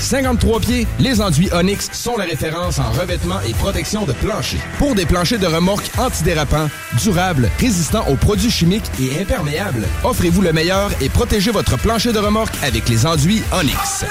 53 pieds, les enduits Onyx sont la référence en revêtement et protection de plancher. Pour des planchers de remorque antidérapants, durables, résistants aux produits chimiques et imperméables, offrez-vous le meilleur et protégez votre plancher de remorque avec les enduits Onyx.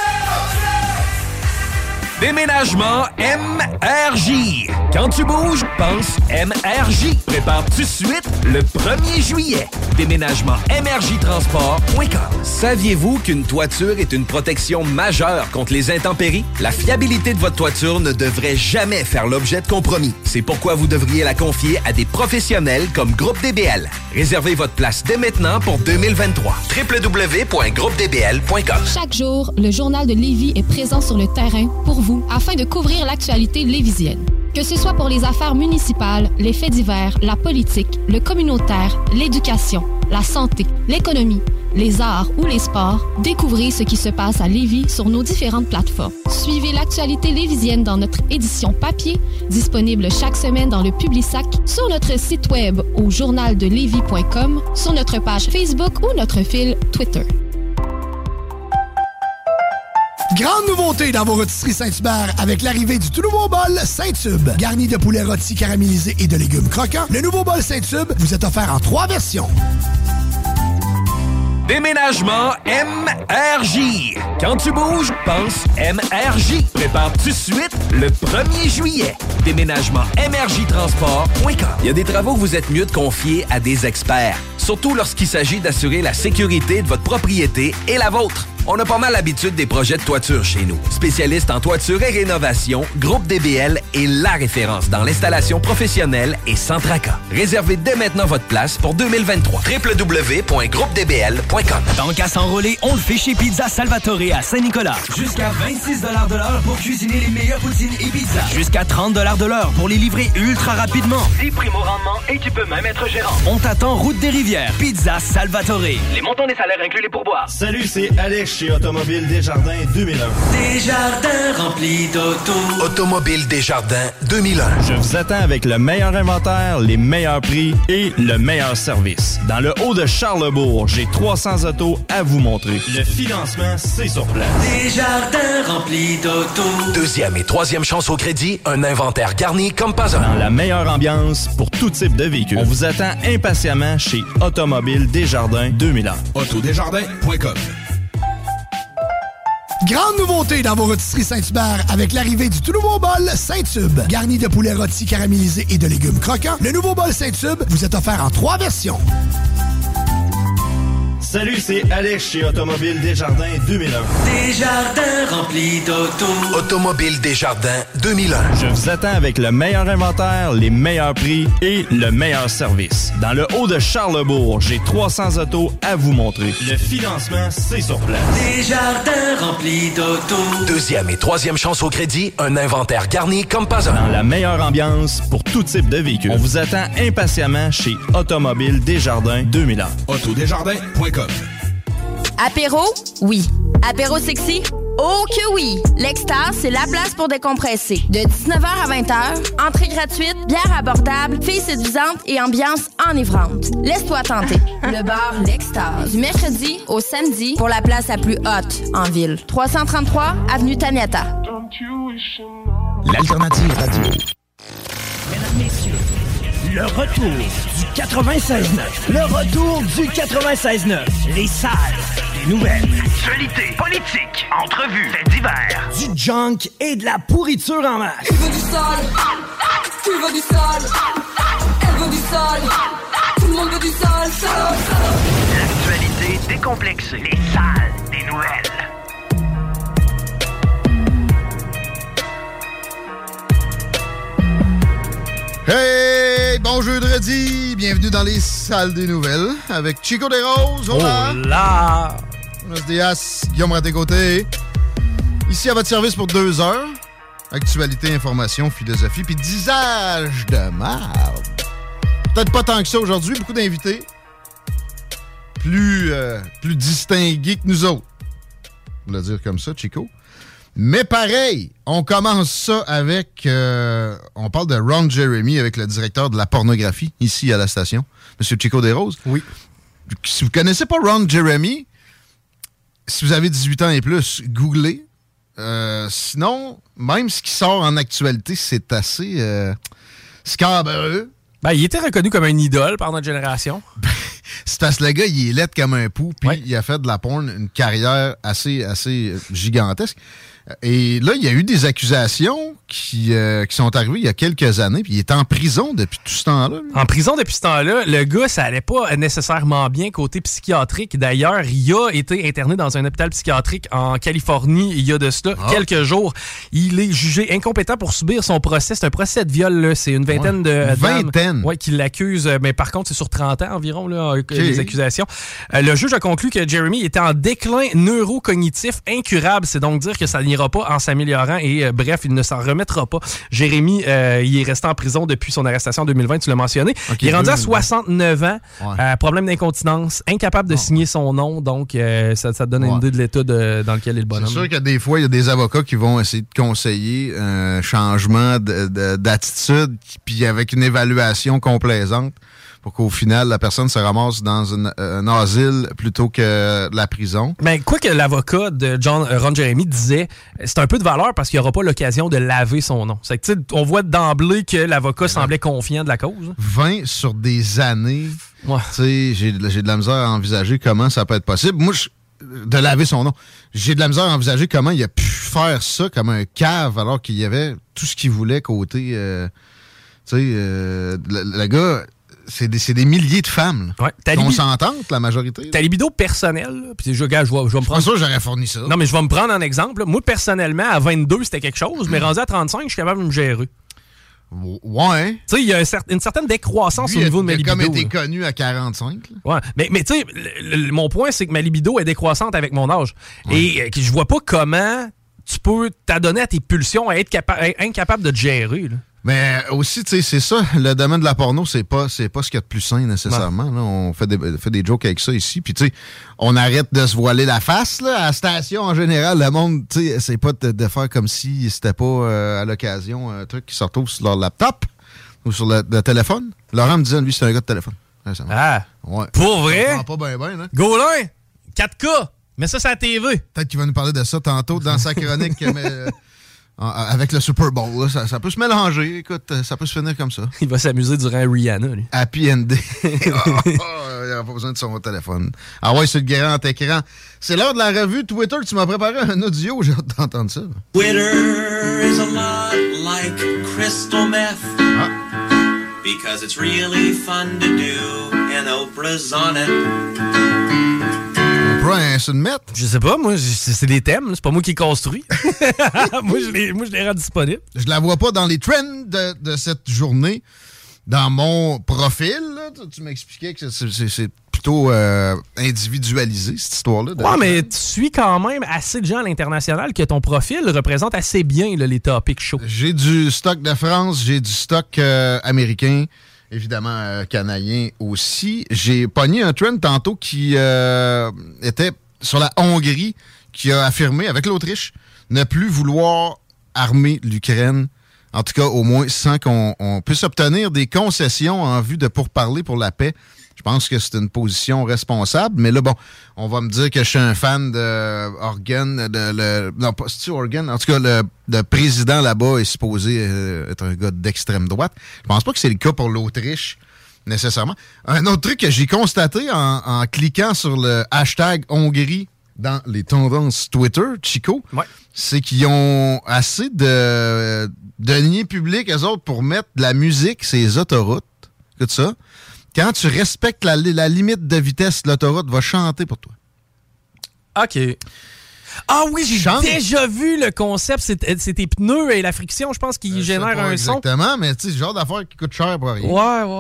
Déménagement MRJ. Quand tu bouges, pense MRJ. Prépare tout de suite le 1er juillet. Déménagement MRJtransport.com. Saviez-vous qu'une toiture est une protection majeure contre les intempéries? La fiabilité de votre toiture ne devrait jamais faire l'objet de compromis. C'est pourquoi vous devriez la confier à des professionnels comme Groupe DBL. Réservez votre place dès maintenant pour 2023. www.groupedbl.com. Chaque jour, le Journal de Lévis est présent sur le terrain pour vous afin de couvrir l'actualité lévisienne. Que ce soit pour les affaires municipales, les faits divers, la politique, le communautaire, l'éducation, la santé, l'économie, les arts ou les sports, découvrez ce qui se passe à Lévis sur nos différentes plateformes. Suivez l'actualité lévisienne dans notre édition papier, disponible chaque semaine dans le Publisac, sur notre site web au journaldelevis.com, sur notre page Facebook ou notre fil Twitter. Grande nouveauté dans vos rôtisseries Saint-Hubert avec l'arrivée du tout nouveau bol Saint-Tube. Garni de poulet rôti caramélisé et de légumes croquants, le nouveau bol Saint-Tube vous est offert en 3 versions. Déménagement MRJ. Quand tu bouges, pense MRJ. Prépare tout de suite le 1er juillet. Déménagement MRJtransport.com. Il y a des travaux que vous êtes mieux de confier à des experts, surtout lorsqu'il s'agit d'assurer la sécurité de votre propriété et la vôtre. On a pas mal l'habitude des projets de toiture chez nous. Spécialiste en toiture et rénovation, Groupe DBL est la référence dans l'installation professionnelle et sans tracas. Réservez dès maintenant votre place pour 2023. www.groupedbl.com. Tant qu'à s'enrôler, on le fait chez Pizza Salvatore à Saint-Nicolas. Jusqu'à 26 $ de l'heure pour cuisiner les meilleures poutines et pizzas. Jusqu'à 30 $ de l'heure pour les livrer ultra rapidement. 10 primo rendement et tu peux même être gérant. On t'attend route des Rivières. Pizza Salvatore. Les montants des salaires incluent les pourboires. Salut, c'est Alex chez Automobile Desjardins 2001. Desjardins remplis d'auto. Automobile Desjardins 2001. Je vous attends avec le meilleur inventaire, les meilleurs prix et le meilleur service. Dans le haut de Charlebourg, j'ai 300 autos à vous montrer. Le financement, c'est sur place. Desjardins remplis d'auto. 2e et 3e chance au crédit, un inventaire garni comme pas un. Dans la meilleure ambiance pour tout type de véhicule. On vous attend impatiemment chez Automobile Desjardins 2001. Autodesjardins.com. Grande nouveauté dans vos rôtisseries Saint-Hubert avec l'arrivée du tout nouveau bol Saint-Tube. Garni de poulet rôti caramélisé et de légumes croquants, le nouveau bol Saint-Tube vous est offert en 3 versions. Salut, c'est Alex chez Automobile Desjardins 2001. Desjardins remplis d'auto. Automobile Desjardins 2001. Je vous attends avec le meilleur inventaire, les meilleurs prix et le meilleur service. Dans le haut de Charlebourg, j'ai 300 autos à vous montrer. Le financement, c'est sur place. Desjardins remplis d'auto. 2e et 3e chance au crédit, un inventaire garni comme pas un. Dans la meilleure ambiance pour tout type de véhicule. On vous attend impatiemment chez Automobile Desjardins 2001. Autodesjardins.com. Apéro? Oui. Apéro sexy? Oh que oui! L'Extase, c'est la place pour décompresser. De 19h à 20h, entrée gratuite, bière abordable, filles séduisantes et ambiance enivrante. Laisse-toi tenter. Le bar L'Extase. Du mercredi au samedi pour la place la plus haute en ville. 333 avenue Taniata. L'Alternative Radio. Mesdames, messieurs, le retour du 96.9. Le retour du 96.9. Les salles des nouvelles. Actualité, politique, entrevues, faits divers. Du junk et de la pourriture en masse. Il veut du sale. Tu veux du sale. Elle veut du sale. Tout le monde veut du sale. L'actualité décomplexée. Les salles des nouvelles. Hey, bon jeudi, bienvenue dans les salles des nouvelles avec Chico des Roses, hola! Hola! Buenos dias, Guillaume Raté-Côté. Ici à votre service pour 2 heures. Actualité, information, philosophie, puis disage de marde. Peut-être pas tant que ça aujourd'hui, beaucoup d'invités. Plus distingués que nous autres. On va le dire comme ça, Chico. Mais pareil, on commence ça avec... on parle de Ron Jeremy avec le directeur de la pornographie, ici à la station, M. Chico des Roses. Oui. Si vous connaissez pas Ron Jeremy, si vous avez 18 ans et plus, googlez. Sinon, même ce qui sort en actualité, c'est assez scabreux. Ben, il était reconnu comme un idole par notre génération. C'est parce que le gars, il est laid comme un pou, puis il a fait de la porn une carrière assez gigantesque. Et là, il y a eu des accusations qui sont arrivées il y a quelques années, puis il est en prison depuis tout ce temps-là. En prison depuis ce temps-là, le gars, ça allait pas nécessairement bien côté psychiatrique. D'ailleurs, il a été interné dans un hôpital psychiatrique en Californie il y a de cela quelques jours. Il est jugé incompétent pour subir son procès. C'est un procès de viol, là. C'est une vingtaine de dames qui l'accusent. Mais par contre, c'est sur 30 ans environ, là, les accusations. Le juge a conclu que Jeremy était en déclin neurocognitif incurable. C'est donc dire que ça n'ira pas en s'améliorant et bref, il ne s'en remettra pas. Jérémy, il est resté en prison depuis son arrestation en 2020, tu l'as mentionné. Il est rendu à 69 ans, problème d'incontinence, incapable de signer son nom, donc ça te donne une idée de l'état dans lequel est le bonhomme. C'est sûr que des fois, il y a des avocats qui vont essayer de conseiller un changement d'attitude, puis avec une évaluation complaisante, pour qu'au final, la personne se ramasse dans un asile plutôt que la prison. Mais quoi que l'avocat de Ron Jeremy disait, c'est un peu de valeur parce qu'il n'y aura pas l'occasion de laver son nom. C'est que, on voit d'emblée que l'avocat semblait confiant de la cause. 20 sur des années, j'ai de la misère à envisager comment ça peut être possible. Moi, de laver son nom. J'ai de la misère à envisager comment il a pu faire ça comme un cave alors qu'il y avait tout ce qu'il voulait côté... le gars... C'est des milliers de femmes. Consentantes, la majorité. Ta libido personnelle, puis je vais me prendre. Pas sûr, j'aurais fourni ça. Non, mais je vais me prendre en exemple. Là. Moi, personnellement, à 22, c'était quelque chose, mais rendu à 35, je suis capable de me gérer. Ouais. Tu sais, il y a une certaine décroissance au niveau de ma libido. Il a comme été connu à 45. Là. Ouais. Mais tu sais, mon point, c'est que ma libido est décroissante avec mon âge. Ouais. Et je vois pas comment tu peux t'adonner à tes pulsions à être incapable de te gérer. Là. Mais aussi, tu sais, c'est ça, le domaine de la porno, c'est pas ce qu'il y a de plus sain nécessairement. Là. On fait des jokes avec ça ici. Puis, tu sais, on arrête de se voiler la face. Là. À la station, en général, le monde, tu sais, c'est pas de faire comme si c'était pas à l'occasion un truc qui se retrouve sur leur laptop ou sur le téléphone. Laurent me disait, lui, c'est un gars de téléphone. Ouais. Pour vrai? Pas bien, hein? Gaulin, 4K, mets ça sur la TV. Peut-être qu'il va nous parler de ça tantôt dans sa chronique, mais... Avec le Super Bowl, là, ça peut se mélanger. Écoute, ça peut se finir comme ça. Il va s'amuser durant Rihanna, lui. Happy Ending. Il n'aura pas besoin de son téléphone. Ah ouais, c'est le grand écran. C'est l'heure de la revue Twitter. Tu m'as préparé un audio. J'ai hâte d'entendre ça. Twitter is a lot like crystal meth. Because it's really fun to do and Oprah's on it. C'est une mette? Je sais pas, moi, c'est des thèmes, c'est pas moi qui les construis. moi, je les rends disponibles. Je la vois pas dans les trends de cette journée. Dans mon profil, là, tu m'expliquais que c'est plutôt individualisé, cette histoire-là. Ouais, mais tu suis quand même assez de gens à l'international que ton profil représente assez bien là, les topics chauds. J'ai du stock de France, j'ai du stock américain. Évidemment, canadien aussi. J'ai pogné un trend tantôt qui était sur la Hongrie, qui a affirmé, avec l'Autriche, ne plus vouloir armer l'Ukraine, en tout cas au moins sans qu'on puisse obtenir des concessions en vue de pourparler pour la paix. Je pense que c'est une position responsable, mais là, bon, on va me dire que je suis un fan de Organ, non, pas c'est-tu Organ? En tout cas, le président là-bas est supposé être un gars d'extrême droite. Je pense pas que c'est le cas pour l'Autriche, nécessairement. Un autre truc que j'ai constaté en cliquant sur le hashtag Hongrie dans les tendances Twitter, Chico, c'est qu'ils ont assez de deniers publics, eux autres, pour mettre de la musique sur les autoroutes. Écoute ça. Quand tu respectes la limite de vitesse, l'autoroute va chanter pour toi. OK. Ah oui, j'ai déjà vu le concept. C'est tes pneus et la friction, je pense, qui génèrent un son. Exactement, mais tu sais, c'est le genre d'affaire qui coûte cher pour rien.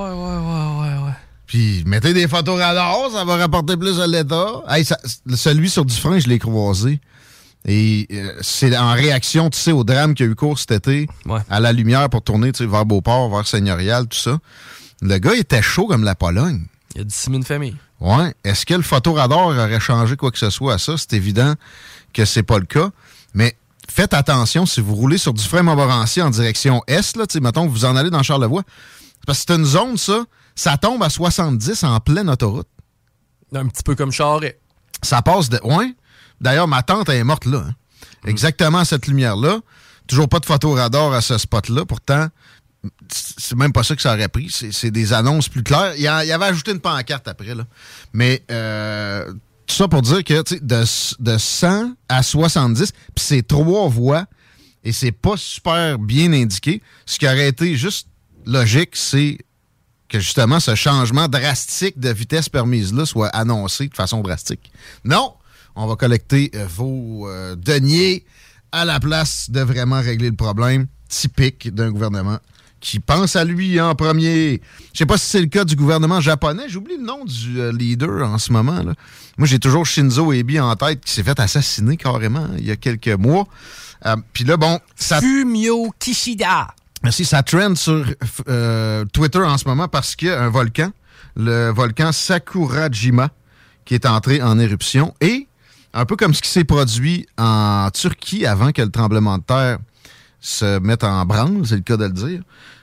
Ouais. Puis, mettez des photos radars, ça va rapporter plus à l'État. Hey, celui sur Dufresne, je l'ai croisé. Et c'est en réaction, tu sais, au drame qu'il y a eu cours cet été, à la lumière pour tourner, tu sais, vers Beauport, vers Seigneurial, tout ça. Le gars était chaud comme la Pologne. Il a dissimulé une famille. Ouais. Est-ce que le photoradar aurait changé quoi que ce soit à ça? C'est évident que c'est pas le cas. Mais faites attention si vous roulez sur Dufresne-Montmorency en direction est, là, mettons que vous en allez dans Charlevoix. Parce que c'est une zone, ça tombe à 70 en pleine autoroute. Un petit peu comme Charest. Ça passe de... Ouais. D'ailleurs, ma tante, elle est morte là. Hein. exactement à cette lumière-là. Toujours pas de photoradar à ce spot-là. Pourtant, c'est même pas ça que ça aurait pris. C'est des annonces plus claires. Il y avait ajouté une pancarte après, là. Mais tout ça pour dire que de 100 à 70, puis c'est 3 voies, et c'est pas super bien indiqué. Ce qui aurait été juste logique, c'est que justement ce changement drastique de vitesse permise-là soit annoncé de façon drastique. Non! On va collecter vos deniers à la place de vraiment régler le problème typique d'un gouvernement qui pense à lui en premier. Je sais pas si c'est le cas du gouvernement japonais. J'oublie le nom du leader en ce moment, là. Moi, j'ai toujours Shinzo Abe en tête qui s'est fait assassiner carrément il y a quelques mois. Puis là, bon... Fumio Kishida. Merci. Ça trend sur Twitter en ce moment parce qu'il y a un volcan, le volcan Sakurajima, qui est entré en éruption. Et, un peu comme ce qui s'est produit en Turquie avant que le tremblement de terre se mette en branle, c'est le cas de le dire,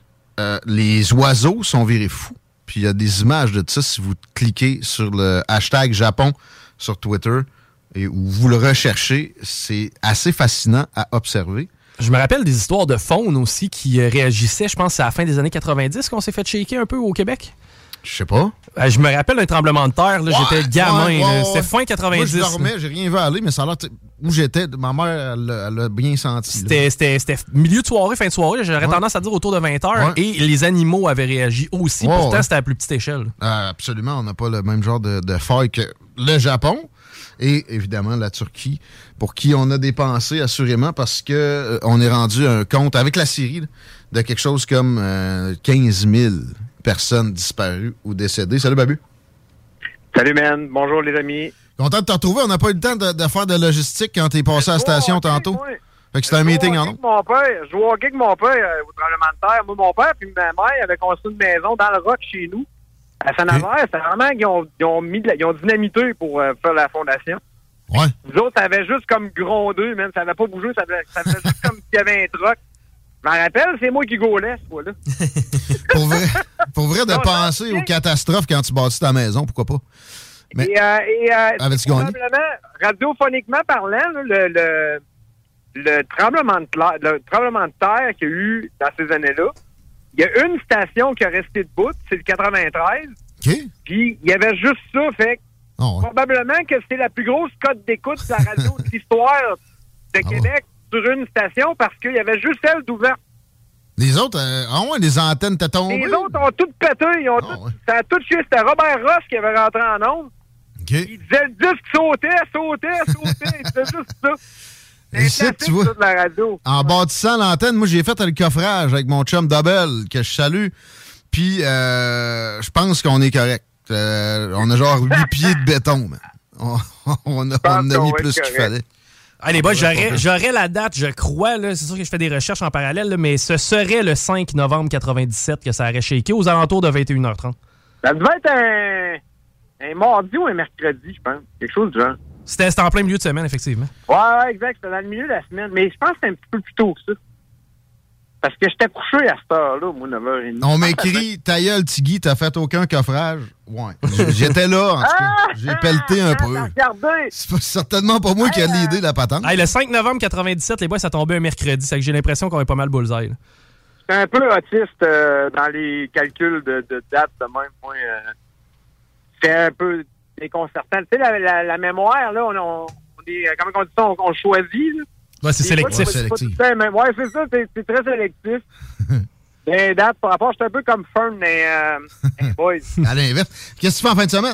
les oiseaux sont virés fous. Puis il y a des images de ça si vous cliquez sur le hashtag Japon sur Twitter et où vous le recherchez. C'est assez fascinant à observer. Je me rappelle des histoires de faunes aussi qui réagissaient. Je pense que c'est à la fin des années 90 qu'on s'est fait shaker un peu au Québec. Je sais pas. Je me rappelle d'un tremblement de terre. Là, j'étais gamin. C'était fin 90. Moi, je dormais, j'ai rien vu aller, mais ça a l'air... Où j'étais, ma mère, elle l'a bien senti. C'était milieu de soirée, fin de soirée. J'aurais tendance à dire autour de 20h. Ouais. Et les animaux avaient réagi aussi. Pourtant, c'était à plus petite échelle. Absolument. On n'a pas le même genre de faille que le Japon. Et évidemment, la Turquie, pour qui on a dépensé assurément parce que on est rendu un compte, avec la Syrie, de quelque chose comme 15 000 personnes disparues ou décédées. Salut, Babu. Salut, man. Bonjour, les amis. Content de te retrouver. On n'a pas eu le temps de faire de logistique quand t'es passé à la station tantôt. Ouais. Fait que c'était un meeting en nom. Je jouais au hockey avec mon père au tremblement de terre. Moi, mon père puis ma mère avaient construit une maison dans le roc chez nous. À Saint-Nazaire, c'est vraiment qu'ils ont dynamité pour faire la fondation. Ouais. Nous autres, ça avait juste comme grondé, même. Ça n'avait pas bougé. Ça faisait juste comme s'il y avait un truc. Je m'en rappelle, c'est moi qui gaulais, ce fois-là. pour vrai, de penser aux catastrophes quand tu bâtis ta maison, pourquoi pas? Mais avais-tu gagné? Radiophoniquement parlant, là, le tremblement de terre qu'il y a eu dans ces années-là, il y a une station qui a resté debout, c'est le 93. OK. Puis il y avait juste ça, fait probablement que c'est la plus grosse cote d'écoute de la radio de l'histoire de Québec sur une station parce qu'il y avait juste elle d'ouverte. Les autres, les antennes t'ont tombé. Les autres ont toutes pété. Ça a tout chié. C'était Robert Ross qui avait rentré en ondes. Okay. Il disait le disque sautait. Il disait juste ça. Ici, tu vois, la radio. En bâtissant l'antenne, moi, j'ai fait le coffrage avec mon chum Double, que je salue. Puis, je pense qu'on est correct. On a genre 8 pieds de béton. On a mis plus qu'il fallait. Ah, les boys, j'aurais la date, je crois. Là, c'est sûr que je fais des recherches en parallèle, là, mais ce serait le 5 novembre 97 que ça aurait shaké aux alentours de 21h30. Ça devait être un mardi ou un mercredi, je pense. Quelque chose du genre. C'était en plein milieu de semaine, effectivement. Ouais, exact. C'était dans le milieu de la semaine. Mais je pense que c'était un petit peu plus tôt que ça. Parce que j'étais couché à cette heure-là, moi, 9h30. On m'écrit, ta gueule, Tigui, t'as fait aucun coffrage. Ouais. J'étais là, en tout cas. J'ai pelleté un peu. C'est certainement pas moi qui ai l'idée de la patente. Hey, le 5 novembre 97, les boys, ça tombait un mercredi. C'est que j'ai l'impression qu'on est pas mal bullseye. J'étais un peu autiste dans les calculs de date de même. Moi, c'était un peu déconcertant. Tu sais, la mémoire, là, on est, comment on dit ça, on choisit, là. Ouais, c'est sélectif. Ouais, c'est ça, c'est très sélectif. Des dates, par rapport, j'étais un peu comme Fern, mais boys. À l'inverse. Qu'est-ce que tu fais en fin de semaine?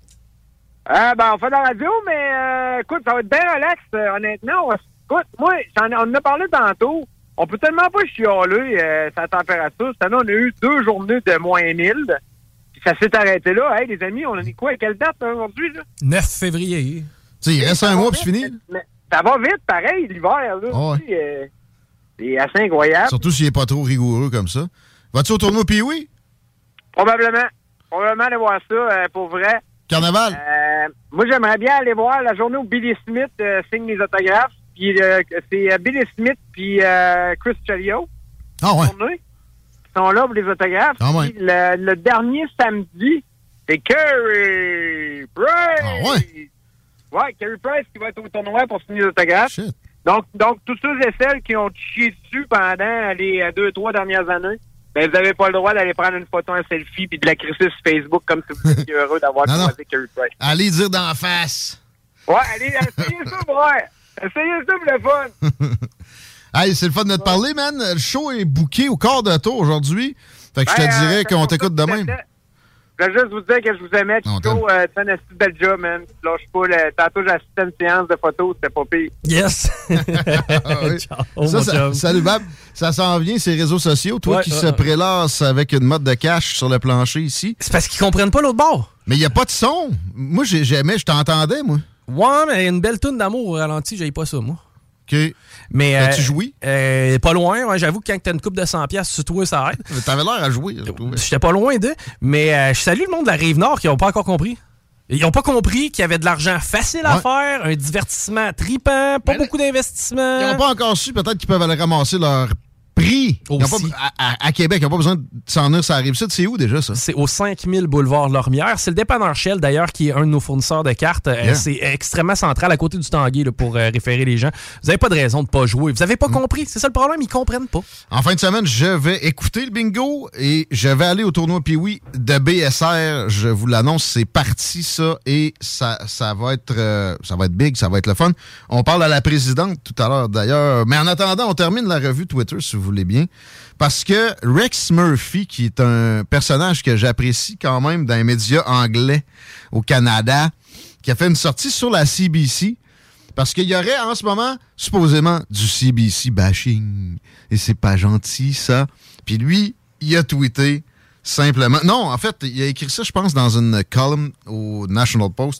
On fait de la radio, mais écoute, ça va être bien relax, honnêtement. Écoute, moi, on en a parlé tantôt. On peut tellement pas chialer sa température. Cette année, on a eu 2 journées de moins 1000. Puis ça s'est arrêté là. Hey, les amis, on en est quoi? À quelle date aujourd'hui, là? 9 février. Tu sais, il reste un mois puis c'est fini. Ça va vite, pareil, l'hiver, là. Oh, ouais. C'est assez incroyable. Surtout s'il n'est pas trop rigoureux comme ça. Vas-tu au tournoi Pee-Wee? Probablement. Probablement aller voir ça, pour vrai. Carnaval? Moi, j'aimerais bien aller voir la journée où Billy Smith signe les autographes. Puis c'est Billy Smith puis Chris Chelios. Ah ouais? Ils sont là pour les autographes. Ah ouais. Puis le dernier samedi, c'est Carey Price. Ah ouais? Ouais, Carey Price qui va être au tournoi pour signer les autographes. Shit. Donc, tous ceux et celles qui ont chié dessus pendant les 2-3 dernières années, ben, vous n'avez pas le droit d'aller prendre une photo, un selfie, puis de la crisser sur Facebook comme si vous étiez heureux d'avoir croisé Carey Price. Allez dire d'en face. Ouais, allez, essayez ça, ouais. Essayez ça pour le fun. Hey, c'est le fun de te parler, man. Le show est booké au quart de tour aujourd'hui. Fait que je te dirais qu'on t'écoute demain. Je voulais juste vous dire que je vous aimais, Chico. Tu fais un assez bel job, man. Tu lâches pas. Tantôt, j'ai assisté à une séance de photos. C'était pas pire. Yes! Ciao, salut, Bab. Ça s'en vient, ces réseaux sociaux. Toi qui se prélasse avec une mode de cash sur le plancher ici. C'est parce qu'ils comprennent pas l'autre bord. Mais il n'y a pas de son. Moi, j'aimais, je t'entendais, moi. Ouais, mais une belle toune d'amour au ralenti, j'aille pas ça, moi. OK. Mais as-tu joué? Pas loin, ouais, j'avoue que quand t'as une coupe de 100$ sur toi, ça aide. T'avais l'air à jouer. J'étais pas loin d'eux, mais je salue le monde de la Rive-Nord qui n'ont pas encore compris. Ils n'ont pas compris qu'il y avait de l'argent facile à faire, un divertissement tripant, pas beaucoup d'investissement. Ils n'ont pas encore su, peut-être qu'ils peuvent aller ramasser leur prix. À Québec, ils n'ont pas besoin de s'en venir, ça arrive. Ça, c'est où déjà, ça? C'est au 5000 boulevard Lormière. C'est le dépanneur Shell, d'ailleurs, qui est un de nos fournisseurs de cartes. C'est extrêmement central à côté du Tanguay là, pour référer les gens. Vous n'avez pas de raison de ne pas jouer. Vous n'avez pas compris. C'est ça le problème, ils ne comprennent pas. En fin de semaine, je vais écouter le bingo et je vais aller au tournoi Pee-Wee de BSR. Je vous l'annonce, c'est parti, ça. Et ça va être big, ça va être le fun. On parle à la présidente tout à l'heure, d'ailleurs. Mais en attendant, on termine la revue Twitter, si vous voulez bien. Parce que Rex Murphy, qui est un personnage que j'apprécie quand même dans les médias anglais au Canada, qui a fait une sortie sur la CBC, parce qu'il y aurait en ce moment, supposément, du CBC bashing. Et c'est pas gentil, ça. Puis lui, il a tweeté simplement... Non, en fait, il a écrit ça, je pense, dans une column au National Post.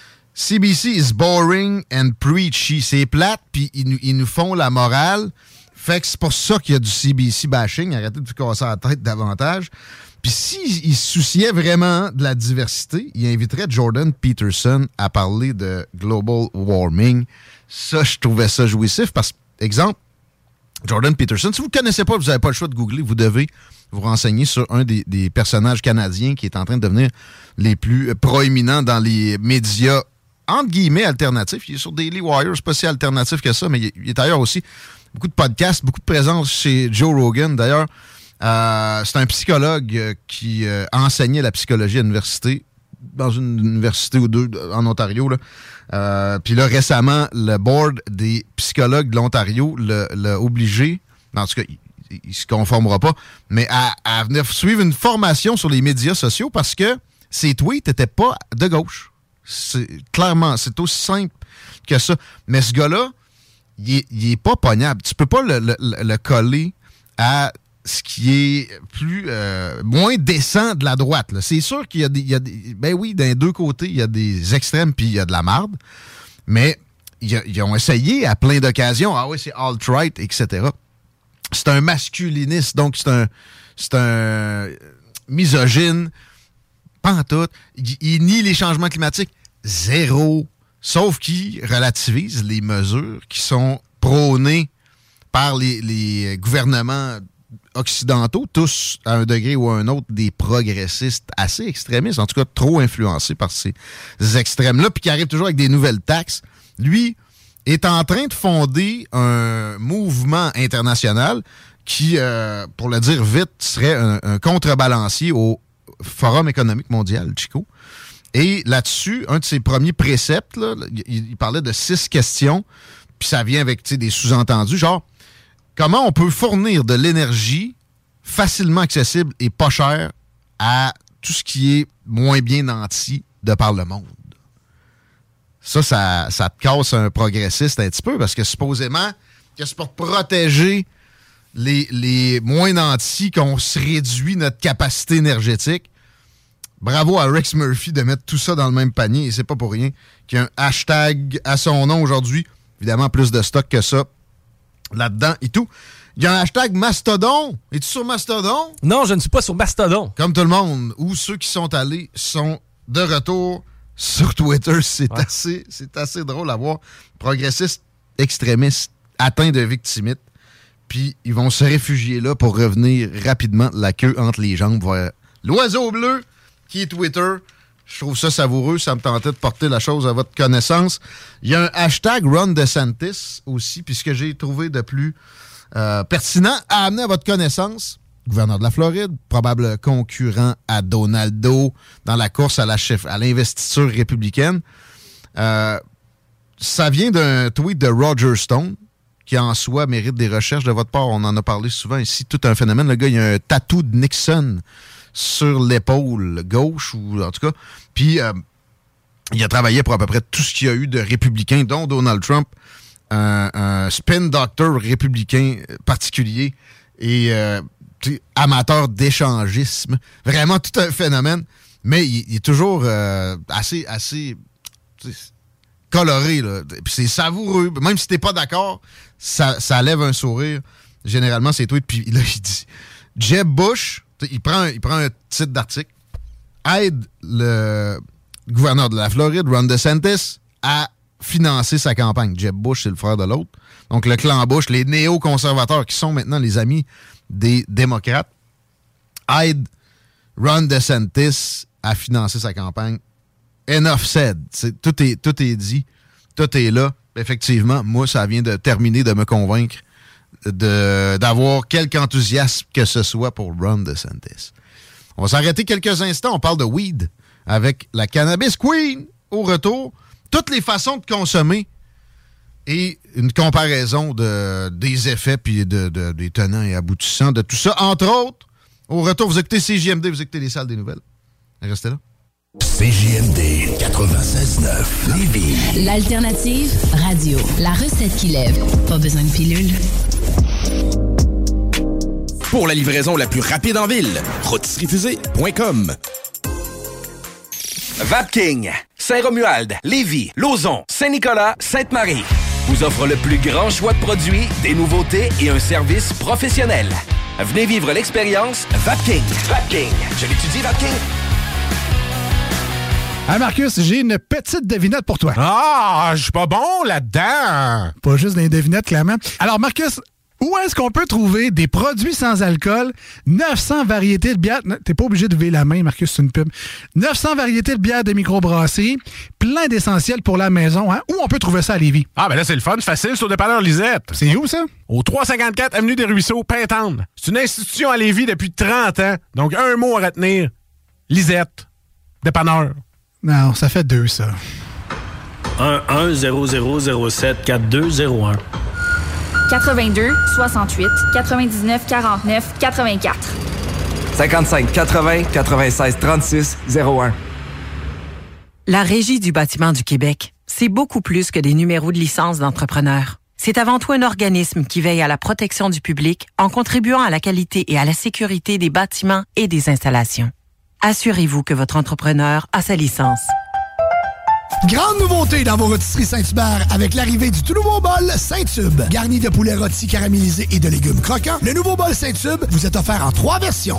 CBC is boring and preachy. C'est plate, puis ils nous font la morale. Fait que c'est pour ça qu'il y a du CBC bashing. Arrêtez de vous casser la tête davantage. Puis s'il se souciait vraiment de la diversité, il inviterait Jordan Peterson à parler de global warming. Ça, je trouvais ça jouissif parce que, exemple, Jordan Peterson, si vous ne le connaissez pas, vous n'avez pas le choix de googler, vous devez vous renseigner sur un des personnages canadiens qui est en train de devenir les plus proéminents dans les médias, entre guillemets, alternatifs. Il est sur Daily Wire, c'est pas si alternatif que ça, mais il est ailleurs aussi. Beaucoup de podcasts, beaucoup de présence chez Joe Rogan. D'ailleurs, c'est un psychologue qui enseignait la psychologie à l'université, dans une université ou deux en Ontario. Puis là, récemment, le board des psychologues de l'Ontario l'a obligé, en tout cas, il ne se conformera pas, mais à venir suivre une formation sur les médias sociaux parce que ses tweets n'étaient pas de gauche. Clairement, c'est aussi simple que ça. Mais ce gars-là, il est pas pognable. Tu peux pas le coller à ce qui est moins décent de la droite. Là. C'est sûr qu'il y a des... Ben oui, d'un deux côtés, il y a des extrêmes puis il y a de la marde. Mais ils ont essayé à plein d'occasions. Ah oui, c'est alt-right, etc. C'est un masculiniste, donc c'est un misogyne. Pantoute. Il nie les changements climatiques. Zéro. Sauf qu'il relativise les mesures qui sont prônées par les gouvernements occidentaux, tous à un degré ou à un autre, des progressistes assez extrémistes, en tout cas trop influencés par ces extrêmes-là, puis qui arrivent toujours avec des nouvelles taxes. Lui est en train de fonder un mouvement international qui, pour le dire vite, serait un contrebalancier au Forum économique mondial, Chico. Et là-dessus, un de ses premiers préceptes, là, il parlait de 6 questions, puis ça vient avec des sous-entendus, genre, comment on peut fournir de l'énergie facilement accessible et pas cher à tout ce qui est moins bien nanti de par le monde? Ça te casse un progressiste un petit peu, parce que supposément, que c'est pour protéger les moins nantis qu'on se réduit notre capacité énergétique. Bravo à Rex Murphy de mettre tout ça dans le même panier, et c'est pas pour rien qu'il y a un hashtag à son nom aujourd'hui. Évidemment, plus de stock que ça là-dedans et tout. Il y a un hashtag Mastodon. Es-tu sur Mastodon? Non, je ne suis pas sur Mastodon. Comme tout le monde, où ceux qui sont allés sont de retour sur Twitter. C'est assez drôle à voir. Progressistes extrémistes atteints de victimite. Puis ils vont se réfugier là pour revenir rapidement la queue entre les jambes vers l'oiseau bleu qui est Twitter Je trouve ça savoureux. Ça me tentait de porter la chose à votre connaissance. Il y a un hashtag Ron DeSantis aussi, puis ce que j'ai trouvé de plus pertinent à amener à votre connaissance. Gouverneur de la Floride, probable concurrent à Donaldo dans la course à l'investiture républicaine. Ça vient d'un tweet de Roger Stone, qui en soi mérite des recherches de votre part. On en a parlé souvent ici. Tout un phénomène. Le gars, il a un tatou de Nixon sur l'épaule gauche, ou en tout cas. Puis, il a travaillé pour à peu près tout ce qu'il y a eu de républicains, dont Donald Trump, un spin doctor républicain particulier et amateur d'échangisme. Vraiment tout un phénomène. Mais il est toujours assez coloré, là. Puis c'est savoureux. Même si t'es pas d'accord, ça lève un sourire. Généralement, c'est tweet. Puis là, il dit Jeb Bush, il prend un titre d'article, aide le gouverneur de la Floride, Ron DeSantis, à financer sa campagne. Jeb Bush, c'est le frère de l'autre. Donc, le clan Bush, les néo-conservateurs qui sont maintenant les amis des démocrates, aident Ron DeSantis à financer sa campagne. Enough said. Tout est dit. Tout est là. Effectivement, moi, ça vient de terminer de me convaincre d'avoir quelque enthousiasme que ce soit pour Ron DeSantis. On va s'arrêter quelques instants. On parle de weed avec la Cannabis Queen au retour. Toutes les façons de consommer et une comparaison des effets puis des tenants et aboutissants de tout ça. Entre autres, au retour, vous écoutez CJMD, vous écoutez les salles des nouvelles. Restez là. CJMD 96.9 Lévis. L'alternative radio. La recette qui lève. Pas besoin de pilule. Pour la livraison la plus rapide en ville, rôtisseriefusée.com. Vapking, Saint-Romuald, Lévis, Lauson, Saint-Nicolas, Sainte-Marie vous offre le plus grand choix de produits, des nouveautés et un service professionnel. Venez vivre l'expérience Vapking. Vapking. Je l'étudie, Vapking. Ah Marcus, j'ai une petite devinette pour toi. Ah, je suis pas bon là-dedans. Pas juste des devinettes, clairement. Alors Marcus, où est-ce qu'on peut trouver des produits sans alcool, 900 variétés de bières, t'es pas obligé de lever la main, Marcus, c'est une pub, 900 variétés de bières de microbrasserie, plein d'essentiels pour la maison, hein? Où on peut trouver ça à Lévis? Ah ben là, c'est le fun, facile, c'est au dépanneur Lisette. C'est où ça? Au 354 Avenue des Ruisseaux, Pintendre. C'est une institution à Lévis depuis 30 ans, donc un mot à retenir, Lisette, dépanneur. Non, ça fait 2, ça. 1-1-0-0-0-7-4201. 82 68 99 49 84. 55 80 96 36 01. La Régie du bâtiment du Québec, c'est beaucoup plus que des numéros de licence d'entrepreneur. C'est avant tout un organisme qui veille à la protection du public en contribuant à la qualité et à la sécurité des bâtiments et des installations. Assurez-vous que votre entrepreneur a sa licence. Grande nouveauté dans vos rôtisseries Saint-Hubert avec l'arrivée du tout nouveau bol Saint-Tube. Garni de poulet rôti caramélisé et de légumes croquants, le nouveau bol Saint-Tube vous est offert en 3 versions.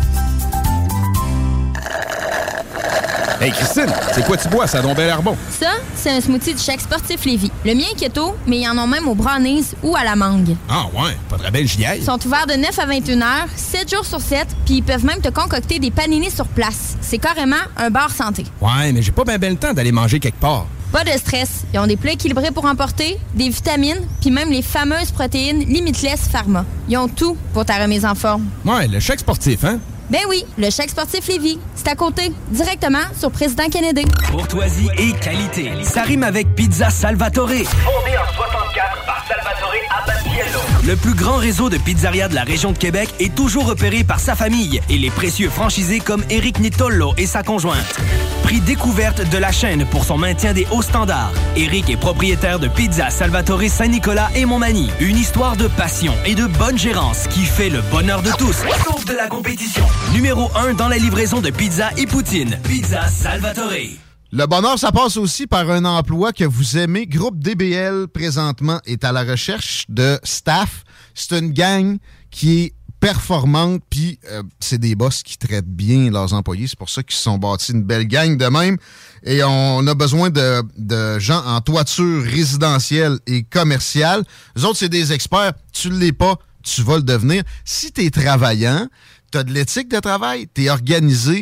Hey Christine, c'est quoi tu bois? Ça a donc bien l'air bon. Ça, c'est un smoothie du Chèque Sportif Lévis. Le mien est keto, mais ils en ont même au brownies ou à la mangue. Ah ouais, pas de rabais, j'y aille. Ils sont ouverts de 9 à 21 heures, 7 jours sur 7, puis ils peuvent même te concocter des paninis sur place. C'est carrément un bar santé. Ouais, mais j'ai pas bien le temps d'aller manger quelque part. Pas de stress. Ils ont des plats équilibrés pour emporter, des vitamines, puis même les fameuses protéines Limitless Pharma. Ils ont tout pour ta remise en forme. Ouais, le Chèque Sportif, hein? Ben oui, le Chèque Sportif Lévis. C'est à côté, directement sur Président Kennedy. Courtoisie et qualité. Ça rime avec Pizza Salvatore. Fondé en 64 par Salvatore Abatiello. Le plus grand réseau de pizzerias de la région de Québec est toujours opéré par sa famille et les précieux franchisés comme Éric Nittolo et sa conjointe. Prix découverte de la chaîne pour son maintien des hauts standards. Éric est propriétaire de Pizza Salvatore Saint-Nicolas et Montmagny. Une histoire de passion et de bonne gérance qui fait le bonheur de tous, sauf de la compétition. Numéro 1 dans la livraison de pizza et poutine. Pizza Salvatore. Le bonheur, ça passe aussi par un emploi que vous aimez. Groupe DBL, présentement, est à la recherche de staff. C'est une gang qui est performante, puis c'est des boss qui traitent bien leurs employés. C'est pour ça qu'ils se sont bâtis une belle gang de même. Et on a besoin de gens en toiture résidentielle et commerciale. Eux autres, c'est des experts. Tu ne l'es pas, tu vas le devenir. Si tu es travaillant, tu as de l'éthique de travail, tu es organisé,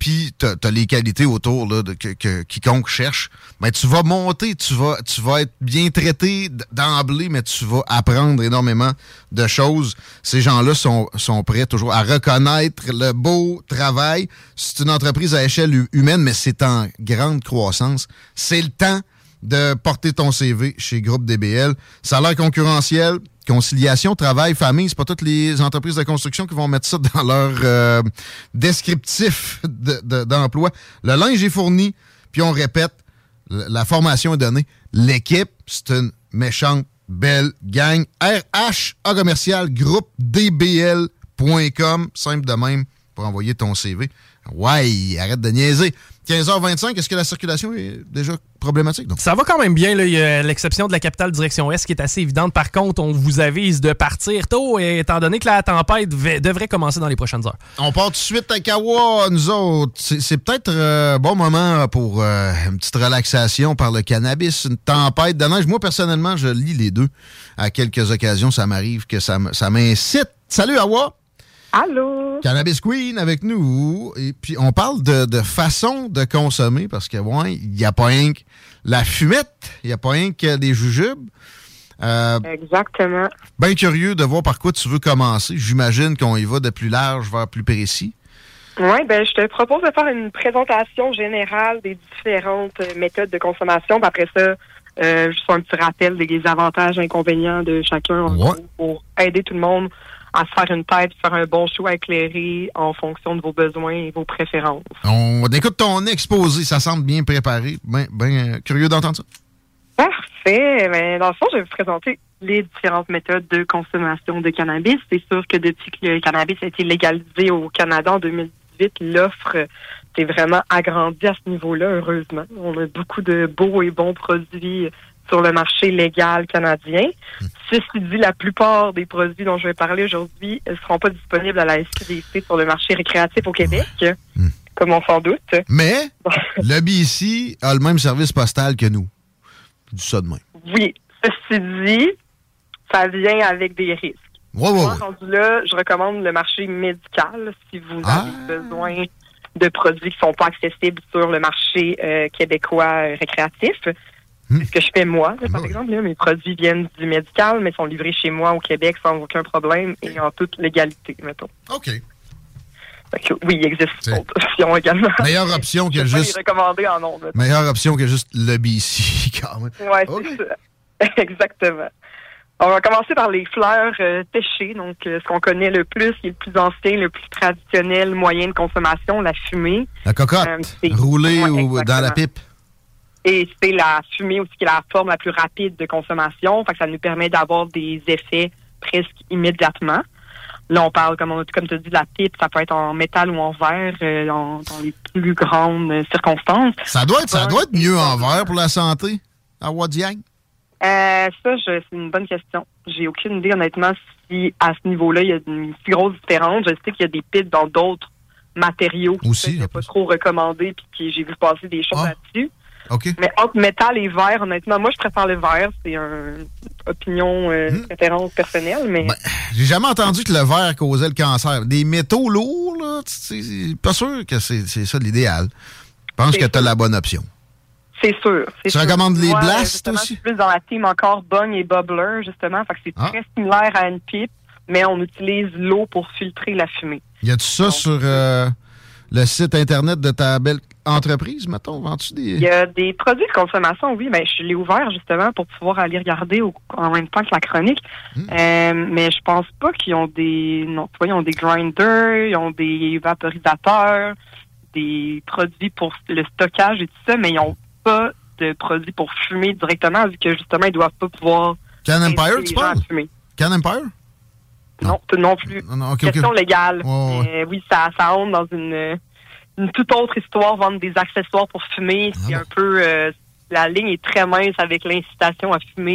puis t'as les qualités autour là, que quiconque cherche, ben, tu vas monter, tu vas être bien traité d'emblée, mais tu vas apprendre énormément de choses. Ces gens-là sont prêts toujours à reconnaître le beau travail. C'est une entreprise à échelle humaine, mais c'est en grande croissance. C'est le temps de porter ton CV chez Groupe DBL. Salaire concurrentiel, conciliation, travail, famille, c'est pas toutes les entreprises de construction qui vont mettre ça dans leur descriptif d'emploi. Le linge est fourni, puis on répète, la formation est donnée. L'équipe, c'est une méchante belle gang. RH, A commercial, groupe DBL.com, simple de même pour envoyer ton CV. Ouais, arrête de niaiser. 15h25, est-ce que la circulation est déjà problématique? Donc? Ça va quand même bien. Là. Il y a l'exception de la capitale direction Est qui est assez évidente. Par contre, on vous avise de partir tôt, étant donné que la tempête devrait commencer dans les prochaines heures. On part tout de suite à Kawa, nous autres. C'est peut-être un bon moment pour une petite relaxation par le cannabis, une tempête de neige. Moi, personnellement, je lis les deux. À quelques occasions, ça m'arrive que ça m'incite. Salut, Awa! Allô? Cannabis Queen avec nous. Et puis, on parle de façon de consommer parce que, ouais, il n'y a pas rien que la fumette, il n'y a pas rien que des jujubes. Exactement. Bien curieux de voir par quoi tu veux commencer. J'imagine qu'on y va de plus large vers plus précis. Oui, ben je te propose de faire une présentation générale des différentes méthodes de consommation. Puis après ça, juste un petit rappel des avantages et inconvénients de chacun en gros, pour aider tout le monde à se faire une tête, faire un bon choix éclairé en fonction de vos besoins et vos préférences. On écoute ton exposé, ça semble bien préparé. Bien curieux d'entendre ça. Parfait. Ben, dans le fond, je vais vous présenter les différentes méthodes de consommation de cannabis. C'est sûr que depuis que le cannabis a été légalisé au Canada en 2018, l'offre s'est vraiment agrandie à ce niveau-là, heureusement. On a beaucoup de beaux et bons produits sur le marché légal canadien. Ceci dit, la plupart des produits dont je vais parler aujourd'hui ne seront pas disponibles à la SQDC sur le marché récréatif au Québec, comme on s'en doute. Mais le BC a le même service postal que nous. Je dis ça de même. Oui. Ceci dit, ça vient avec des risques. Moi, rendu là, je recommande le marché médical si vous avez besoin de produits qui ne sont pas accessibles sur le marché québécois récréatif. C'est ce que je fais moi, par exemple. Là, mes produits viennent du médical, mais sont livrés chez moi au Québec sans aucun problème et en toute légalité, mettons. OK. Que, oui, il existe d'autres options également. Meilleure option que juste... recommander en ondes. Meilleure option que juste le BC, quand même. Oui, c'est ça. Exactement. On va commencer par les fleurs séchées, donc ce qu'on connaît le plus, qui est le plus ancien, le plus traditionnel moyen de consommation, la fumée. La cocotte, roulée ou dans la pipe. Et c'est la fumée aussi qui est la forme la plus rapide de consommation. Fait que ça nous permet d'avoir des effets presque immédiatement. Là, on parle, comme tu dis, de la pipe. Ça peut être en métal ou en verre dans les plus grandes circonstances. Ça doit être mieux en verre pour la santé, à Wadiag? C'est une bonne question. J'ai aucune idée, honnêtement, si à ce niveau-là, il y a une si grosse différence. Je sais qu'il y a des pipes dans d'autres matériaux qui ne sont pas trop recommandés puis que j'ai vu passer des choses là-dessus. Okay. Mais entre métal et verre, honnêtement, moi, je préfère le verre. C'est une opinion, préférence personnelle, mais... j'ai jamais entendu que le verre causait le cancer. Des métaux lourds, là, c'est pas sûr que c'est ça l'idéal. Je pense que tu as la bonne option. C'est sûr. Tu recommandes les blasts aussi? Je suis plus dans la team encore bong et bubbler, justement. Fait que c'est très similaire à une pipe, mais on utilise l'eau pour filtrer la fumée. Y a-tu ça sur le site Internet de ta belle entreprise, mettons? Vends-tu des... Il y a des produits de consommation, oui. Ben, je l'ai ouvert, justement, pour pouvoir aller regarder en même temps que la chronique. Mais je pense pas qu'ils ont des... Non, tu vois, ils ont des grinders, ils ont des vaporisateurs, des produits pour le stockage et tout ça, mais ils ont pas de produits pour fumer directement, vu que, justement, ils doivent pas pouvoir... Can Empire, tu parles? Can Empire? Non plus. Question légale. Mais oui, ça entre dans une toute autre histoire, vendre des accessoires pour fumer. C'est un peu... la ligne est très mince avec l'incitation à fumer.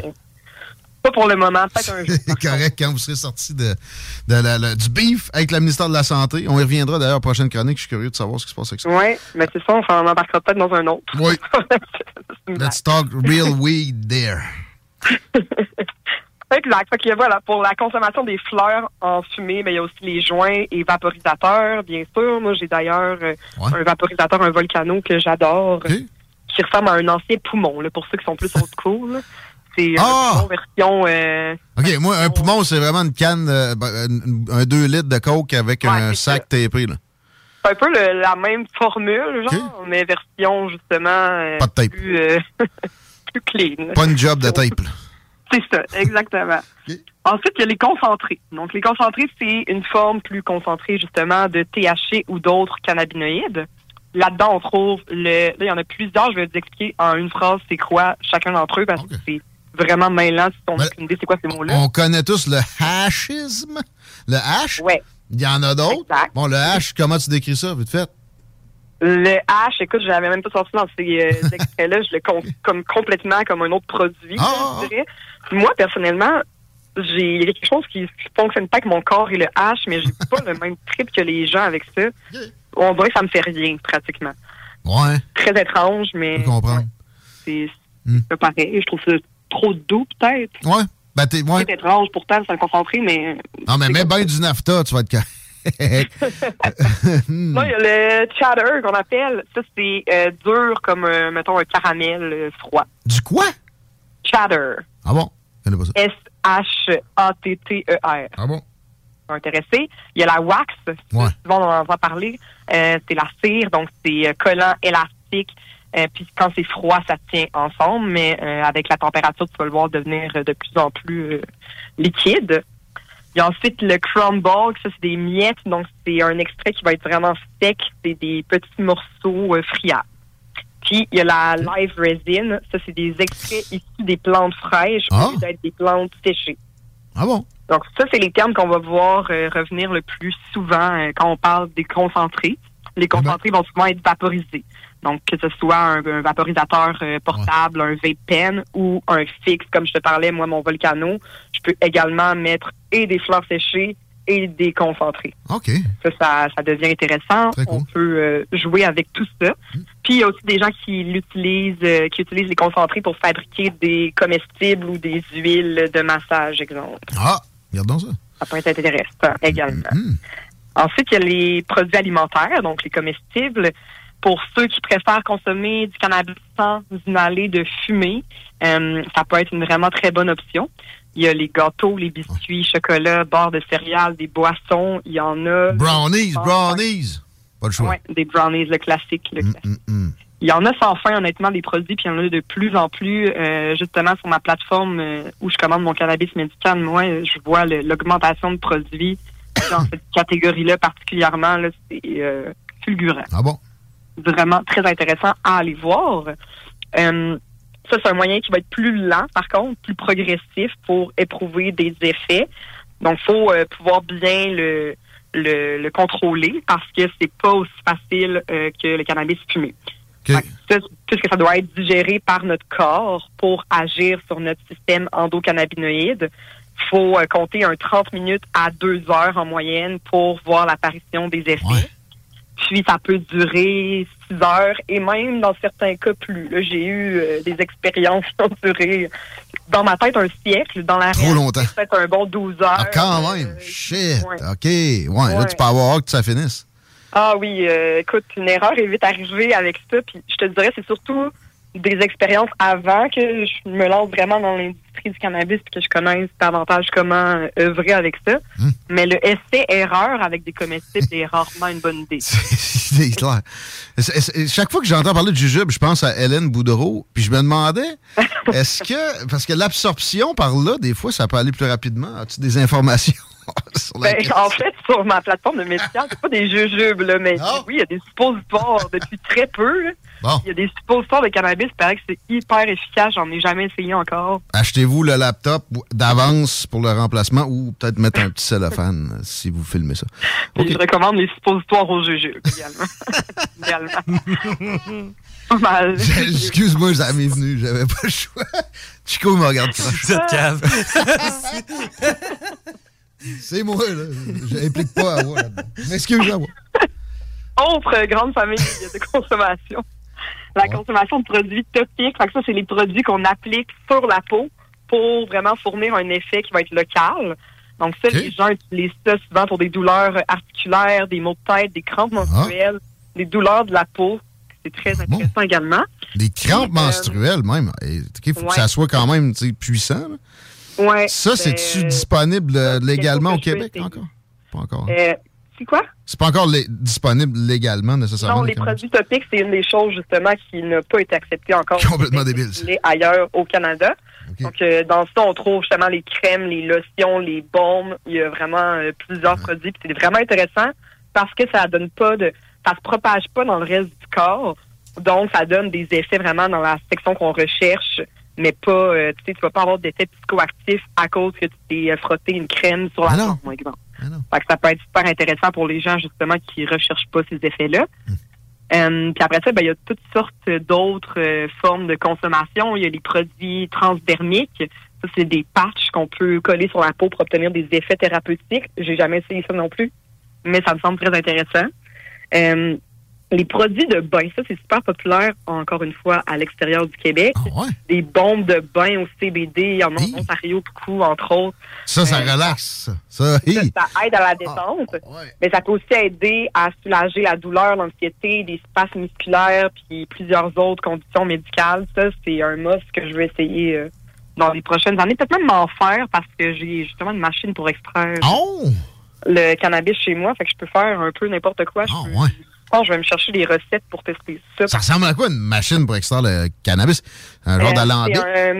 Pas pour le moment, peut-être un jour. C'est correct, quand vous serez sorti du beef avec le ministère de la Santé. On y reviendra d'ailleurs à la prochaine chronique. Je suis curieux de savoir ce qui se passe avec ça. Oui, mais c'est ça, on embarquera peut-être dans un autre. Oui. Let's talk real weed there. Exact. Fait que voilà, pour la consommation des fleurs en fumée, il y a aussi les joints et vaporisateurs, bien sûr. Moi, j'ai d'ailleurs un vaporisateur, un Volcano que j'adore, qui ressemble à un ancien poumon, là, pour ceux qui sont plus old school. Là. C'est une version... OK, moi, un poumon, c'est vraiment une canne, un 2 litres de coke avec un sac tapé, là. C'est un peu la même formule, genre, mais version, justement... pas de tape. Plus clean. Pas une job de tape, là. C'est ça, exactement. Ensuite, il y a les concentrés. Donc, les concentrés, c'est une forme plus concentrée, justement, de THC ou d'autres cannabinoïdes. Là-dedans, on trouve Là, il y en a plusieurs. Je vais vous expliquer en une phrase c'est quoi chacun d'entre eux, parce que c'est vraiment mêlant si on n'a aucune idée c'est quoi ces mots-là. On connaît tous le hashisme. Le hash? Oui. Il y en a d'autres. Exact. Bon, le hash, comment tu décris ça, vite fait? Le hash, écoute, je l'avais même pas sorti dans ces extraits-là. Je le compte comme complètement comme un autre produit, je dirais. Moi, personnellement, il y a quelque chose qui fonctionne pas avec mon corps et le hash, mais j'ai pas le même trip que les gens avec ça. On dirait que ça me fait rien, pratiquement. Ouais. Très étrange, mais... Je peux comprendre. C'est pas pareil. Je trouve ça trop doux, peut-être. Ouais. Ben, c'est étrange, pourtant, c'est un concentré, mais... Non, mais mets bien du nafta, tu vas être correct. Non, il y a le chatter qu'on appelle. Ça, c'est dur comme, mettons, un caramel froid. Du quoi? Chatter. Ah bon? Je connais pas ça. S-H-A-T-T-E-R. Ah bon? Intéressé. Il y a la wax. Ouais. Souvent, on en entend parler. C'est la cire, donc c'est collant, élastique. Puis quand c'est froid, ça tient ensemble, mais avec la température, tu vas le voir devenir de plus en plus liquide. Il y a ensuite le crumble, ça c'est des miettes, donc c'est un extrait qui va être vraiment sec, c'est des petits morceaux friables. Puis il y a la live resin, ça c'est des extraits issus des plantes fraîches au lieu d'être des plantes séchées. Ah bon? Donc ça c'est les termes qu'on va voir revenir le plus souvent quand on parle des concentrés. Les concentrés vont souvent être vaporisés. Donc, que ce soit un vaporisateur portable, un vape pen ou un fixe, comme je te parlais, moi, mon Volcano, je peux également mettre et des fleurs séchées et des concentrés. OK. Ça devient intéressant. On peut jouer avec tout ça. Puis, il y a aussi des gens qui utilisent les concentrés pour fabriquer des comestibles ou des huiles de massage, exemple. Ah, regardons ça. Ça peut être intéressant également. Ensuite, il y a les produits alimentaires, donc les comestibles. Pour ceux qui préfèrent consommer du cannabis sans inhaler de fumée, ça peut être une vraiment très bonne option. Il y a les gâteaux, les biscuits, chocolat, barres de céréales, des boissons. Il y en a... Brownies! Pas le choix. Oui, des brownies, le classique. Il y en a sans fin, honnêtement, des produits, puis il y en a de plus en plus. Justement, sur ma plateforme où je commande mon cannabis médical, moi, je vois l'augmentation de produits dans cette catégorie-là particulièrement. Là, c'est fulgurant. Ah bon? Vraiment très intéressant à aller voir. Ça, c'est un moyen qui va être plus lent, par contre, plus progressif pour éprouver des effets. Donc, il faut pouvoir bien le contrôler parce que c'est pas aussi facile que le cannabis fumé. Puisque ça doit être digéré par notre corps pour agir sur notre système endocannabinoïde, il faut compter 30 minutes à 2 heures en moyenne pour voir l'apparition des effets. Ouais. Puis, ça peut durer 6 heures et même, dans certains cas, plus. Là, j'ai eu des expériences qui ont duré, dans ma tête, un siècle. Dans la trop longtemps. Peut-être un bon 12 heures. Ah, quand même. Shit. Ouais. OK. Ouais. Là, tu peux avoir hâte que ça finisse. Ah oui. Écoute, une erreur est vite arrivée avec ça. Puis, je te dirais, c'est surtout des expériences avant que je me lance vraiment dans l'industrie du cannabis et que je connaisse davantage comment œuvrer avec ça. Mais le essai-erreur avec des comestibles est rarement une bonne idée. C'est clair. Chaque fois que j'entends parler de jujube, je pense à Hélène Boudreau, puis je me demandais, est-ce que... Parce que l'absorption par là, des fois, ça peut aller plus rapidement. As-tu des informations? En fait, sur ma plateforme de médical, c'est pas des jujubes, là, mais oui, il y a des suppositoires depuis très peu. Là. Bon. Il y a des suppositoires de cannabis, il paraît que c'est hyper efficace, j'en ai jamais essayé encore. Achetez-vous le laptop d'avance pour le remplacement ou peut-être mettre un petit cellophane si vous filmez ça. Okay. Je recommande les suppositoires aux jujubes également. Pas mal. Excuse-moi, ça m'est venu, j'avais pas le choix. Chico me regarde proche. Cette cave. C'est moi, là. Je n'implique pas à moi là-dedans. M'excuse-moi. Autre grande famille de consommation. La consommation de produits topiques. Fait que ça, c'est les produits qu'on applique sur la peau pour vraiment fournir un effet qui va être local. Donc ça, les gens utilisent ça souvent pour des douleurs articulaires, des maux de tête, des crampes menstruelles, des douleurs de la peau. C'est très intéressant également. Des crampes menstruelles même. Il faut que ça soit quand même puissant. Ouais, ça, c'est-tu disponible légalement au Québec encore? Pas encore. C'est quoi? C'est pas encore disponible légalement nécessairement. Non, les produits topiques, c'est une des choses justement qui n'a pas été acceptée encore. Complètement débile. Ailleurs au Canada. Okay. Donc, dans ça, on trouve justement les crèmes, les lotions, les baumes. Il y a vraiment plusieurs produits. Puis c'est vraiment intéressant parce que ça donne pas ça se propage pas dans le reste du corps. Donc, ça donne des effets vraiment dans la section qu'on recherche, mais pas, tu vas pas avoir d'effet psychoactif à cause que tu t'es frotté une crème sur la jambe, par exemple. Fait que ça peut être super intéressant pour les gens, justement, qui recherchent pas ces effets-là. Puis après ça, il y a toutes sortes d'autres formes de consommation. Il y a les produits transdermiques. Ça, c'est des patchs qu'on peut coller sur la peau pour obtenir des effets thérapeutiques. J'ai jamais essayé ça non plus, mais ça me semble très intéressant. Les produits de bain, ça, c'est super populaire, encore une fois, à l'extérieur du Québec. Des bombes de bain au CBD, il y en a en Ontario beaucoup, entre autres. Ça relaxe. Ça aide à la détente, mais ça peut aussi aider à soulager la douleur, l'anxiété, des spasmes musculaires, puis plusieurs autres conditions médicales. Ça, c'est un must que je veux essayer dans les prochaines années. Peut-être même m'en faire, parce que j'ai justement une machine pour extraire le cannabis chez moi, fait que je peux faire un peu n'importe quoi. Je vais me chercher des recettes pour tester ça. Ça ressemble à quoi, une machine pour extraire le cannabis? Un genre d'alambic? C'est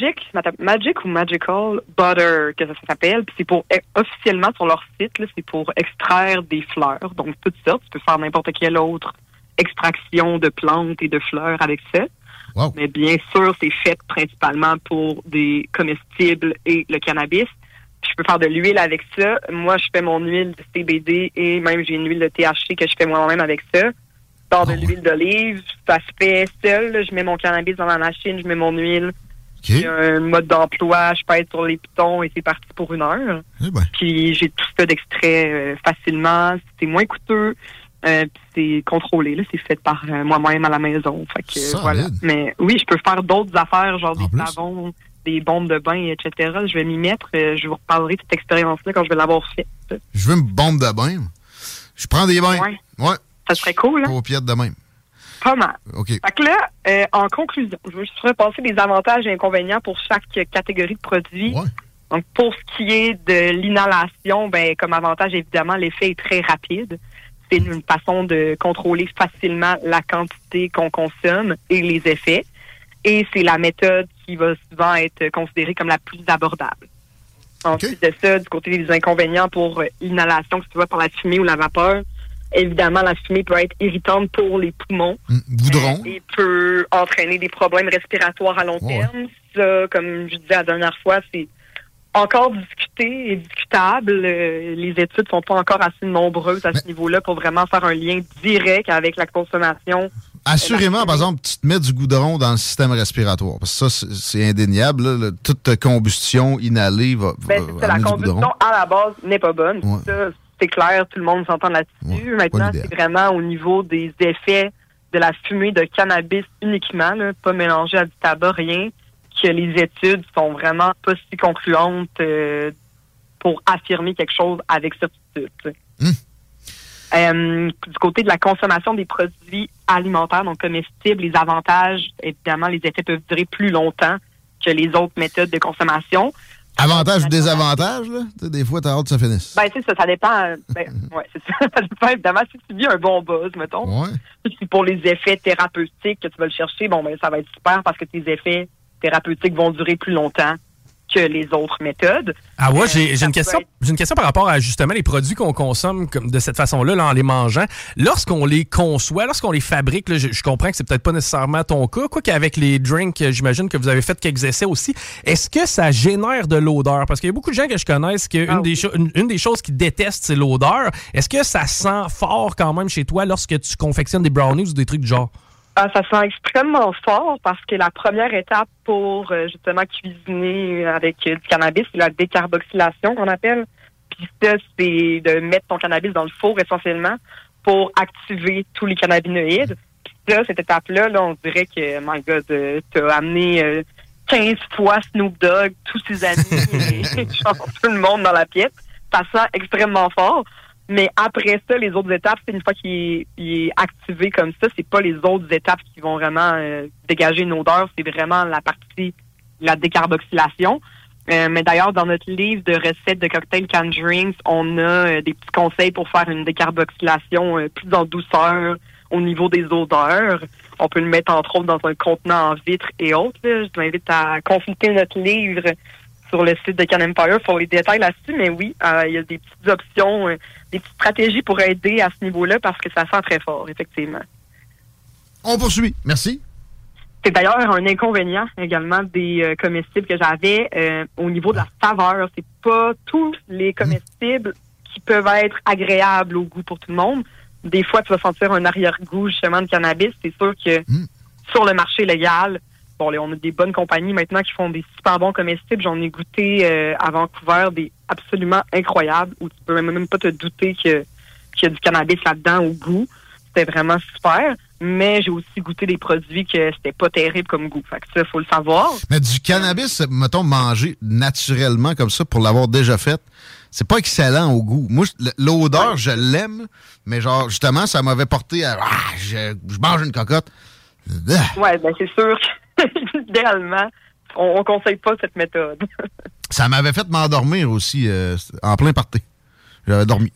un Magic ou Magical Butter, que ça s'appelle. Puis c'est pour, officiellement, sur leur site, là, c'est pour extraire des fleurs. Donc, toutes sortes. Tu peux faire n'importe quelle autre extraction de plantes et de fleurs avec ça. Wow. Mais bien sûr, c'est fait principalement pour des comestibles et le cannabis. Je peux faire de l'huile avec ça. Moi, je fais mon huile de CBD et même j'ai une huile de THC que je fais moi-même avec ça. Je sors de l'huile d'olive. Ça se fait seul. Là. Je mets mon cannabis dans la machine, je mets mon huile. J'ai un mode d'emploi, je pèse sur les pitons et c'est parti pour 1 heure. Puis j'ai tout ça d'extrait facilement. C'est moins coûteux. Puis c'est contrôlé. Là. C'est fait par moi-même à la maison. Fait que, voilà. Mais oui, je peux faire d'autres affaires, genre des savons, des bombes de bain, etc. Je vais m'y mettre. Je vous reparlerai de cette expérience-là quand je vais l'avoir faite. Je veux une bombe de bain. Je prends des bains. Ouais. Ça serait cool, hein? Paupiètes de même. Pas mal. OK. Fait que là, en conclusion, je vais juste repasser les avantages et inconvénients pour chaque catégorie de produits. Donc, pour ce qui est de l'inhalation, comme avantage, évidemment, l'effet est très rapide. C'est une façon de contrôler facilement la quantité qu'on consomme et les effets. Et c'est la méthode qui va souvent être considérée comme la plus abordable. Ensuite de ça, du côté des inconvénients pour l'inhalation, que ce soit par la fumée ou la vapeur, évidemment, la fumée peut être irritante pour les poumons. Goudron. Et peut entraîner des problèmes respiratoires à long terme. Ça, comme je disais la dernière fois, c'est encore discuté et discutable. Les études sont pas encore assez nombreuses à ce niveau-là pour vraiment faire un lien direct avec la consommation. Assurément, par exemple, tu te mets du goudron dans le système respiratoire. Parce que ça, c'est indéniable. Là. Toute combustion inhalée va la combustion, à la base, n'est pas bonne. Ça, c'est clair, tout le monde s'entend là-dessus. Maintenant, c'est vraiment au niveau des effets de la fumée de cannabis uniquement, là, pas mélangé à du tabac, rien, que les études sont vraiment pas si concluantes pour affirmer quelque chose avec certitude. Du côté de la consommation des produits alimentaires, donc comestibles, les avantages, évidemment, les effets peuvent durer plus longtemps que les autres méthodes de consommation. Avantages ou désavantages, là? T'sais, des fois, t'as hâte que ça finisse. C'est ça dépend. C'est ça. Ça dépend, évidemment, si tu vis un bon buzz, mettons. Si pour les effets thérapeutiques que tu vas le chercher, ça va être super parce que tes effets thérapeutiques vont durer plus longtemps que les autres méthodes. Ah ouais, j'ai une question. J'ai une question par rapport à justement les produits qu'on consomme de cette façon-là, là, en les mangeant. Lorsqu'on les conçoit, lorsqu'on les fabrique, là, je comprends que c'est peut-être pas nécessairement ton cas, quoi qu'avec les drinks, j'imagine que vous avez fait quelques essais aussi. Est-ce que ça génère de l'odeur? Parce qu'il y a beaucoup de gens que je connaisse que une des choses qu'ils détestent, c'est l'odeur. Est-ce que ça sent fort quand même chez toi lorsque tu confectionnes des brownies ou des trucs du genre? Ça sent extrêmement fort parce que la première étape pour justement cuisiner avec du cannabis, c'est la décarboxylation qu'on appelle. Puis ça, c'est de mettre ton cannabis dans le four essentiellement pour activer tous les cannabinoïdes. Puis ça, cette étape-là, on dirait que, my God, t'as amené 15 fois Snoop Dogg, tous ses amis, et genre, tout le monde dans la pièce. Ça sent extrêmement fort. Mais après ça, les autres étapes, c'est une fois qu'il est activé comme ça, c'est pas les autres étapes qui vont vraiment dégager une odeur, c'est vraiment la partie de la décarboxylation. Mais d'ailleurs, dans notre livre de recettes de cocktail canned drinks, on a des petits conseils pour faire une décarboxylation plus en douceur au niveau des odeurs. On peut le mettre entre autres dans un contenant en vitre et autres. Là. Je t'invite à consulter notre livre sur le site de Can Empire pour les détails là-dessus. Mais oui, il y a des petites options, des petites stratégies pour aider à ce niveau-là parce que ça sent très fort, effectivement. On poursuit. Merci. C'est d'ailleurs un inconvénient également des comestibles que j'avais au niveau de la saveur. C'est pas tous les comestibles qui peuvent être agréables au goût pour tout le monde. Des fois, tu vas sentir un arrière-goût justement de cannabis. C'est sûr que sur le marché légal, bon, là, on a des bonnes compagnies maintenant qui font des super bons comestibles. J'en ai goûté à Vancouver, des absolument incroyables, où tu peux même pas te douter qu'il y a du cannabis là-dedans au goût. C'était vraiment super. Mais j'ai aussi goûté des produits que c'était pas terrible comme goût. Fait que ça, faut le savoir. Mais du cannabis, mettons, manger naturellement comme ça pour l'avoir déjà fait, c'est pas excellent au goût. Moi, l'odeur, je l'aime, mais genre, justement, ça m'avait porté à... je mange une cocotte. Ouais, ben c'est sûr qu'idéalement, on conseille pas cette méthode. Ça m'avait fait m'endormir aussi, en plein party. J'avais dormi.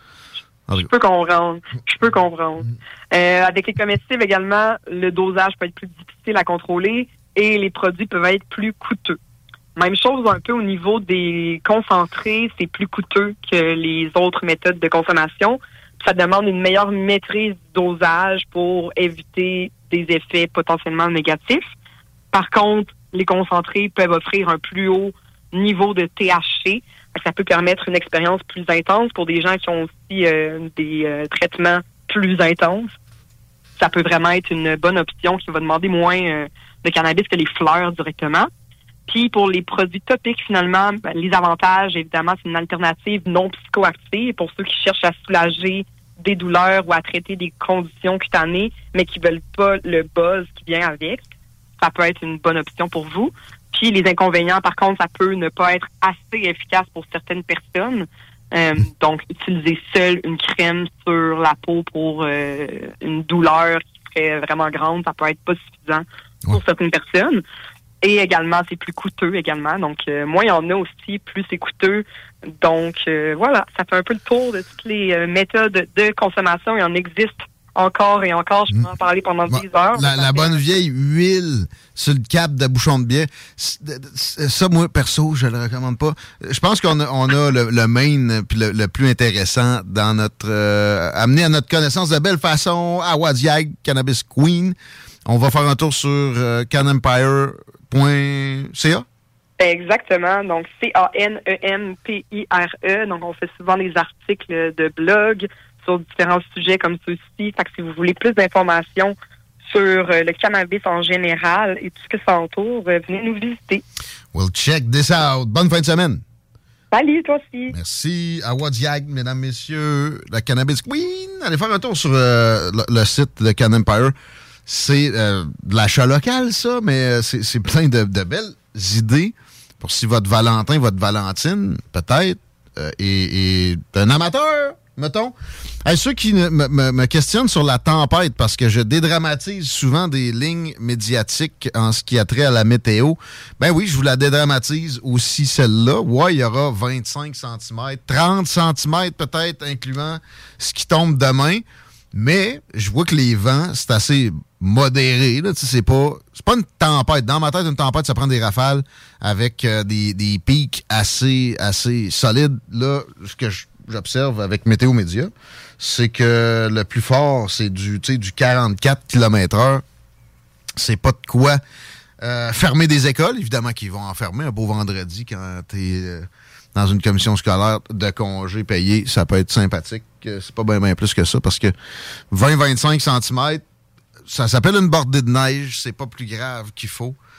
Je peux comprendre. Avec les comestibles également, le dosage peut être plus difficile à contrôler et les produits peuvent être plus coûteux. Même chose un peu au niveau des concentrés, c'est plus coûteux que les autres méthodes de consommation. Ça demande une meilleure maîtrise du dosage pour éviter des effets potentiellement négatifs. Par contre, les concentrés peuvent offrir un plus haut niveau de THC. Ça peut permettre une expérience plus intense pour des gens qui ont aussi des traitements plus intenses. Ça peut vraiment être une bonne option qui va demander moins de cannabis que les fleurs directement. Puis pour les produits topiques, finalement, les avantages, évidemment, c'est une alternative non psychoactive pour ceux qui cherchent à soulager des douleurs ou à traiter des conditions cutanées, mais qui veulent pas le buzz qui vient avec. Ça peut être une bonne option pour vous. Puis les inconvénients, par contre, ça peut ne pas être assez efficace pour certaines personnes. Donc, utiliser seule une crème sur la peau pour une douleur qui serait vraiment grande, ça peut être pas suffisant pour certaines personnes. Et également, c'est plus coûteux également. Donc, moins il y en a aussi, plus c'est coûteux. Donc, voilà, ça fait un peu le tour de toutes les méthodes de consommation. Il en existe encore et encore. Je peux en parler pendant 10 heures. La bonne vieille huile sur le cap de bouchon de bière. Ça, moi, perso, je le recommande pas. Je pense qu'on a le main puis le plus intéressant dans notre... amené à notre connaissance de belle façon à Wadiag, Cannabis Queen. On va faire un tour sur canempire.ca. Exactement. Donc, CANEMPIRE. Donc, on fait souvent des articles de blog sur différents sujets comme ceux-ci. Fait que si vous voulez plus d'informations sur le cannabis en général et tout ce que ça entoure, venez nous visiter. We'll check this out. Bonne fin de semaine. Salut, toi aussi. Merci. À Wadiag, mesdames, messieurs, la Cannabis Queen. Allez faire un tour sur le site de Can Empire. C'est de l'achat local, ça, mais c'est plein de belles idées pour si votre Valentin, votre Valentine, peut-être, est un amateur, mettons. Ceux qui me questionnent sur la tempête, parce que je dédramatise souvent des lignes médiatiques en ce qui a trait à la météo, ben oui, je vous la dédramatise aussi celle-là. Ouais, il y aura 25 cm, 30 cm peut-être, incluant ce qui tombe demain. Mais je vois que les vents, c'est assez modéré. Là. C'est pas une tempête. Dans ma tête, une tempête, ça prend des rafales avec des pics assez solides. Là, ce que j'observe avec Météo Média, c'est que le plus fort, c'est du 44 km/h. C'est pas de quoi fermer des écoles. Évidemment qu'ils vont en fermer un beau vendredi quand t'es dans une commission scolaire de congé payé. Ça peut être sympathique. C'est pas bien plus que ça parce que 20-25 cm, ça s'appelle une bordée de neige. C'est pas plus grave qu'il faut.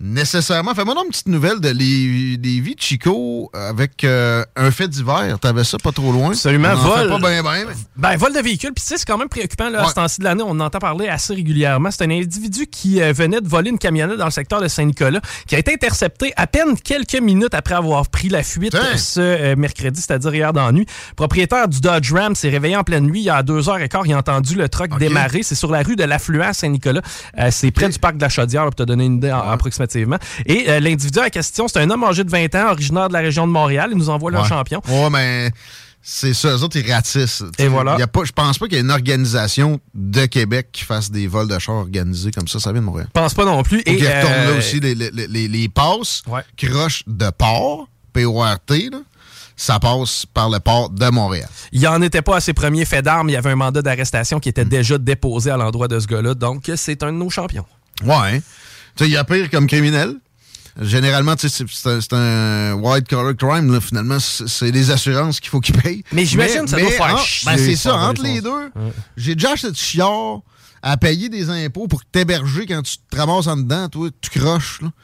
nécessairement. Fais-moi donc une petite nouvelle de Lévis, Chico, avec un fait divers. T'avais ça pas trop loin? Absolument. Vol. Pas bien, Ben, vol de véhicule. Puis tu sais, c'est quand même préoccupant là, à ce temps-ci de l'année. On en entend parler assez régulièrement. C'est un individu qui venait de voler une camionnette dans le secteur de Saint-Nicolas, qui a été intercepté à peine quelques minutes après avoir pris la fuite ce mercredi, c'est-à-dire hier dans la nuit. Le propriétaire du Dodge Ram s'est réveillé en pleine nuit. Il y a 2h15, il a entendu le truck démarrer. C'est sur la rue de l'Affluent à Saint-Nicolas. C'est près du parc de la Chaudière, pour te donner une idée approximativement. Et l'individu en question, c'est un homme âgé de 20 ans, originaire de la région de Montréal. Il nous envoie leur champion. Ouais, mais c'est ça. Eux autres, ils ratissent. Et voilà. Je pense pas qu'il y ait une organisation de Québec qui fasse des vols de chars organisés comme ça. Ça vient de Montréal. Je pense pas non plus. Et retourne là aussi les passes, croches de port, P-O-R-T, là. Ça passe par le port de Montréal. Il n'y en était pas à ses premiers faits d'armes. Il y avait un mandat d'arrestation qui était déjà déposé à l'endroit de ce gars-là. Donc, c'est un de nos champions. Ouais. Tu sais, il y a pire comme criminel. Généralement, tu sais, c'est un white-collar crime. Là. Finalement, c'est les assurances qu'il faut qu'ils payent. Mais j'imagine que ça doit faire chier. Ben, c'est ça, entre les deux. J'ai déjà acheté de chiard à payer des impôts pour t'héberger quand tu te ramasses en dedans. Toi, tu croches, là.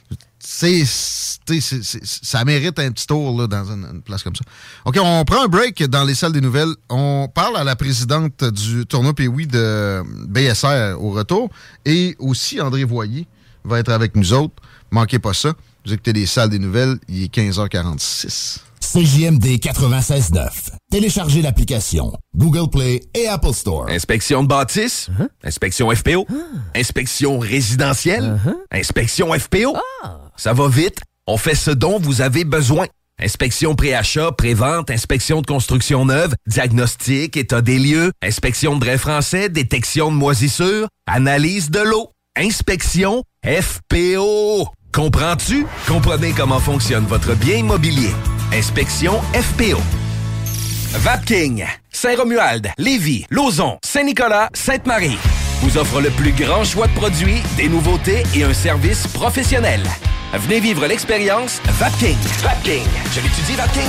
Ça mérite un petit tour là, dans une place comme ça. OK, on prend un break dans les salles des nouvelles. On parle à la présidente du tournoi Pee-Wee de BSR au retour. Et aussi, André Voyer va être avec nous autres. Manquez pas ça. Vous écoutez les salles des nouvelles. Il est 15h46. CJMD 96.9. Téléchargez l'application Google Play et Apple Store. Inspection de bâtisse, inspection FPO, inspection résidentielle, inspection FPO. Ça va vite, on fait ce dont vous avez besoin. Inspection pré-achat, pré-vente, inspection de construction neuve, diagnostic, état des lieux, inspection de drain français, détection de moisissures, analyse de l'eau, inspection FPO. Comprends-tu? Comprenez comment fonctionne votre bien immobilier. Inspection FPO. Vapking, Saint-Romuald, Lévis, Lauson, Saint-Nicolas, Sainte-Marie vous offre le plus grand choix de produits, des nouveautés et un service professionnel. Venez vivre l'expérience Vapking. Vapking. Je l'étudie, Vapking.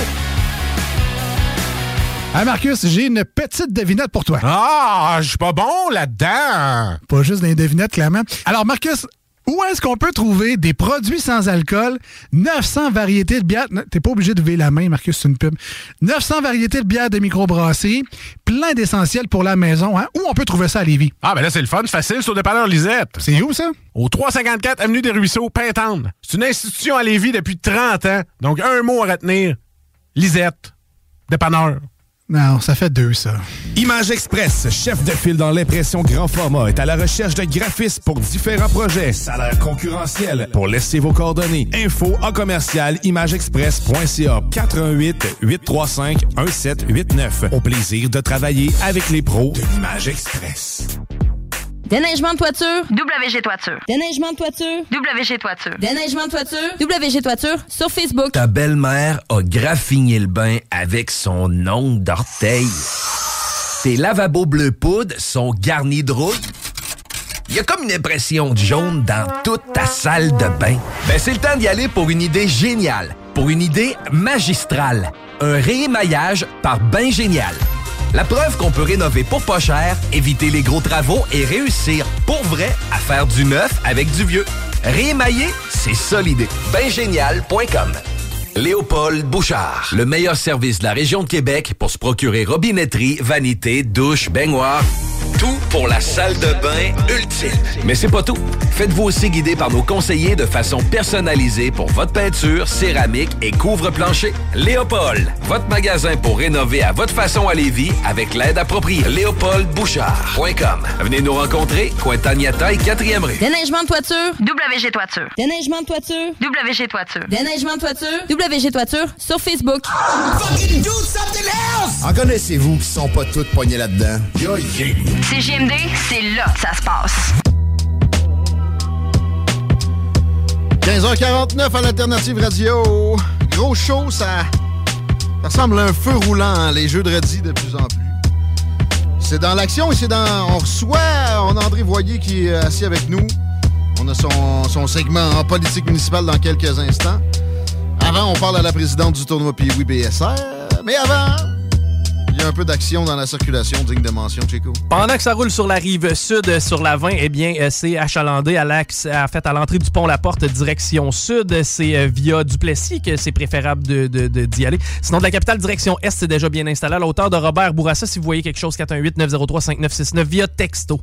Hey Marcus, j'ai une petite devinette pour toi. Ah, je suis pas bon là-dedans. Pas juste des devinettes, clairement. Alors Marcus, où est-ce qu'on peut trouver des produits sans alcool, 900 variétés de bières... T'es pas obligé de lever la main, Marcus, c'est une pub. 900 variétés de bières de microbrasserie, plein d'essentiels pour la maison. Hein? Où on peut trouver ça à Lévis? Ah, ben là, c'est le fun, facile, sur le dépanneur Lisette. C'est où, ça? Au 354 Avenue des Ruisseaux, Pintendre. C'est une institution à Lévis depuis 30 ans. Donc, un mot à retenir. Lisette. Dépanneur. Non, ça fait 2, ça. Image Express, chef de file dans l'impression grand format, est à la recherche de graphistes pour différents projets. Salaire concurrentiel. Pour laisser vos coordonnées. Info en commercial imageexpress.ca 418-835-1789. Au plaisir de travailler avec les pros de l'Image Express. Déneigement de toiture, WG Toiture. Déneigement de toiture, WG Toiture. Déneigement de toiture, WG Toiture, sur Facebook. Ta belle-mère a graffiné le bain avec son ongle d'orteil. Tes lavabos bleu poudre sont garnis de rouille. Il y a comme une impression de jaune dans toute ta salle de bain. Ben, c'est le temps d'y aller pour une idée géniale, pour une idée magistrale. Un réémaillage par Bain Génial. La preuve qu'on peut rénover pour pas cher, éviter les gros travaux et réussir pour vrai à faire du neuf avec du vieux. Réémailler, c'est ça l'idée. Bingénial.com. Léopold Bouchard. Le meilleur service de la région de Québec pour se procurer robinetterie, vanité, douche, baignoire. Tout pour la salle de bain ultime. Mais c'est pas tout. Faites-vous aussi guider par nos conseillers de façon personnalisée pour votre peinture, céramique et couvre-plancher. Léopold, votre magasin pour rénover à votre façon à Lévis avec l'aide appropriée. LéopoldBouchard.com. Venez nous rencontrer, Cointagnata et 4e rue. Déneigement de toiture, WG Toiture. Déneigement de toiture, WG Toiture. Déneigement de toiture, WG Toiture, sur Facebook. Fucking do something else! En connaissez-vous qui sont pas toutes poignées là-dedans? CJMD, c'est là que ça se passe. 15h49 à l'Alternative Radio. Gros show, ça ressemble à un feu roulant, les jeudredis de plus en plus. C'est dans l'action et on reçoit André Voyer qui est assis avec nous. On a son segment en politique municipale dans quelques instants. Avant, on parle à la présidente du tournoi Pee-Wee BSR. Mais avant, Il y a un peu d'action dans la circulation, digne de mention, Chico. Pendant que ça roule sur la rive sud, sur la 20, eh bien, c'est achalandé à l'entrée du pont La Porte, direction sud. C'est via Duplessis que c'est préférable d'y aller. Sinon, de la capitale, direction est, c'est déjà bien installé. À la hauteur de Robert Bourassa, si vous voyez quelque chose, 418-903-5969 via texto.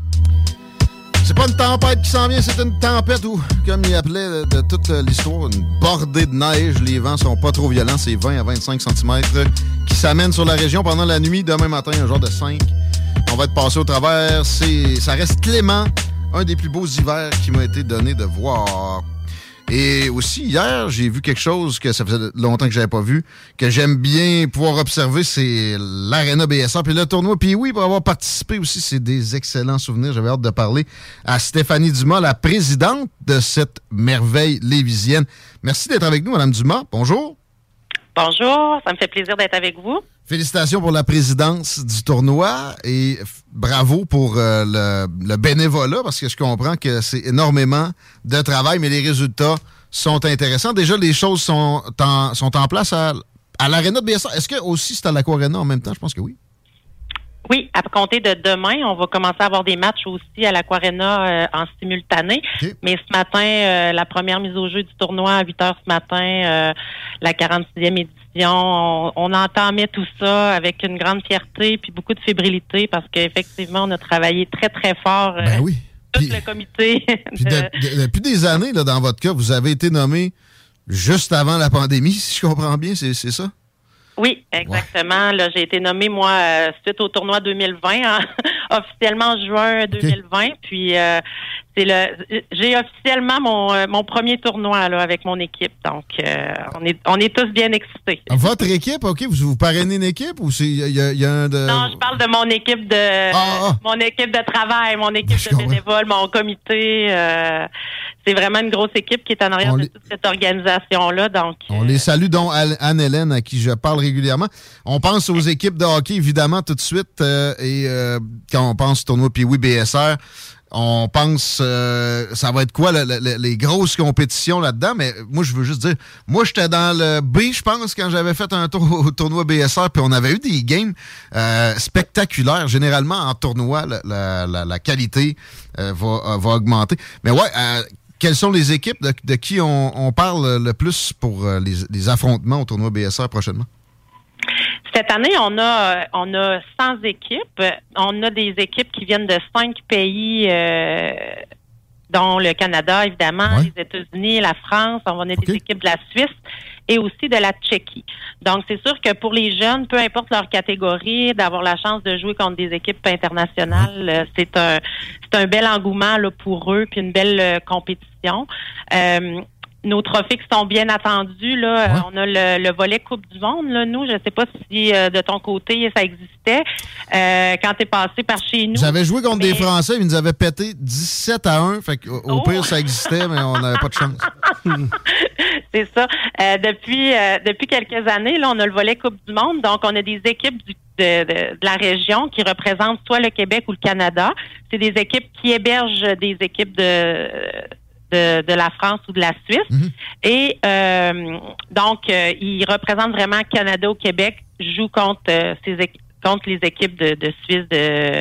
C'est pas une tempête qui s'en vient, c'est une tempête ou, comme il appelait de toute l'histoire, une bordée de neige. Les vents sont pas trop violents, c'est 20 à 25 cm qui s'amènent sur la région pendant la nuit. Demain matin, un jour de 5. On va être passé au travers. Ça reste clément. Un des plus beaux hivers qui m'a été donné de voir. Et aussi, hier, j'ai vu quelque chose que ça faisait longtemps que j'avais pas vu, que j'aime bien pouvoir observer, c'est l'Arena BSR. Puis le tournoi, puis oui, pour avoir participé aussi, c'est des excellents souvenirs. J'avais hâte de parler à Stéphanie Dumas, la présidente de cette merveille lévisienne. Merci d'être avec nous, Mme Dumas. Bonjour. Bonjour, ça me fait plaisir d'être avec vous. Félicitations pour la présidence du tournoi et bravo pour le bénévolat, parce que je comprends que c'est énormément de travail, mais les résultats sont intéressants. Déjà, les choses sont en place à l'Arena de BSR. Est-ce que aussi c'est à l'Aquarena en même temps? Je pense que oui. Oui, à compter de demain, on va commencer à avoir des matchs aussi à l'Aquarena en simultané. Okay. Mais ce matin, la première mise au jeu du tournoi à 8h ce matin, la 46e édition, on entamait tout ça avec une grande fierté puis beaucoup de fébrilité parce qu'effectivement, on a travaillé très, très fort. Oui. Tout le comité. Depuis des années, là, dans votre cas, vous avez été nommé juste avant la pandémie, si je comprends bien, c'est ça? Oui, exactement. Ouais. Là, j'ai été nommée, moi, suite au tournoi 2020, officiellement en juin 2020. Okay. Puis, j'ai officiellement mon premier tournoi là, avec mon équipe. Donc, on est tous bien excités. Votre équipe, OK? Vous parrainez une équipe ou il y a un de... Non, je parle de mon équipe mon équipe de travail, mon équipe de bénévoles, mon comité. C'est vraiment une grosse équipe qui est en arrière de toute cette organisation-là. Donc, on les salue, dont Anne-Hélène, à qui je parle régulièrement. On pense aux équipes de hockey, évidemment, tout de suite. Quand on pense au tournoi Pee-Wee BSR, on pense ça va être quoi les grosses compétitions là-dedans, mais moi je veux juste dire, moi j'étais dans le B, je pense, quand j'avais fait un tour au tournoi BSR, puis on avait eu des games spectaculaires. Généralement en tournoi, la qualité va augmenter. Mais ouais, quelles sont les équipes de qui on parle le plus pour les affrontements au tournoi BSR prochainement? Cette année, on a 100 équipes. On a des équipes qui viennent de 5 pays, dont le Canada, évidemment, les États-Unis, la France. On a des équipes de la Suisse et aussi de la Tchéquie. Donc, c'est sûr que pour les jeunes, peu importe leur catégorie, d'avoir la chance de jouer contre des équipes internationales, c'est un bel engouement là, pour eux, puis une belle compétition. Nos trophées qui sont bien attendus, là, on a le volet Coupe du Monde, là, nous, je sais pas si de ton côté ça existait quand t'es passé par chez nous. J'avais joué contre des Français, ils nous avaient pété 17-1, fait qu'au pire ça existait, mais on n'avait pas de chance. C'est ça. Depuis quelques années, là, on a le volet Coupe du Monde, donc on a des équipes de la région qui représentent soit le Québec ou le Canada. C'est des équipes qui hébergent des équipes de la France ou de la Suisse. Mm-hmm. Et donc, ils représentent vraiment Canada ou Québec, jouent contre les équipes de Suisse,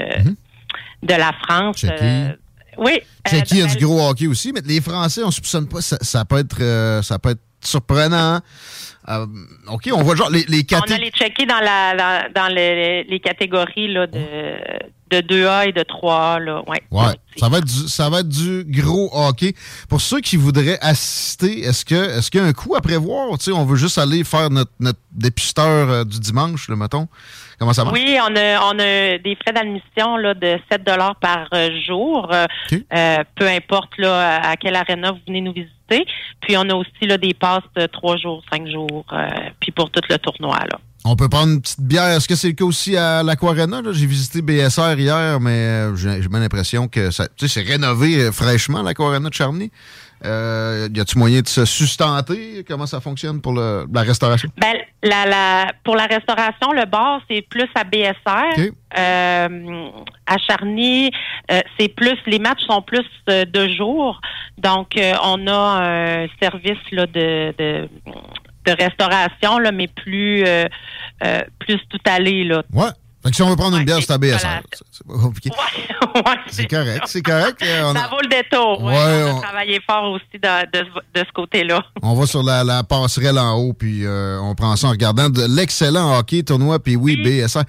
de la France. Oui. Tchéquie a du gros hockey aussi, mais les Français, on ne soupçonne pas, ça peut être surprenant. OK, on voit genre les catégories. On a les Tchéquies dans les catégories là, de 2A et de 3A. Là. Ouais. Ça va être du gros hockey. Pour ceux qui voudraient assister, est-ce qu'il y a un coût à prévoir? T'sais, on veut juste aller faire notre dépisteur du dimanche, mettons. Comment ça marche? Oui, on a des frais d'admission là, de 7 $ par jour. Okay. Peu importe là, à quelle aréna vous venez nous visiter. Puis on a aussi là, des passes de 3 jours, 5 jours, puis pour tout le tournoi. Là. On peut prendre une petite bière. Est-ce que c'est le cas aussi à l'Aquarena? J'ai visité BSR hier, mais j'ai bien l'impression que c'est rénové fraîchement, l'Aquarena de Charny. Y a-t-il moyen de se sustenter? Comment ça fonctionne pour la restauration? Ben, pour la restauration, le bar, c'est plus à BSR. Okay. À Charny, les matchs sont plus de jour. Donc, on a un service là, de restauration, là, mais plus tout allé, là. Ouais. Fait que si on veut prendre une bière, c'est à BSR. C'est pas compliqué. C'est correct, c'est correct. Ça vaut le détour. Ouais, on a travaillé fort aussi de ce côté-là. On va sur la passerelle en haut, puis on prend ça en regardant de l'excellent hockey tournoi, puis oui, BSR.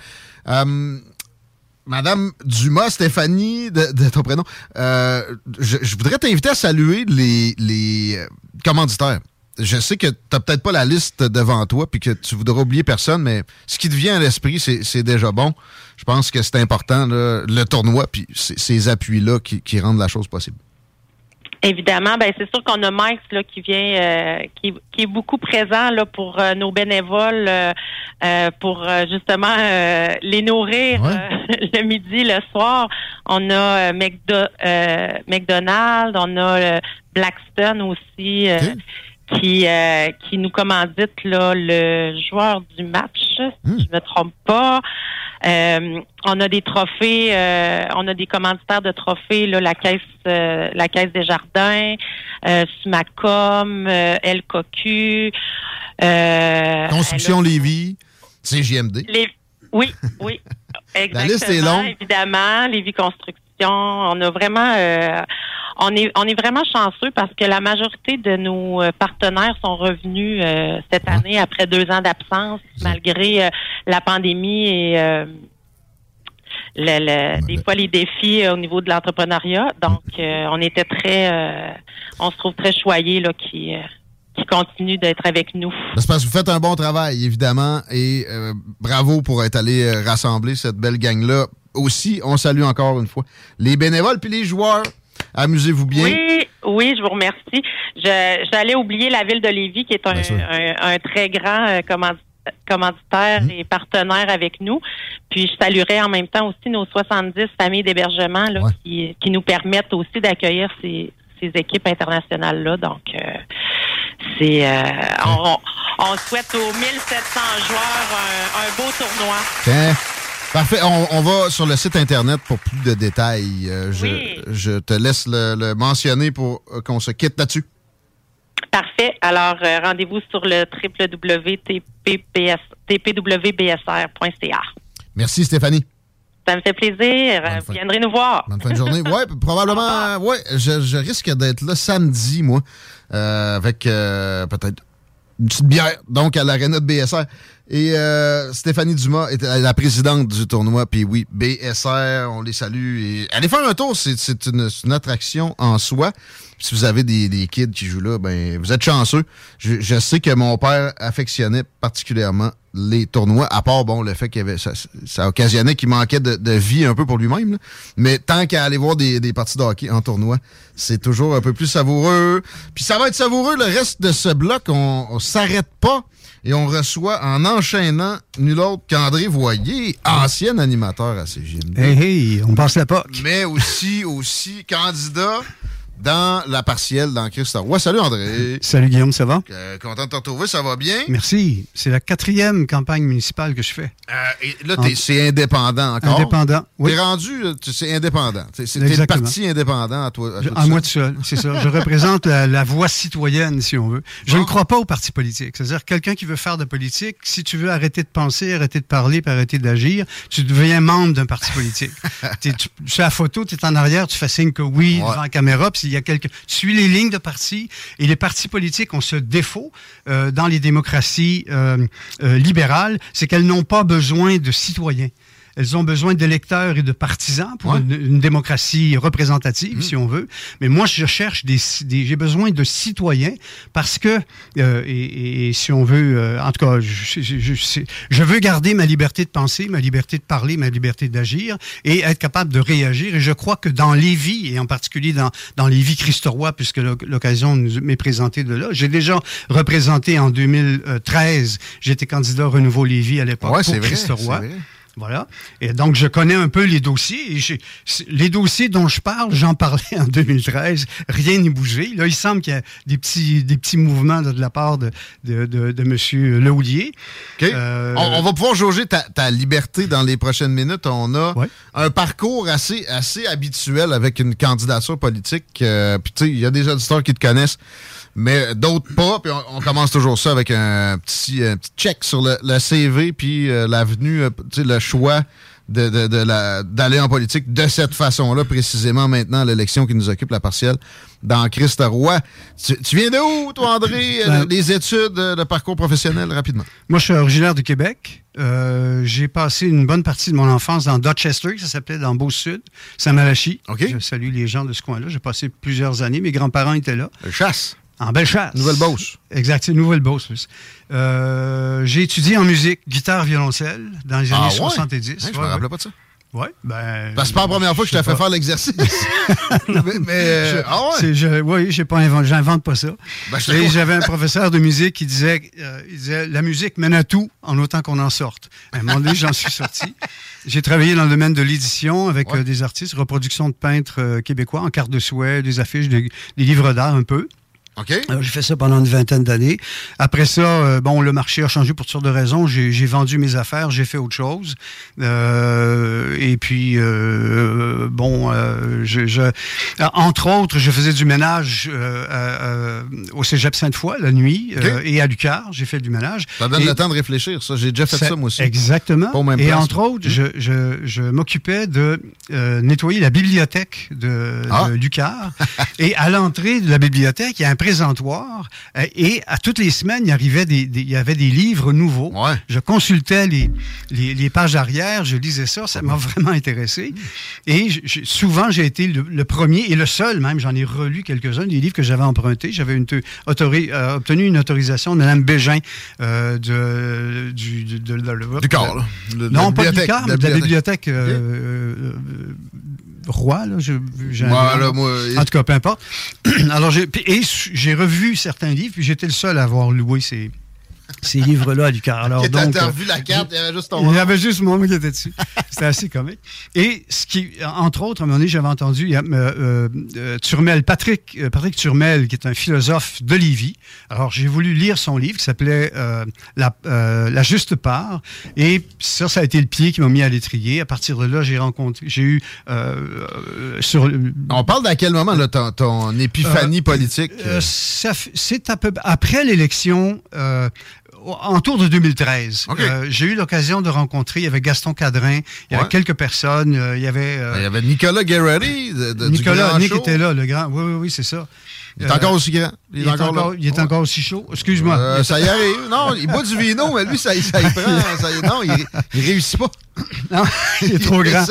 Madame Dumas, Stéphanie, de ton prénom, je voudrais t'inviter à saluer les commanditaires. Je sais que tu n'as peut-être pas la liste devant toi puis que tu voudras oublier personne, mais ce qui te vient à l'esprit, c'est déjà bon. Je pense que c'est important, là, le tournoi, puis ces appuis-là qui rendent la chose possible. Évidemment, ben c'est sûr qu'on a Mike là qui vient, qui est beaucoup présent là pour nos bénévoles, pour justement les nourrir le midi, le soir. On a McDonald's, on a Blackstone aussi. Qui nous commandite là le joueur du match, si je me trompe pas. On a des trophées, on a des commanditaires de trophées là, la caisse des jardins, Sumacom, El Cocu, Construction Lévis, CJMD. Oui, exactement. La liste est longue. Évidemment, Lévis Construction. On a vraiment, on est vraiment chanceux parce que la majorité de nos partenaires sont revenus cette année après 2 ans d'absence, malgré la pandémie et des fois les défis au niveau de l'entrepreneuriat. Donc, on se trouve très choyés là qui continue d'être avec nous. C'est parce que vous faites un bon travail, évidemment, et bravo pour être allé rassembler cette belle gang-là. Aussi, on salue encore une fois les bénévoles puis les joueurs. Amusez-vous bien. Oui, je vous remercie. J'allais oublier la ville de Lévis, qui est un très grand commanditaire et partenaire avec nous. Puis je saluerai en même temps aussi nos 70 familles d'hébergement là, qui nous permettent aussi d'accueillir ces équipes internationales-là. Donc, on souhaite aux 1700 joueurs un beau tournoi. Okay. Parfait. On va sur le site Internet pour plus de détails. Je te laisse le mentionner pour qu'on se quitte là-dessus. Parfait. Alors, rendez-vous sur le www.tpwbsr.ca. Merci, Stéphanie. Ça me fait plaisir. Vous viendrez nous voir. Bonne fin de journée. Oui, probablement. Oui, je risque d'être là samedi, moi, avec peut-être une petite bière, donc à l'aréna de BSR. Et Stéphanie Dumas est la présidente du tournoi. Puis oui, BSR, on les salue. Et allez faire un tour, c'est une attraction en soi. Si vous avez des kids qui jouent là, ben vous êtes chanceux. Je sais que mon père affectionnait particulièrement les tournois, à part le fait qu'il y avait ça occasionnait qu'il manquait de vie un peu pour lui-même. Là. Mais tant qu'à aller voir des parties de hockey en tournoi, c'est toujours un peu plus savoureux. Puis ça va être savoureux le reste de ce bloc. On s'arrête pas. Et on reçoit, en enchaînant, nul autre qu'André Voyer, ancien animateur à CJMD. Hey, on passe la POC. Mais aussi candidat dans la partielle dans Christ Roy. Salut André. Salut Guillaume, ça va? Content de te retrouver, ça va bien? Merci. C'est la 4e campagne municipale que je fais. Et là, c'est indépendant encore? Indépendant, oui. T'es rendu, c'est indépendant. T'es le parti indépendant à toi. À moi tout seul, c'est ça. Je représente la voix citoyenne, si on veut. Je ne crois pas au parti politique. C'est-à-dire, quelqu'un qui veut faire de politique, si tu veux arrêter de penser, arrêter de parler, puis arrêter d'agir, tu deviens membre d'un parti politique. Tu fais la photo, tu es en arrière, tu fais signe que oui, devant la caméra, puis il y a quelqu'un. Tu suis les lignes de parti, et les partis politiques ont ce défaut dans les démocraties libérales, c'est qu'elles n'ont pas besoin de citoyens. Elles ont besoin d'électeurs et de partisans pour une démocratie représentative, si on veut. Mais moi, je cherche j'ai besoin de citoyens parce que, et si on veut, en tout cas, je veux garder ma liberté de penser, ma liberté de parler, ma liberté d'agir et être capable de réagir. Et je crois que dans Lévis, et en particulier dans Lévis-Christ-Roy, puisque l'occasion m'est présentée de là, j'ai déjà représenté en 2013, j'étais candidat Renouveau Lévis à l'époque pour Christ-Roy. Voilà. Et donc, je connais un peu les dossiers. Et les dossiers dont je parle, j'en parlais en 2013. Rien n'est bougé. Là, il semble qu'il y a des petits mouvements de la part de M. Lehouillier. Okay. On va pouvoir jauger ta liberté dans les prochaines minutes. On a un parcours assez habituel avec une candidature politique. Puis, tu sais, il y a des auditeurs qui te connaissent. mais d'autres pas. Puis on commence toujours ça avec un petit check sur le CV, puis l'avenue, le choix d'aller en politique de cette façon-là, précisément maintenant, l'élection qui nous occupe, la partielle, dans Christ Roy. Tu viens de où, toi, André? Les études, le parcours professionnel, rapidement. Moi, je suis originaire du Québec. J'ai passé une bonne partie de mon enfance dans Dorchester, ça s'appelait, dans Beauce-Sud, Saint-Malachie. Okay. Je salue les gens de ce coin-là. J'ai passé plusieurs années. Mes grands-parents étaient là. Chasse. En Bellechasse. Nouvelle-Beauce. Exact, c'est Nouvelle-Beauce. J'ai étudié en musique, guitare, violoncelle, dans les années 70. Je me rappelais pas de ça. Oui, ben... Parce que c'est pas la première fois que je t'ai fait faire l'exercice. Oui, j'invente pas ça. Et j'avais un professeur de musique qui disait, la musique mène à tout en autant qu'on en sorte. À un moment donné, j'en suis sorti. J'ai travaillé dans le domaine de l'édition avec des artistes, reproduction de peintres québécois en cartes de souhait, des affiches, des livres d'art un peu. Okay. Alors, j'ai fait ça pendant une vingtaine d'années. Après ça, le marché a changé pour toutes sortes de raisons. J'ai vendu mes affaires, j'ai fait autre chose. Et puis, entre autres, je faisais du ménage au Cégep Sainte-Foy la nuit et à l'UQAR. J'ai fait du ménage. Ça donne le temps de réfléchir, ça. J'ai déjà fait ça, moi aussi. Exactement. Pas au même et place. entre autres, je m'occupais de nettoyer la bibliothèque de l'UQAR. Et à l'entrée de la bibliothèque, il y a un présentoir et à toutes les semaines, il y avait des livres nouveaux. Ouais. Je consultais les pages arrière, je lisais ça, ça m'a vraiment intéressé. Et souvent, j'ai été le premier et le seul même, j'en ai relu quelques-uns des livres que j'avais empruntés. J'avais obtenu une autorisation de Mme Bégin du corps, là. Non, pas du corps, mais de la bibliothèque Roy, là, en tout cas, peu importe. Alors, j'ai revu certains livres, puis j'étais le seul à avoir loué ces livres-là à l'UQAR. Alors, donc, t'as revu la carte, il y avait juste ton nom. Il y avait juste mon nom qui était dessus. C'était assez comique. Et entre autres, à un moment donné, j'avais entendu Turmel, Patrick Turmel, qui est un philosophe de Lévis. Alors, j'ai voulu lire son livre qui s'appelait La juste part. Et ça a été le pied qui m'a mis à l'étrier. À partir de là, j'ai eu On parle d'à quel moment, là, ton épiphanie politique? C'est à peu après l'élection... autour de 2013. Okay. J'ai eu l'occasion de rencontrer, il y avait Gaston Cadrin, il y avait quelques personnes, il y avait Nicolas Guerreri du Grand Nick Show. était là, le grand. Oui, c'est ça. Il est encore aussi grand. Il est encore aussi chaud. Excuse-moi. Ça y arrive. Non, il boit du vino, mais lui, ça y prend. Non, il réussit pas. Non, il est trop grand.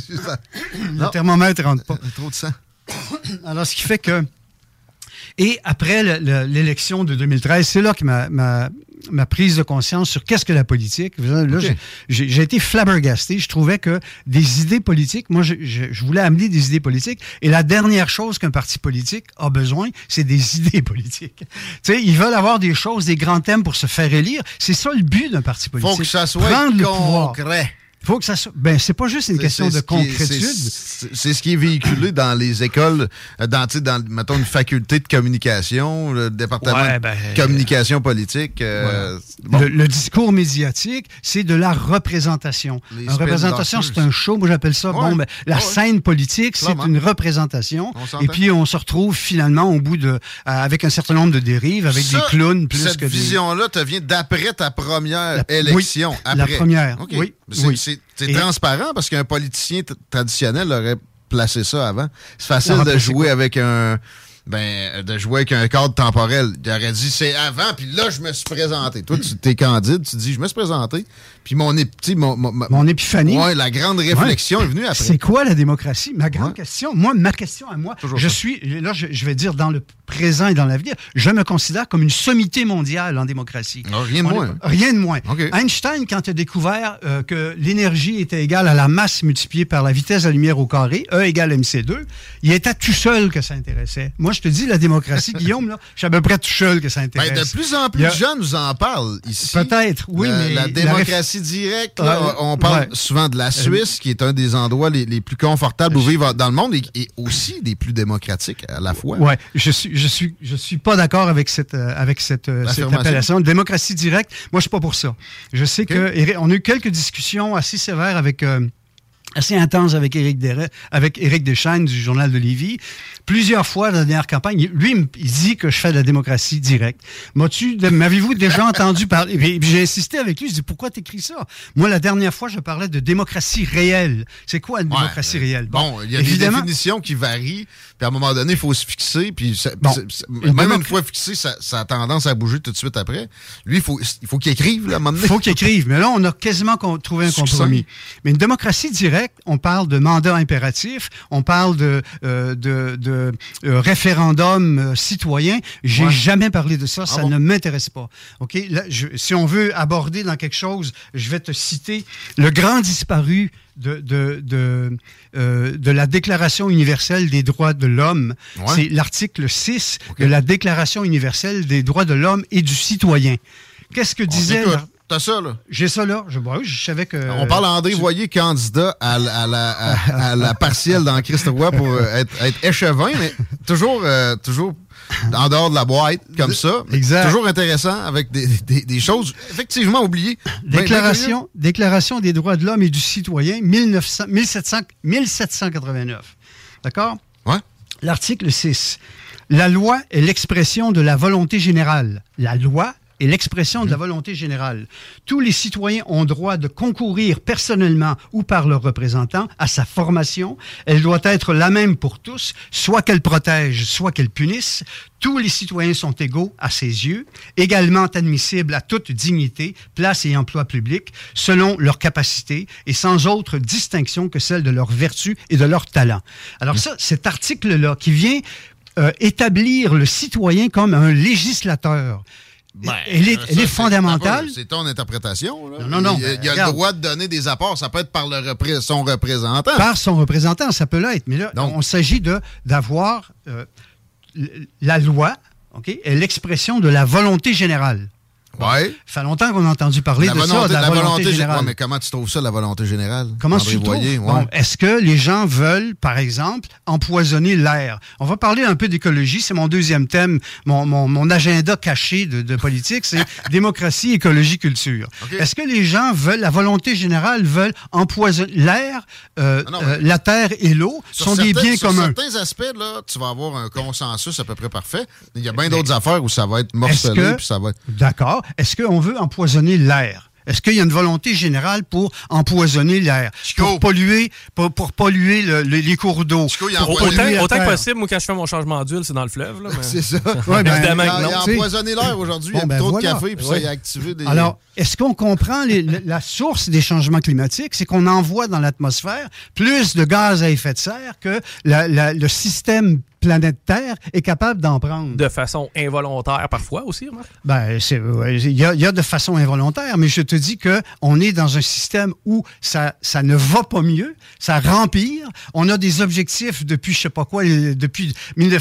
Le thermomètre ne rentre pas. Trop de sang. Alors, ce qui fait que... Et après l'élection de 2013, c'est là que ma prise de conscience sur qu'est-ce que la politique. Là, j'ai été flabbergasté. Je trouvais que des idées politiques, moi, je voulais amener des idées politiques. Et la dernière chose qu'un parti politique a besoin, c'est des idées politiques. Tu sais, ils veulent avoir des choses, des grands thèmes pour se faire élire. C'est ça le but d'un parti politique. Faut que ça soit concret. Faut que ça soit... c'est pas juste une question de concrétude. C'est ce qui est véhiculé dans les écoles, mettons, une faculté de communication, le département de communication politique. Le discours médiatique, c'est de la représentation. Une représentation, c'est un show. Moi, j'appelle ça, la scène politique, c'est une représentation. Et puis, on se retrouve finalement au bout avec un certain nombre de dérives, avec des clowns plus cette que des... Cette vision-là te vient d'après ta première élection. Oui, la première, oui. C'est transparent parce qu'un politicien traditionnel aurait placé ça avant. C'est facile de jouer avec un cadre temporel. Il aurait dit c'est avant, puis là je me suis présenté. Toi, tu t'es candide, tu dis je me suis présenté, puis mon épiphanie. Ouais, la grande réflexion est venue après. C'est quoi la démocratie? Ma grande question, ma question à moi, je vais dire dans le présent et dans l'avenir, je me considère comme une sommité mondiale en démocratie. Rien de moins. Rien de moins. Okay. Einstein, quand il a découvert que l'énergie était égale à la masse multipliée par la vitesse de la lumière au carré, E égale mc2, il était tout seul que ça intéressait. Moi, je te dis, la démocratie, Guillaume, là, je suis à peu près tout seul que ça intéresse. De plus en plus de gens nous en parlent ici. Peut-être, oui, mais... La démocratie directe, là, on parle souvent de la Suisse, qui est un des endroits les plus confortables où vivre dans le monde et aussi des plus démocratiques à la fois. Oui, je suis pas d'accord avec cette appellation. Démocratie directe, moi, je suis pas pour ça. Je sais qu'on a eu quelques discussions assez sévères avec assez intense avec Éric Deschaines du Journal de Lévis. Plusieurs fois dans la dernière campagne, lui, il dit que je fais de la démocratie directe. M'avez-vous déjà entendu parler? Et puis j'ai insisté avec lui, je dis, pourquoi t'écris ça? Moi, la dernière fois, je parlais de démocratie réelle. C'est quoi une démocratie réelle? Bon, il y a des définitions qui varient, puis à un moment donné, il faut se fixer, puis même une fois fixé, ça a tendance à bouger tout de suite après. Lui, il faut qu'il écrive, là, à un moment donné. Il faut qu'il écrive, mais là, on a quasiment trouvé un compromis. Mais une démocratie directe, on parle de mandat impératif, on parle de référendum citoyen. J'ai jamais parlé de ça, ça ne m'intéresse pas. OK? Là, si on veut aborder dans quelque chose, je vais te citer le grand disparu de la Déclaration universelle des droits de l'homme. Ouais. C'est l'article 6 de la Déclaration universelle des droits de l'homme et du citoyen. Qu'est-ce que disait... T'as ça, là? J'ai ça, là. Je savais que... On parle d'André Voyer, candidat à la partielle dans Christ-Roi pour être échevin, mais toujours en dehors de la boîte, comme ça. Exact. Toujours intéressant, avec des choses effectivement oubliées. Déclaration des droits de l'homme et du citoyen, 1789. D'accord? Ouais. L'article 6. La loi est l'expression de la volonté générale. La loi et l'expression de la volonté générale. Tous les citoyens ont droit de concourir personnellement ou par leurs représentants à sa formation. Elle doit être la même pour tous, soit qu'elle protège, soit qu'elle punisse. Tous les citoyens sont égaux à ses yeux, également admissibles à toute dignité, place et emploi public, selon leurs capacités et sans autre distinction que celle de leur vertu et de leur talent. Alors ça, cet article-là qui vient établir le citoyen comme un législateur, elle est fondamentale. C'est ton interprétation. Là. Non. Il y a le droit de donner des apports. Ça peut être par son représentant. Par son représentant, ça peut l'être. Mais là, on s'agit d'avoir la loi, OK, est l'expression de la volonté générale. Ouais. Ça fait longtemps qu'on a entendu parler de la volonté générale. Ouais, mais comment tu trouves ça, la volonté générale? Comment tu trouves? Ouais. Bon, est-ce que les gens veulent, par exemple, empoisonner l'air? On va parler un peu d'écologie. C'est mon deuxième thème, mon agenda caché de politique, c'est démocratie, écologie, culture. Okay. Est-ce que les gens veulent, la volonté générale veulent empoisonner l'air, la terre et l'eau sont des biens communs? Sur certains aspects, là, tu vas avoir un consensus à peu près parfait. Il y a bien d'autres affaires où ça va être morcelé. Puis ça va être... D'accord. Est-ce qu'on veut empoisonner l'air? Est-ce qu'il y a une volonté générale pour empoisonner l'air? Pour polluer les cours d'eau? Autant que possible, moi, quand je fais mon changement d'huile, c'est dans le fleuve. Là, mais... C'est ça. Ouais, évidemment il a empoisonné l'air aujourd'hui. Il y a trop de café, puis ça y a activé des... Alors, est-ce qu'on comprend la source des changements climatiques? C'est qu'on envoie dans l'atmosphère plus de gaz à effet de serre que le système planète Terre est capable d'en prendre. De façon involontaire parfois aussi, Marc? Il y a de façon involontaire, mais je te dis qu'on est dans un système où ça ne va pas mieux, ça rempire. On a des objectifs depuis, je sais pas quoi, depuis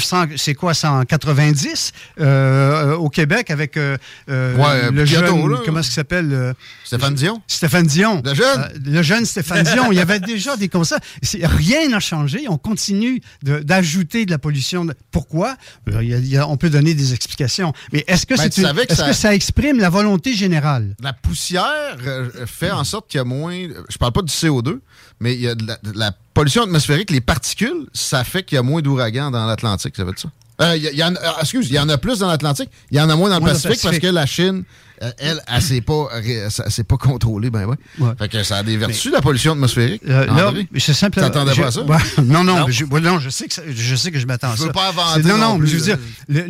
1990 au Québec avec le jeune, là, comment est-ce qu'il s'appelle? Stéphane Dion. Stéphane Dion. Le jeune? Le jeune Stéphane Dion. Il y avait déjà des concepts. Rien n'a changé. On continue d'ajouter de la pollution. Pourquoi? On peut donner des explications. Mais est-ce que ça exprime la volonté générale? La poussière fait en sorte qu'il y a moins... Je parle pas du CO2, mais il y a de la pollution atmosphérique. Les particules, ça fait qu'il y a moins d'ouragans dans l'Atlantique. Ça veut dire ça? Il y en a plus dans l'Atlantique. Il y en a moins dans le Pacifique parce que la Chine... Elle s'est pas contrôlée, ben ouais. Fait que ça a des vertus, la pollution atmosphérique. Là, c'est simplement. T'attendais pas à ça? Non. Je sais que je m'attends à ça. Je veux pas inventer. Non, mais je veux dire,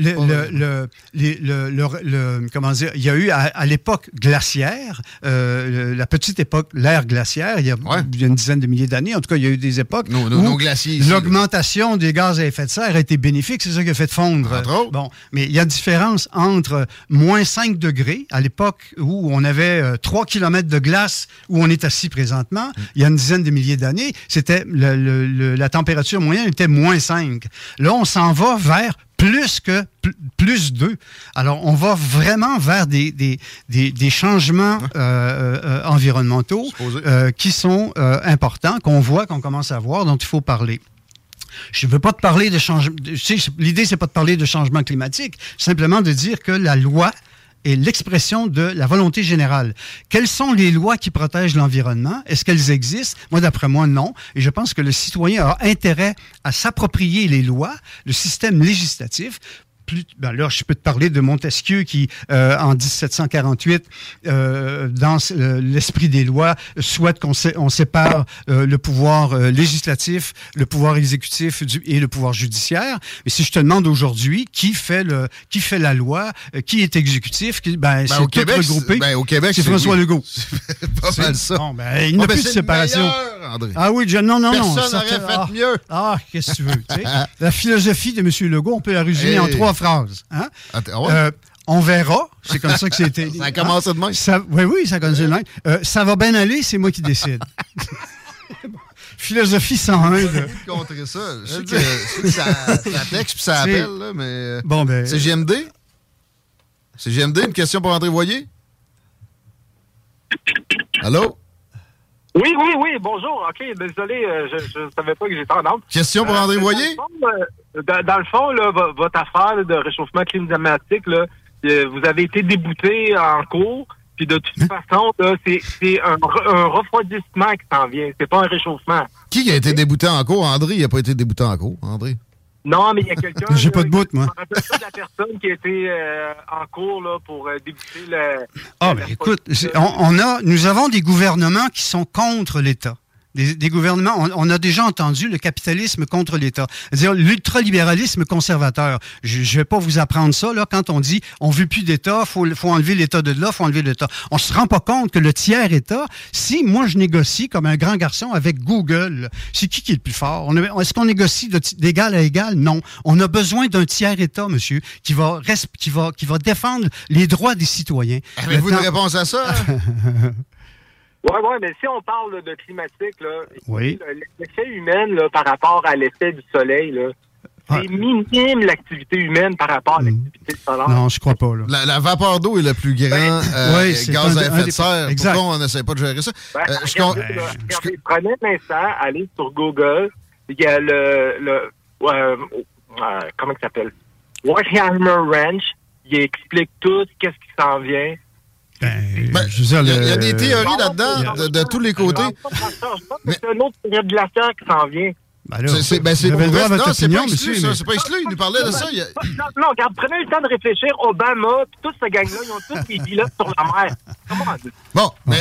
comment dire, il y a eu à l'époque glaciaire, la petite époque, l'ère glaciaire, il y a une dizaine de milliers d'années, en tout cas, il y a eu des époques où nos glaciers ici, l'augmentation des gaz à effet de serre a été bénéfique, c'est ça qui a fait fondre. Entre autres. Bon, mais il y a une différence entre moins 5 degrés, à l'époque où on avait 3 km de glace où on est assis présentement, il y a une dizaine de milliers d'années, c'était la température moyenne était moins 5. Là, on s'en va vers plus 2. Alors, on va vraiment vers des changements environnementaux qui sont importants, qu'on voit, qu'on commence à voir, dont il faut parler. Je ne veux pas te parler de changement... L'idée, c'est pas de parler de changement climatique, simplement de dire que la loi est l'expression de la volonté générale. Quelles sont les lois qui protègent l'environnement? Est-ce qu'elles existent? Moi, d'après moi, non. Et je pense que le citoyen a intérêt à s'approprier les lois, le système législatif. Là, je peux te parler de Montesquieu qui, en 1748, dans l'esprit des lois, souhaite qu'on sépare le pouvoir législatif, le pouvoir exécutif et le pouvoir judiciaire. Mais si je te demande aujourd'hui qui fait la loi, qui est exécutif, c'est au tout Québec, regroupé. Au Québec, c'est François Legault. C'est pas mal ça. Bon, il n'y a plus de séparation. Meilleur, André. Ah oui, non. Personne n'aurait fait mieux. Ah, qu'est-ce que tu veux? La philosophie de M. Legault, on peut la résumer en 3 phrases. Hein? On verra. C'est comme ça que c'était. Ça a commencé de même. Oui, ça a commencé de même. Ça va bien aller, c'est moi qui décide. Philosophie 101. Contrer ça. Je sais que ça texte puis ça appelle, là, mais. C'est GMD? C'est GMD, une question pour André Voyer? Allô? Oui, bonjour. OK, désolé, je ne savais pas que j'étais en ordre. Question pour André Voyer? Dans le fond, là, votre affaire de réchauffement climatique, là, vous avez été débouté en cours, puis de toute façon, là, c'est un refroidissement qui s'en vient. C'est pas un réchauffement. Qui a été débouté en cours? André, il n'a pas été débouté en cours, André. Non, mais il y a quelqu'un... J'ai pas de bout, moi. Je me rappelle pas de la personne qui a été en cours là, pour débuter le... écoute, nous avons des gouvernements qui sont contre l'État. Des gouvernements, on a déjà entendu le capitalisme contre l'État, c'est-à-dire l'ultralibéralisme conservateur. Je ne vais pas vous apprendre ça, là, quand on dit on ne veut plus d'État, faut enlever l'État de là, faut enlever l'État. On ne se rend pas compte que le tiers-État, si moi je négocie comme un grand garçon avec Google, c'est qui est le plus fort? Est-ce qu'on négocie d'égal à égal? Non. On a besoin d'un tiers-État, monsieur, qui va défendre les droits des citoyens. Avez-vous une réponse à ça? Oui, mais si on parle de climatique, là, l'effet humain là, par rapport à l'effet du soleil, là, c'est minime l'activité humaine par rapport à l'activité solaire. Non, je crois pas. Là. La vapeur d'eau est le plus grand gaz à effet de serre. Exact. Pourquoi on n'essaie pas de gérer ça? Regardez, prenez un instant, allez sur Google, il y a comment il s'appelle? Warhammer Ranch, il explique tout, qu'est-ce qui s'en vient. Il y a des théories là-dedans de tous les côtés. C'est un autre période glaciaire qui s'en vient. C'est pas exclu, ça. C'est pas exclu. Il nous parlait de ça. Non, regarde, prenez le temps de réfléchir. Obama, puis toute cette gang-là, ils ont tous des pilotes sur la mer. Bon, mais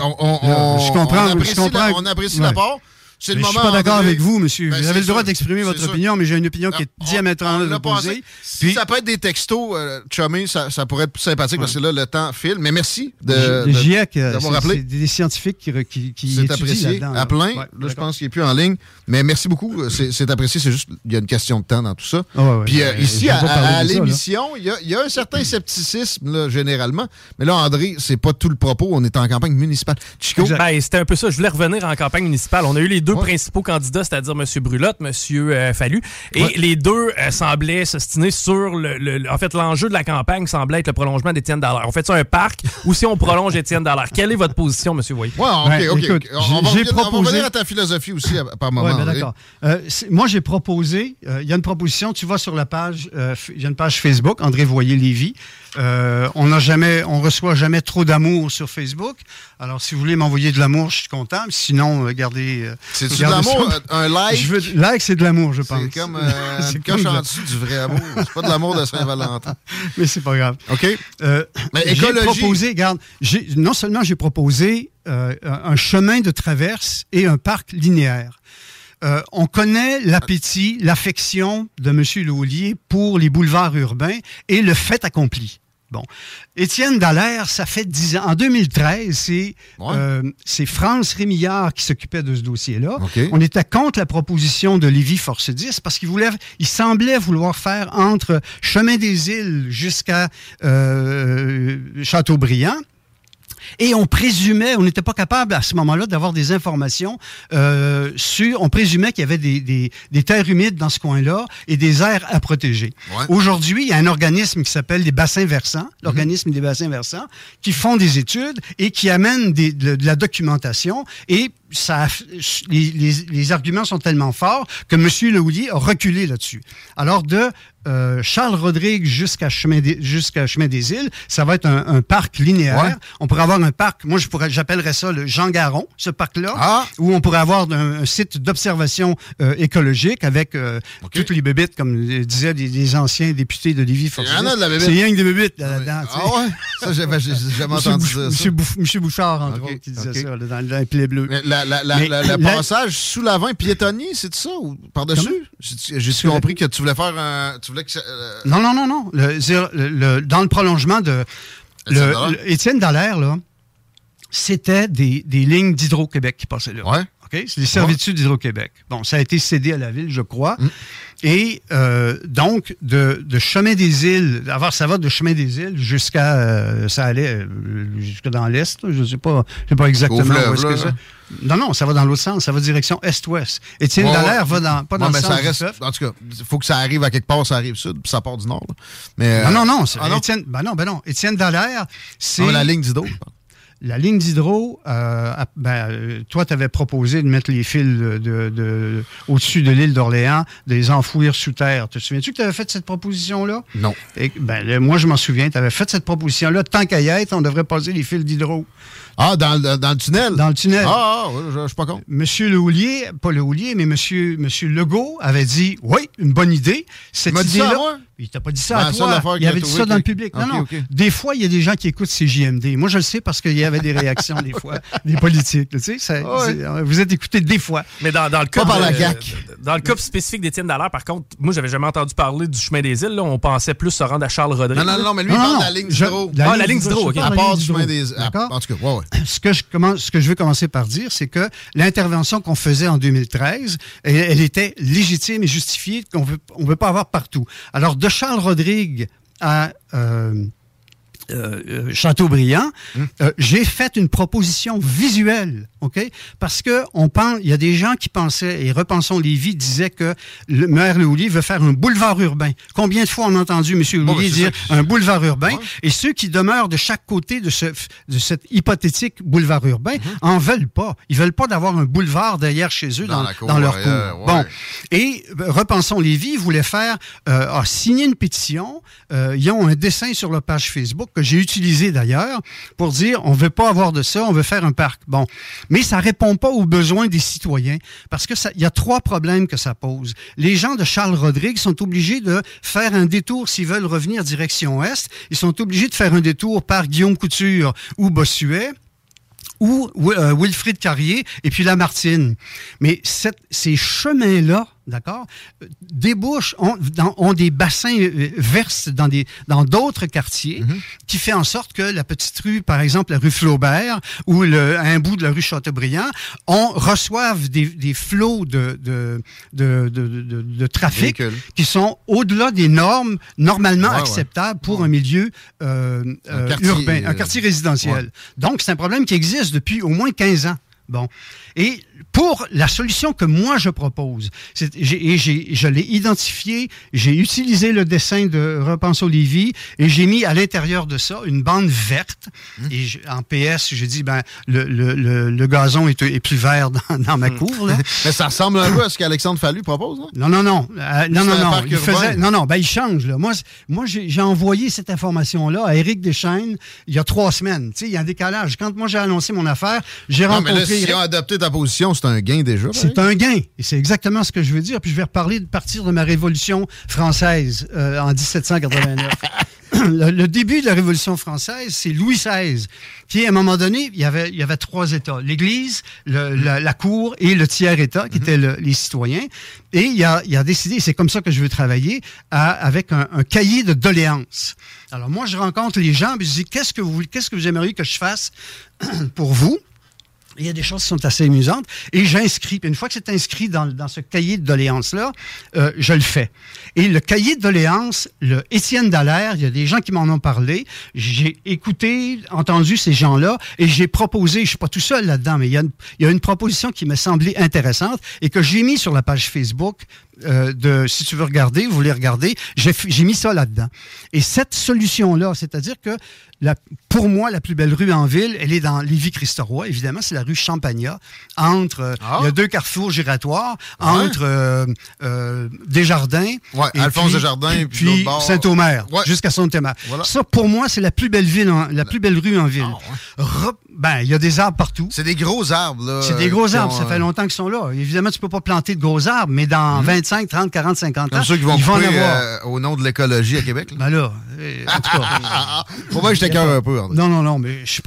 on apprécie l'apport. Je ne suis pas d'accord avec vous, monsieur. Vous avez le droit d'exprimer votre opinion, mais j'ai une opinion qui est diamétralement opposée. Si ça peut être des textos, chummy, ça pourrait être plus sympathique parce que là, le temps file. Mais merci GIEC, d'avoir rappelé. C'est des scientifiques qui c'est apprécié à plein. Là, je pense qu'il n'est plus en ligne. Mais merci beaucoup. C'est apprécié. C'est juste il y a une question de temps dans tout ça. Puis ici, à l'émission, il y a un certain scepticisme, là, généralement. Mais là, André, c'est pas tout le propos. On est en campagne municipale. Chico? C'était un peu ça. Je voulais revenir en campagne municipale. On a eu les deux principaux candidats, c'est-à-dire M. Brulotte, M. Fallu. Et les deux semblaient s'ostiner sur en fait, l'enjeu de la campagne semblait être le prolongement d'Étienne Dallaire. On fait ça un parc ou si on prolonge Étienne Dallaire? Quelle est votre position, M. Voyer? OK. Écoute, on va revenir à ta philosophie aussi par moment. D'accord. Moi, j'ai proposé, il y a une proposition, tu vas sur la page, il y a une page Facebook, André Voyer-Lévy. On reçoit jamais trop d'amour sur Facebook. Alors, si vous voulez m'envoyer de l'amour, je suis content. Sinon, gardez... C'est-tu de l'amour? Un like? Like, c'est de l'amour, je pense. C'est comme une coche en dessous du vrai amour. C'est pas de l'amour de Saint-Valentin. Mais c'est pas grave. OK. Mais j'ai proposé, regarde, non seulement j'ai proposé un chemin de traverse et un parc linéaire. On connaît l'appétit, l'affection de M. Laulier pour les boulevards urbains et le fait accompli. Bon. Étienne Dallaire, ça fait 10 ans. En 2013, c'est France Rémillard qui s'occupait de ce dossier-là. Okay. On était contre la proposition de Lévis-Force 10 parce qu'il semblait vouloir faire entre Chemin des Îles jusqu'à Châteaubriand. Et on n'était pas capable à ce moment-là d'avoir des informations on présumait qu'il y avait des terres humides dans ce coin-là et des aires à protéger. Ouais. Aujourd'hui, il y a un organisme qui s'appelle les bassins versants, l'organisme des bassins versants, qui font des études et qui amènent de la documentation et les arguments sont tellement forts que M. Laulier a reculé là-dessus. Alors, de Charles-Rodrigue jusqu'à Chemin des Îles, ça va être un parc linéaire. Ouais. On pourrait avoir un parc, moi j'appellerais ça le Jean Garon, ce parc-là, où on pourrait avoir un site d'observation écologique avec toutes les bébites, comme disaient des anciens députés de Lévis. Il y en a de la bébite. C'est rien que des bébites là-dedans. Ah ouais? Ça, j'ai jamais entendu ça. Monsieur Bouchard, entre autres, qui disait ça, dans les pilets bleus. Le passage sous l'avant piétonnier, c'est ça? Ou par-dessus? J'ai compris que tu voulais faire un... Non. Dans le prolongement de... Étienne Dallaire, là, c'était des lignes d'Hydro-Québec qui passaient là. Ouais. Okay? C'est des servitudes d'Hydro-Québec. Bon, ça a été cédé à la ville, je crois. Et donc, de Chemin des Îles, ça va de Chemin des Îles jusqu'à... ça allait jusque dans l'Est. Je ne sais pas exactement où est-ce que ça... Non, ça va dans l'autre sens. Ça va direction Est-ouest. Étienne Dallaire va pas dans le sens ça reste, en tout cas, il faut que ça arrive à quelque part, ça arrive sud, puis ça part du nord. Là. Mais, non. Étienne, non. Étienne Dallaire, c'est... la ligne d'hydro. La ligne d'hydro, toi, tu avais proposé de mettre les fils au-dessus de l'île d'Orléans, de les enfouir sous terre. Te souviens-tu que tu avais fait cette proposition-là? Non. Moi, je m'en souviens. Tu avais fait cette proposition-là. Tant qu'à y être, on devrait passer les fils d'hydro. Ah, dans le tunnel? Dans le tunnel. Je suis pas con. Monsieur Lehoulier, pas Lehoulier, mais Monsieur Legault avait dit, oui, une bonne idée. Cette idée-là. Dit ça à moi? Il t'a pas dit ça à toi. Il avait dit ça dans le public. Non. Des fois, il y a des gens qui écoutent CJMD. Moi, je le sais parce qu'il y avait des réactions des fois, des politiques. Tu sais, vous êtes écoutés des fois. Mais dans le cas pas par la CAQ. Dans le cas spécifique d'Étienne Dallaire, par contre, moi, j'avais jamais entendu parler du chemin des îles. Là. On pensait plus se rendre à Charles-Rodrigue. Non, mais lui, il parle de la ligne d'hydro. La ligne d'hydro, OK. À part du chemin des îles. En tout cas, ouais. Ce que je veux commencer par dire, c'est que l'intervention qu'on faisait en 2013, elle était légitime et justifiée, qu'on ne veut pas avoir partout. Alors, de Charles-Rodrigue à Châteaubriand, j'ai fait une proposition visuelle, OK? Parce que il y a des gens qui pensaient, et Repensons Lévis disait que le maire Lehoulier veut faire un boulevard urbain. Combien de fois on a entendu M. Lehoulier dire un boulevard urbain? Ouais. Et ceux qui demeurent de chaque côté de cet hypothétique boulevard urbain en veulent pas. Ils veulent pas d'avoir un boulevard derrière chez eux dans leur cour. Ouais. Bon. Et Repensons Lévis voulait a signé une pétition. Ils ont un dessin sur leur page Facebook que j'ai utilisé d'ailleurs pour dire on veut pas avoir de ça, on veut faire un parc. Bon, mais ça répond pas aux besoins des citoyens parce que il y a 3 problèmes que ça pose. Les gens de Charles-Rodrigue sont obligés de faire un détour s'ils veulent revenir direction Est. Ils sont obligés de faire un détour par Guillaume Couture ou Bossuet ou Wilfrid Carrier et puis Lamartine. Mais ces chemins-là, d'accord, débouchent, ont des bassins, versent dans d'autres quartiers, qui fait en sorte que la petite rue, par exemple la rue Flaubert ou un bout de la rue Chateaubriand, reçoivent des flots de trafic qui sont au-delà des normes normalement acceptables pour un milieu urbain, un quartier résidentiel. Donc, c'est un problème qui existe depuis au moins 15 ans. Bon. Et pour la solution que moi je propose, je l'ai identifié, j'ai utilisé le dessin de Repensons Lévis et j'ai mis à l'intérieur de ça une bande verte. Et en PS, j'ai dit, le gazon est plus vert dans ma cour. Là. Mais ça ressemble un peu à ce qu'Alexandre Fallu propose, hein? Non. Il change. Là. Moi j'ai envoyé cette information-là à Éric Deschaines il y a 3 semaines. Il y a un décalage. Quand moi j'ai annoncé mon affaire, j'ai rencontré... Mais là, si on a adopté ta position, c'est un gain déjà. C'est un gain. Et c'est exactement ce que je veux dire. Puis je vais reparler de partir de ma Révolution française en 1789. Le début de la Révolution française, c'est Louis XVI, qui, à un moment donné, il y avait 3 États. L'Église, la Cour et le tiers-État, qui étaient les citoyens. Et il a décidé, c'est comme ça que je veux travailler, avec un cahier de doléances. Alors moi, je rencontre les gens, puis je dis, qu'est-ce que vous aimeriez que je fasse pour vous? Il y a des choses qui sont assez amusantes. Et j'inscris. Puis une fois que c'est inscrit dans ce cahier de doléances-là, je le fais. Et le cahier de doléances, le Étienne Dallaire, il y a des gens qui m'en ont parlé. J'ai entendu ces gens-là et j'ai proposé, je ne suis pas tout seul là-dedans, mais il y a une proposition qui m'a semblé intéressante et que j'ai mis sur la page Facebook si tu veux regarder, vous voulez regarder, j'ai mis ça là-dedans. Et cette solution-là, c'est-à-dire que pour moi, la plus belle rue en ville, elle est dans Lévis-Christ-Roi. Évidemment, c'est la rue Champagnat. Il y a 2 carrefours giratoires entre Desjardins. Ouais, Alphonse Desjardins et puis Saint-Omer, jusqu'à Saint-Omer. Voilà. Ça, pour moi, c'est la plus belle rue en ville. Il y a des arbres partout. C'est des gros arbres, là. C'est des gros arbres. Ça fait longtemps qu'ils sont là. Évidemment, tu peux pas planter de gros arbres, mais dans 25, 30, 40, 50 ans, comme ceux qui vont couper au nom de l'écologie à Québec. Ben là, en tout cas. Faut bien que je t'écœure un peu, André. Non, mais je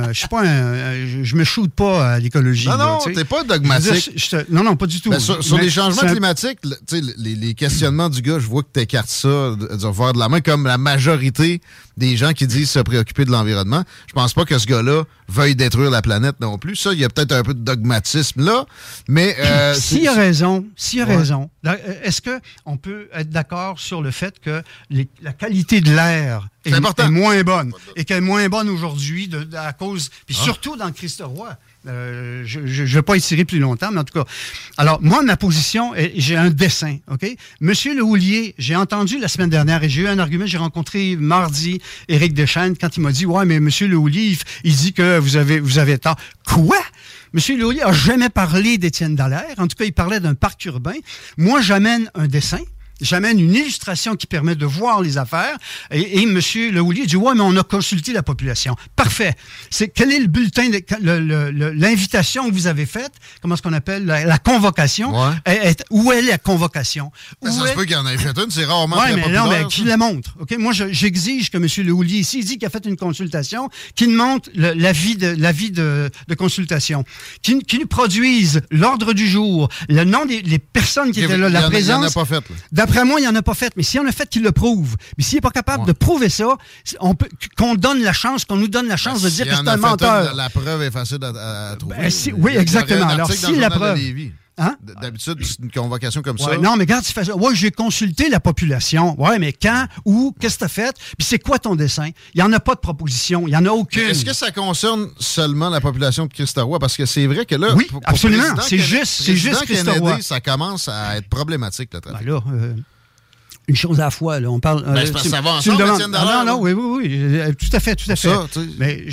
me shoote pas à l'écologie. Non, t'es pas dogmatique. Non, pas du tout. Sur les changements climatiques, les questionnements du gars, je vois que t'écartes ça de revoir de la main, comme la majorité des gens qui disent se préoccuper de l'environnement. Je pense pas que ce gars-là veuille détruire la planète non plus. Ça, il y a peut-être un peu de dogmatisme là, mais... S'il a raison, est-ce qu'on peut être d'accord sur le fait que la qualité de l'air est moins bonne et qu'elle est moins bonne aujourd'hui à cause... Puis surtout dans le Christ-Roi. Je ne vais pas étirer plus longtemps, mais en tout cas. Alors, moi, ma position, j'ai un dessin, OK? Monsieur Le Houlier, j'ai entendu la semaine dernière et j'ai eu un argument, j'ai rencontré mardi Éric Deschênes quand il m'a dit « Ouais, mais Monsieur Le Houlier, il dit que vous avez tort. » Quoi? Monsieur Le Houlier n'a jamais parlé d'Étienne Dallaire. En tout cas, il parlait d'un parc urbain. Moi, j'amène un dessin. J'amène une illustration qui permet de voir les affaires. Et M. Le Houlier dit « Ouais, mais on a consulté la population. » Parfait. Quel est le bulletin, l'invitation que vous avez faite? Comment est-ce qu'on appelle? La convocation. Ouais. Où est la convocation? Ça se peut qu'il en ait fait une, c'est rarement très populaire. Oui, mais non, mais qui la montre? Okay? Moi, j'exige que M. Le Houlier, ici, il dit qu'il a fait une consultation, qu'il montre l'avis de consultation, qu'il nous produise l'ordre du jour, le nom des personnes qui étaient là, la présence. Il n'y en a pas fait, là. D'après moi, il n'y en a pas fait. Mais s'il y en a fait, qu'il le prouve. Mais s'il n'est pas capable de prouver ça, qu'on nous donne la chance de dire que c'est un menteur. La preuve est facile à trouver. Oui, exactement. Alors, si la preuve... Hein? D'habitude, c'est une convocation comme ça. Non, mais regarde, tu fais ça. Ouais, j'ai consulté la population. Ouais, mais quand, où, qu'est-ce que tu as fait? Puis c'est quoi ton dessin? Il n'y en a pas de proposition. Il n'y en a aucune. Mais est-ce que ça concerne seulement la population de Christ-Roi? Parce que c'est vrai que là, oui, absolument. C'est juste Christ-Roi. Ça commence à être problématique, le trafic. Une chose à la fois, là. On parle. Ça va ensemble, Étienne Dallaire. Non, oui. Tout à fait. Ça, mais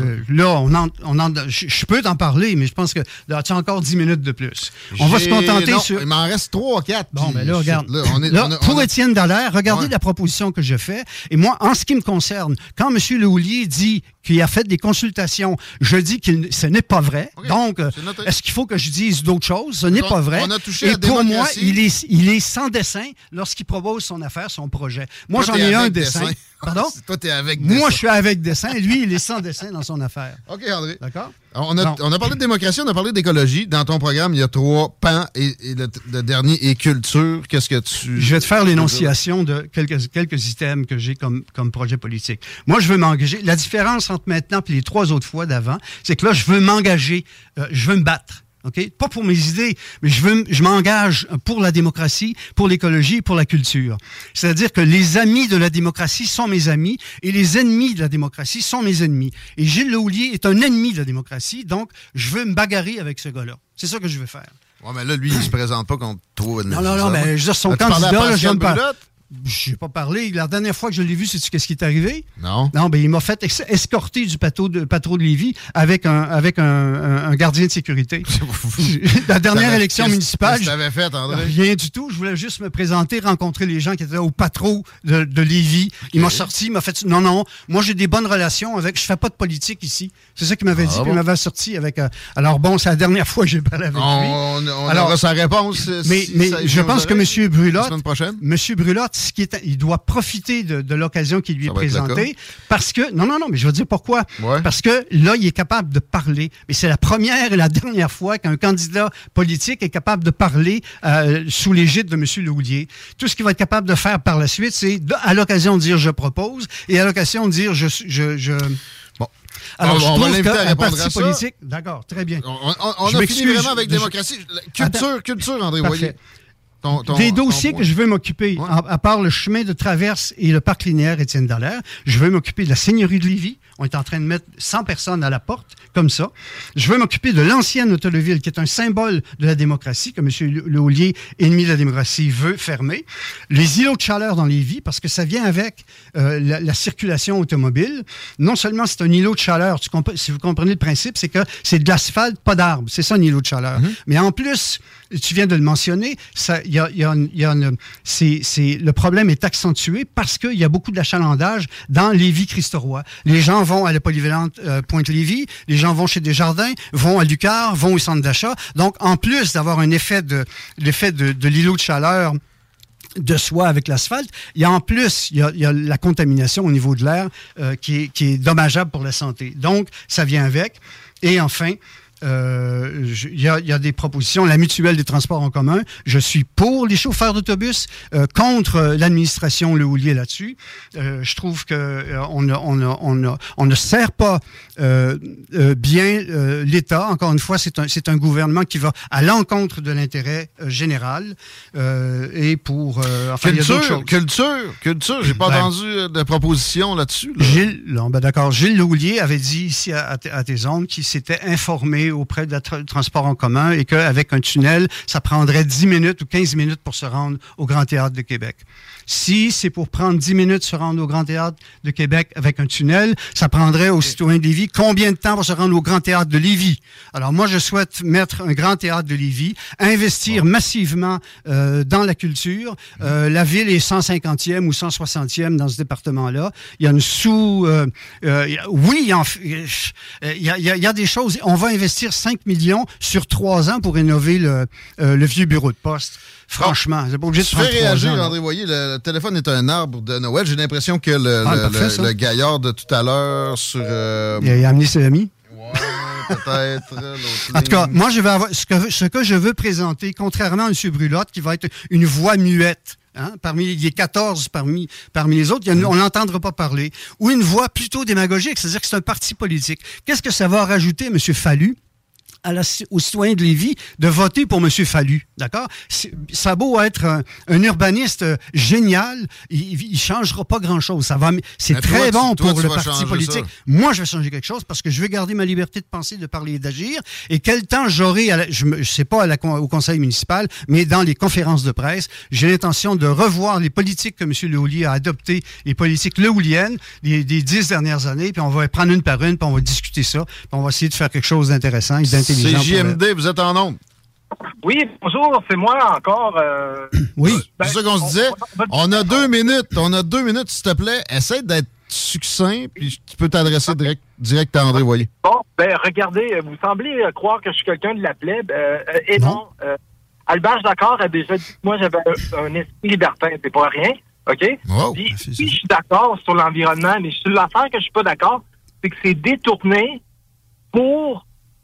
je peux t'en parler, mais je pense que là, tu as encore 10 minutes de plus. On va se contenter sur. Il m'en reste 3 ou 4. Bon, mais là, regarde. Pour Étienne Dallaire, regardez la proposition que je fais. Et moi, en ce qui me concerne, quand M. Le Houlier dit qu'il a fait des consultations, je dis que ce n'est pas vrai. Okay, donc, est-ce qu'il faut que je dise d'autres choses? Ce n'est pas vrai. Et pour moi, il est sans dessin lorsqu'il propose son affaire, son projet. Moi, j'en ai un dessin. Pardon? Toi, t'es avec dessin. Moi, je suis avec dessin. Lui, il est sans dessin dans son affaire. OK, André. D'accord? On a parlé de démocratie, on a parlé d'écologie. Dans ton programme, il y a 3 pans et le dernier est culture. Qu'est-ce que tu... Je vais te faire l'énonciation de quelques items que j'ai comme projet politique. Moi, je veux m'engager. La différence entre maintenant et les 3 autres fois d'avant, c'est que là, je veux m'engager. Je veux me battre. Okay? Pas pour mes idées, mais je m'engage pour la démocratie, pour l'écologie, pour la culture. C'est-à-dire que les amis de la démocratie sont mes amis et les ennemis de la démocratie sont mes ennemis. Et Gilles Le Houlier est un ennemi de la démocratie, donc je veux me bagarrer avec ce gars-là. C'est ça que je veux faire. Ouais, mais là, lui, il se présente pas contre toi. Non, mais je veux dire, son candidat, là, je ne pas. Je n'ai pas parlé. La dernière fois que je l'ai vu, sais-tu qu'est-ce qui est arrivé? Non. Non, ben il m'a fait escorter du patro de Lévis avec un gardien de sécurité. La dernière élection municipale. Qu'est-ce que tu avais fait, André? Rien du tout. Je voulais juste me présenter, rencontrer les gens qui étaient au patro de Lévis. Okay. Il m'a sorti, il m'a fait... Non, moi j'ai des bonnes relations avec... Je fais pas de politique ici. C'est ça qu'il m'avait dit, puis il m'avait sorti avec... Alors bon, c'est la dernière fois que j'ai parlé avec lui. On aura sa réponse. Mais je pense que M. Brulotte... La semaine prochaine? M. Brulotte, il doit profiter de l'occasion qui lui est présentée parce que, non, mais je veux dire pourquoi. Ouais. Parce que là, il est capable de parler. Mais c'est la première et la dernière fois qu'un candidat politique est capable de parler sous l'égide de M. Le Houlier. Tout ce qu'il va être capable de faire par la suite, c'est à l'occasion de dire « je propose » et à l'occasion de dire « je... » Bon. Alors, on va l'inviter à répondre à ça. Politique, d'accord, très bien. On a fini vraiment avec démocratie. Culture, André Voyer. Des dossiers que je veux m'occuper, à part le chemin de traverse et le parc linéaire Étienne Dallaire, je veux m'occuper de la seigneurie de Lévis. On est en train de mettre 100 personnes à la porte, comme ça. Je veux m'occuper de l'ancienne Hôtel de Ville, qui est un symbole de la démocratie, que M. Leaulier, ennemi de la démocratie, veut fermer. Les îlots de chaleur dans Lévis, parce que ça vient avec la circulation automobile. Non seulement c'est un îlot de chaleur, si vous comprenez le principe, c'est que c'est de l'asphalte, pas d'arbres. C'est ça un îlot de chaleur. Mais en plus, tu viens de le mentionner, le problème est accentué parce qu'il y a beaucoup d'achalandage dans Lévis-Christoroy. Les gens vont à la polyvalente Pointe-Lévis, les gens vont chez Desjardins, vont à Lucar, vont au centre d'achat. Donc, en plus d'avoir un effet de l'îlot de chaleur de soie avec l'asphalte, il y a en plus il y a la contamination au niveau de l'air qui est dommageable pour la santé. Donc, ça vient avec. Et enfin, il y a des propositions. La mutuelle des transports en commun, je suis pour les chauffeurs d'autobus, contre l'administration Leaulier là-dessus. Je trouve que on ne sert pas bien l'État. Encore une fois, c'est un gouvernement qui va à l'encontre de l'intérêt général et pour enfin, il y a d'autres choses. Culture, j'ai pas entendu de proposition là-dessus. Là. Gilles Leaulier avait dit ici à tes ondes qu'il s'était informé auprès de transport en commun et qu'avec un tunnel, ça prendrait 10 minutes ou 15 minutes pour se rendre au Grand Théâtre de Québec. Si c'est pour prendre 10 minutes se rendre au Grand Théâtre de Québec avec un tunnel, ça prendrait aux citoyens de Lévis combien de temps pour se rendre au Grand Théâtre de Lévis? Alors moi, je souhaite mettre un Grand Théâtre de Lévis, investir massivement dans la culture. La ville est 150e ou 160e dans ce département-là. Il y a une il y a des choses. On va investir 5 millions sur 3 ans pour rénover le vieux bureau de poste. Franchement, c'est pas obligé de prendre 3 ans. Je fais réagir, André Voyer. Le téléphone est un arbre de Noël. J'ai l'impression que le gaillard de tout à l'heure sur... Il a amené ses amis? Ouais, peut-être. En tout cas, moi, je vais avoir ce que je veux présenter, contrairement à M. Brulotte, qui va être une voix muette. Hein, parmi les 14, parmi les autres, on n'entendra pas parler. Ou une voix plutôt démagogique, c'est-à-dire que c'est un parti politique. Qu'est-ce que ça va rajouter, M. Fallu, aux citoyens de Lévis de voter pour M. Fallu, d'accord? Ça a beau être un urbaniste génial, il changera pas grand-chose. C'est très bon pour le parti politique. Ça. Moi, je vais changer quelque chose parce que je vais garder ma liberté de penser, de parler et d'agir. Et quel temps j'aurai, je sais pas au conseil municipal, mais dans les conférences de presse, j'ai l'intention de revoir les politiques que M. Leaulier a adoptées, les politiques leauliennes des 10 dernières années, puis on va prendre une par une, puis on va discuter ça, puis on va essayer de faire quelque chose d'intéressant et d'intelligent. C'est JMD, vous êtes en onde. Oui, bonjour, c'est moi encore. Oui. C'est ça qu'on se disait. On a 2 minutes. S'il te plaît. Essaie d'être succinct, puis tu peux t'adresser direct à André Voyer. Bon, regardez, vous semblez croire que je suis quelqu'un de la plèbe. Et non. Albert Jacquard a déjà dit que moi, j'avais un esprit libertin. C'est pas rien, OK? Wow, puis je suis d'accord sur l'environnement, mais sur l'affaire que je suis pas d'accord, c'est que c'est détourné pour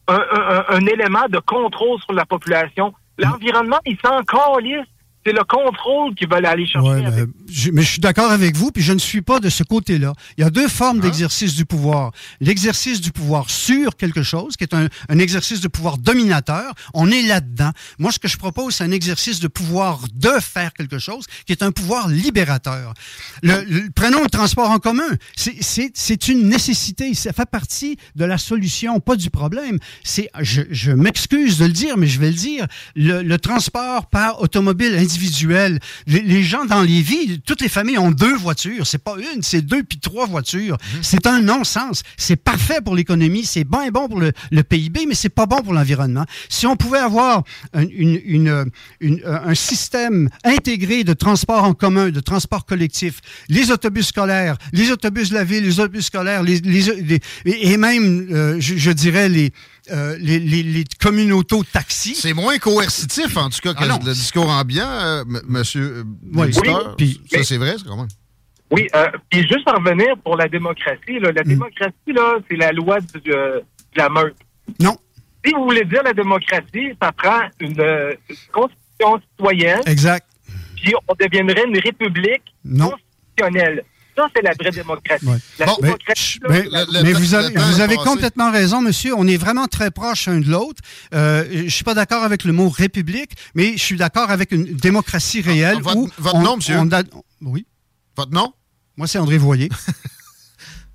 un élément de contrôle sur la population. L'environnement, il s'en calisse. C'est le contrôle qu'ils veulent aller chercher. Ouais, mais je suis d'accord avec vous, puis je ne suis pas de ce côté-là. Il y a 2 formes d'exercice du pouvoir. L'exercice du pouvoir sur quelque chose, qui est un exercice de pouvoir dominateur. On est là-dedans. Moi, ce que je propose, c'est un exercice de pouvoir de faire quelque chose, qui est un pouvoir libérateur. Prenons le transport en commun. C'est une nécessité. Ça fait partie de la solution, pas du problème. Je m'excuse de le dire, mais je vais le dire. Le transport par automobile individuel, les gens dans Lévis, toutes les familles ont 2 voitures. C'est pas une, c'est 2 puis 3 voitures. C'est un non-sens. C'est parfait pour l'économie, c'est bien bon pour le PIB, mais c'est pas bon pour l'environnement. Si on pouvait avoir un système intégré de transport en commun, de transport collectif, les autobus scolaires, les autobus de la ville, les autobus scolaires, et même, je dirais, les communautos taxis. C'est moins coercitif, en tout cas, que le discours ambiant, monsieur l'auditeur. Ça, c'est vrai, c'est quand même. Oui, puis juste en revenir pour la démocratie, la démocratie, c'est la loi de la meute. Non. Si vous voulez dire la démocratie, ça prend une constitution citoyenne. Exact. Puis on deviendrait une république constitutionnelle. Ça, c'est la vraie démocratie. Ouais. La démocratie, mais vous avez complètement raison, monsieur. On est vraiment très proches l'un de l'autre. Je suis pas d'accord avec le mot république, mais je suis d'accord avec une démocratie réelle. Votre nom, monsieur? Oui. Votre nom? Moi, c'est André Voyer.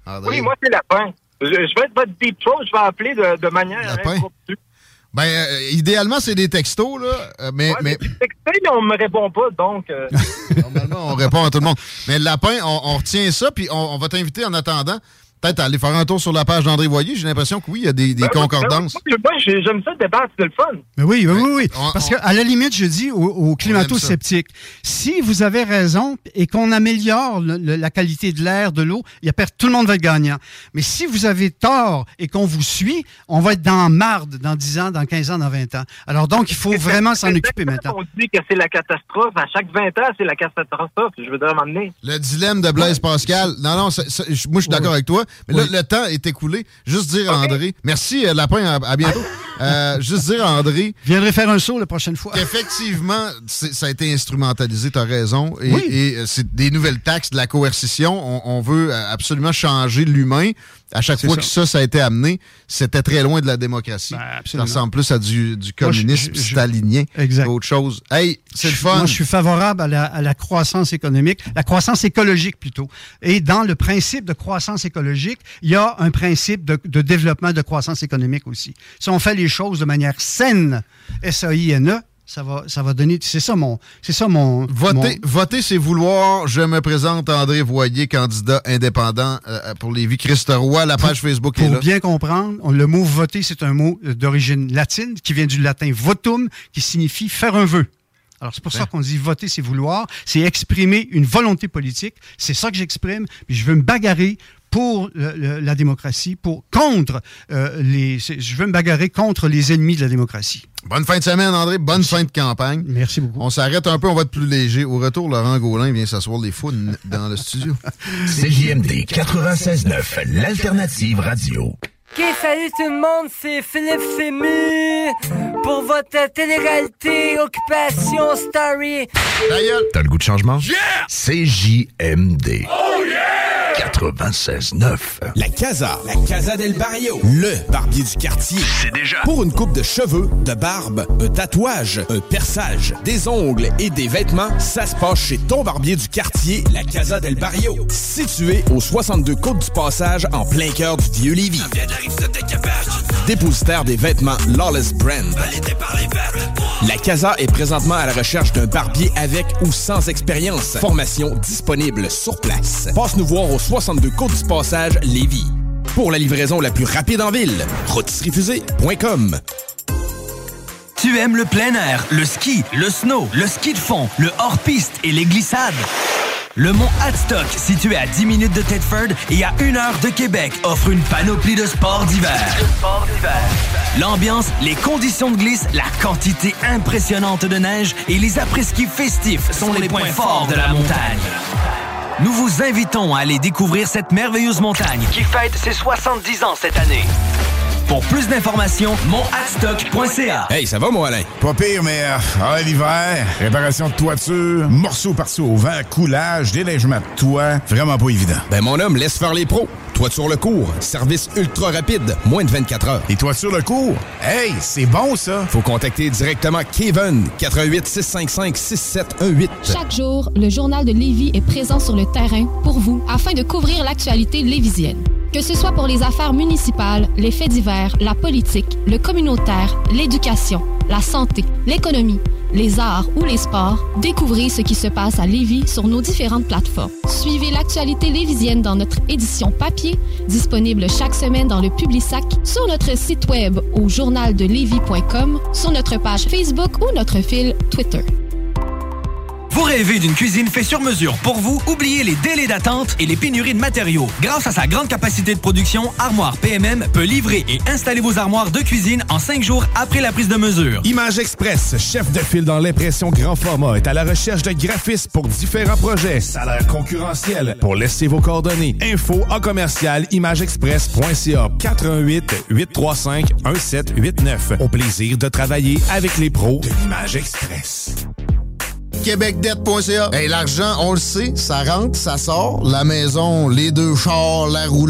André? Oui, moi, c'est Lapin. Je vais être votre deep throat, je vais appeler de manière Lapin? impromptue. Ben, idéalement, c'est des textos, là. Mais... Les textos, on me répond pas, donc... Normalement, on répond à tout le monde. Mais le Lapin, on retient ça, puis on va t'inviter en attendant. Peut-être aller faire un tour sur la page d'André Voyer. J'ai l'impression que oui, il y a des concordances. Moi, j'aime ça débattre, c'est le fun. Mais oui. Parce qu'à la limite, je dis aux climato-sceptiques, si vous avez raison et qu'on améliore la qualité de l'air, de l'eau, tout le monde va être gagnant. Mais si vous avez tort et qu'on vous suit, on va être dans marde dans 10 ans, dans 15 ans, dans 20 ans. Alors donc, il faut vraiment s'en occuper maintenant. On dit que c'est la catastrophe. À chaque 20 ans, c'est la catastrophe. Je veux dire m'emmener. Le dilemme de Blaise Pascal. Non, moi, je suis d'accord avec toi. Mais là, le temps est écoulé. Juste dire à André, merci Lapin, à bientôt. Juste dire à André... Je viendrai faire un saut la prochaine fois. Effectivement, ça a été instrumentalisé, t'as raison. Et c'est des nouvelles taxes, de la coercition. On veut absolument changer l'humain. À chaque fois que ça a été amené, c'était très loin de la démocratie. Ça ressemble plus à du communisme stalinien qu'autre chose. Hey, c'est le fun. Moi, je suis favorable à la croissance économique, la croissance écologique plutôt. Et dans le principe de croissance écologique, il y a un principe de développement de croissance économique aussi. Si on fait les choses de manière saine, S-A-I-N-E, ça va donner... C'est ça mon... Voter, c'est vouloir. Je me présente André Voyer, candidat indépendant pour Lévis. Christ Roy, la page Facebook est là. Pour bien comprendre, le mot voter, c'est un mot d'origine latine qui vient du latin votum, qui signifie faire un vœu. Alors, c'est pour ça qu'on dit voter, c'est vouloir. C'est exprimer une volonté politique. C'est ça que j'exprime. Puis je veux me bagarrer pour la démocratie, je veux me bagarrer contre les ennemis de la démocratie. Bonne fin de semaine, André. Bonne fin de campagne. Merci beaucoup. On s'arrête un peu, on va être plus léger. Au retour, Laurent Gaulin vient s'asseoir les fous dans le studio. CJMD 96.9, l'alternative radio. Ok, salut tout le monde, c'est Philippe Fému pour votre télé-réalité Occupation Story. T'as le goût de changement? Yeah! CJMD. Oh yeah! 96.9. La Casa del Barrio, le barbier du quartier. C'est déjà. Pour une coupe de cheveux, de barbe, un tatouage, un perçage, des ongles et des vêtements, ça se passe chez ton barbier du quartier, la Casa del Barrio. Situé au 62 Côte du Passage, en plein cœur du Vieux-Lévis. Dépositaire des vêtements Lawless Brand. La Casa est présentement à la recherche d'un barbier avec ou sans expérience. Formation disponible sur place. Passe nous voir au 62 Côte du Passage, Lévis. Pour la livraison la plus rapide en ville, rôtisseriefusée.com. Tu aimes le plein air, le ski, le snow, le ski de fond, le hors-piste et les glissades? Le mont Hadstock, situé à 10 minutes de Thetford et à 1 heure de Québec, offre une panoplie de sports d'hiver. L'ambiance, les conditions de glisse, la quantité impressionnante de neige et les après-ski festifs sont les points forts de la montagne. Nous vous invitons à aller découvrir cette merveilleuse montagne qui fête ses 70 ans cette année. Pour plus d'informations, monthadstock.ca. Hey, ça va, moi, Alain? Pas pire, mais l'hiver, réparation de toiture, morceaux par-ci au vent, coulage, déneigement de toit, vraiment pas évident. Ben, mon homme, laisse faire les pros. Toiture Le Cours, service ultra rapide, moins de 24 heures. Et Toiture Le Cours? Hey, c'est bon, ça! Faut contacter directement Kevin, 88 655 6718. Chaque jour, le Journal de Lévis est présent sur le terrain pour vous afin de couvrir l'actualité lévisienne. Que ce soit pour les affaires municipales, les faits divers, la politique, le communautaire, l'éducation, la santé, l'économie, les arts ou les sports, découvrez ce qui se passe à Lévis sur nos différentes plateformes. Suivez l'actualité lévisienne dans notre édition papier, disponible chaque semaine dans le Publisac, sur notre site web au journaldelevis.com, sur notre page Facebook ou notre fil Twitter. Vous rêvez d'une cuisine faite sur mesure pour vous? Oubliez les délais d'attente et les pénuries de matériaux. Grâce à sa grande capacité de production, Armoire PMM peut livrer et installer vos armoires de cuisine en 5 jours après la prise de mesure. Image Express, chef de file dans l'impression grand format, est à la recherche de graphistes pour différents projets. Salaire concurrentiel. Pour laisser vos coordonnées. Info en commercial imageexpress.ca 418 835 1789. Au plaisir de travailler avec les pros de l'Image Express. Québecdebt.ca. Hey, l'argent, on le sait, ça rentre, ça sort. La maison, les 2 chars, la roulotte,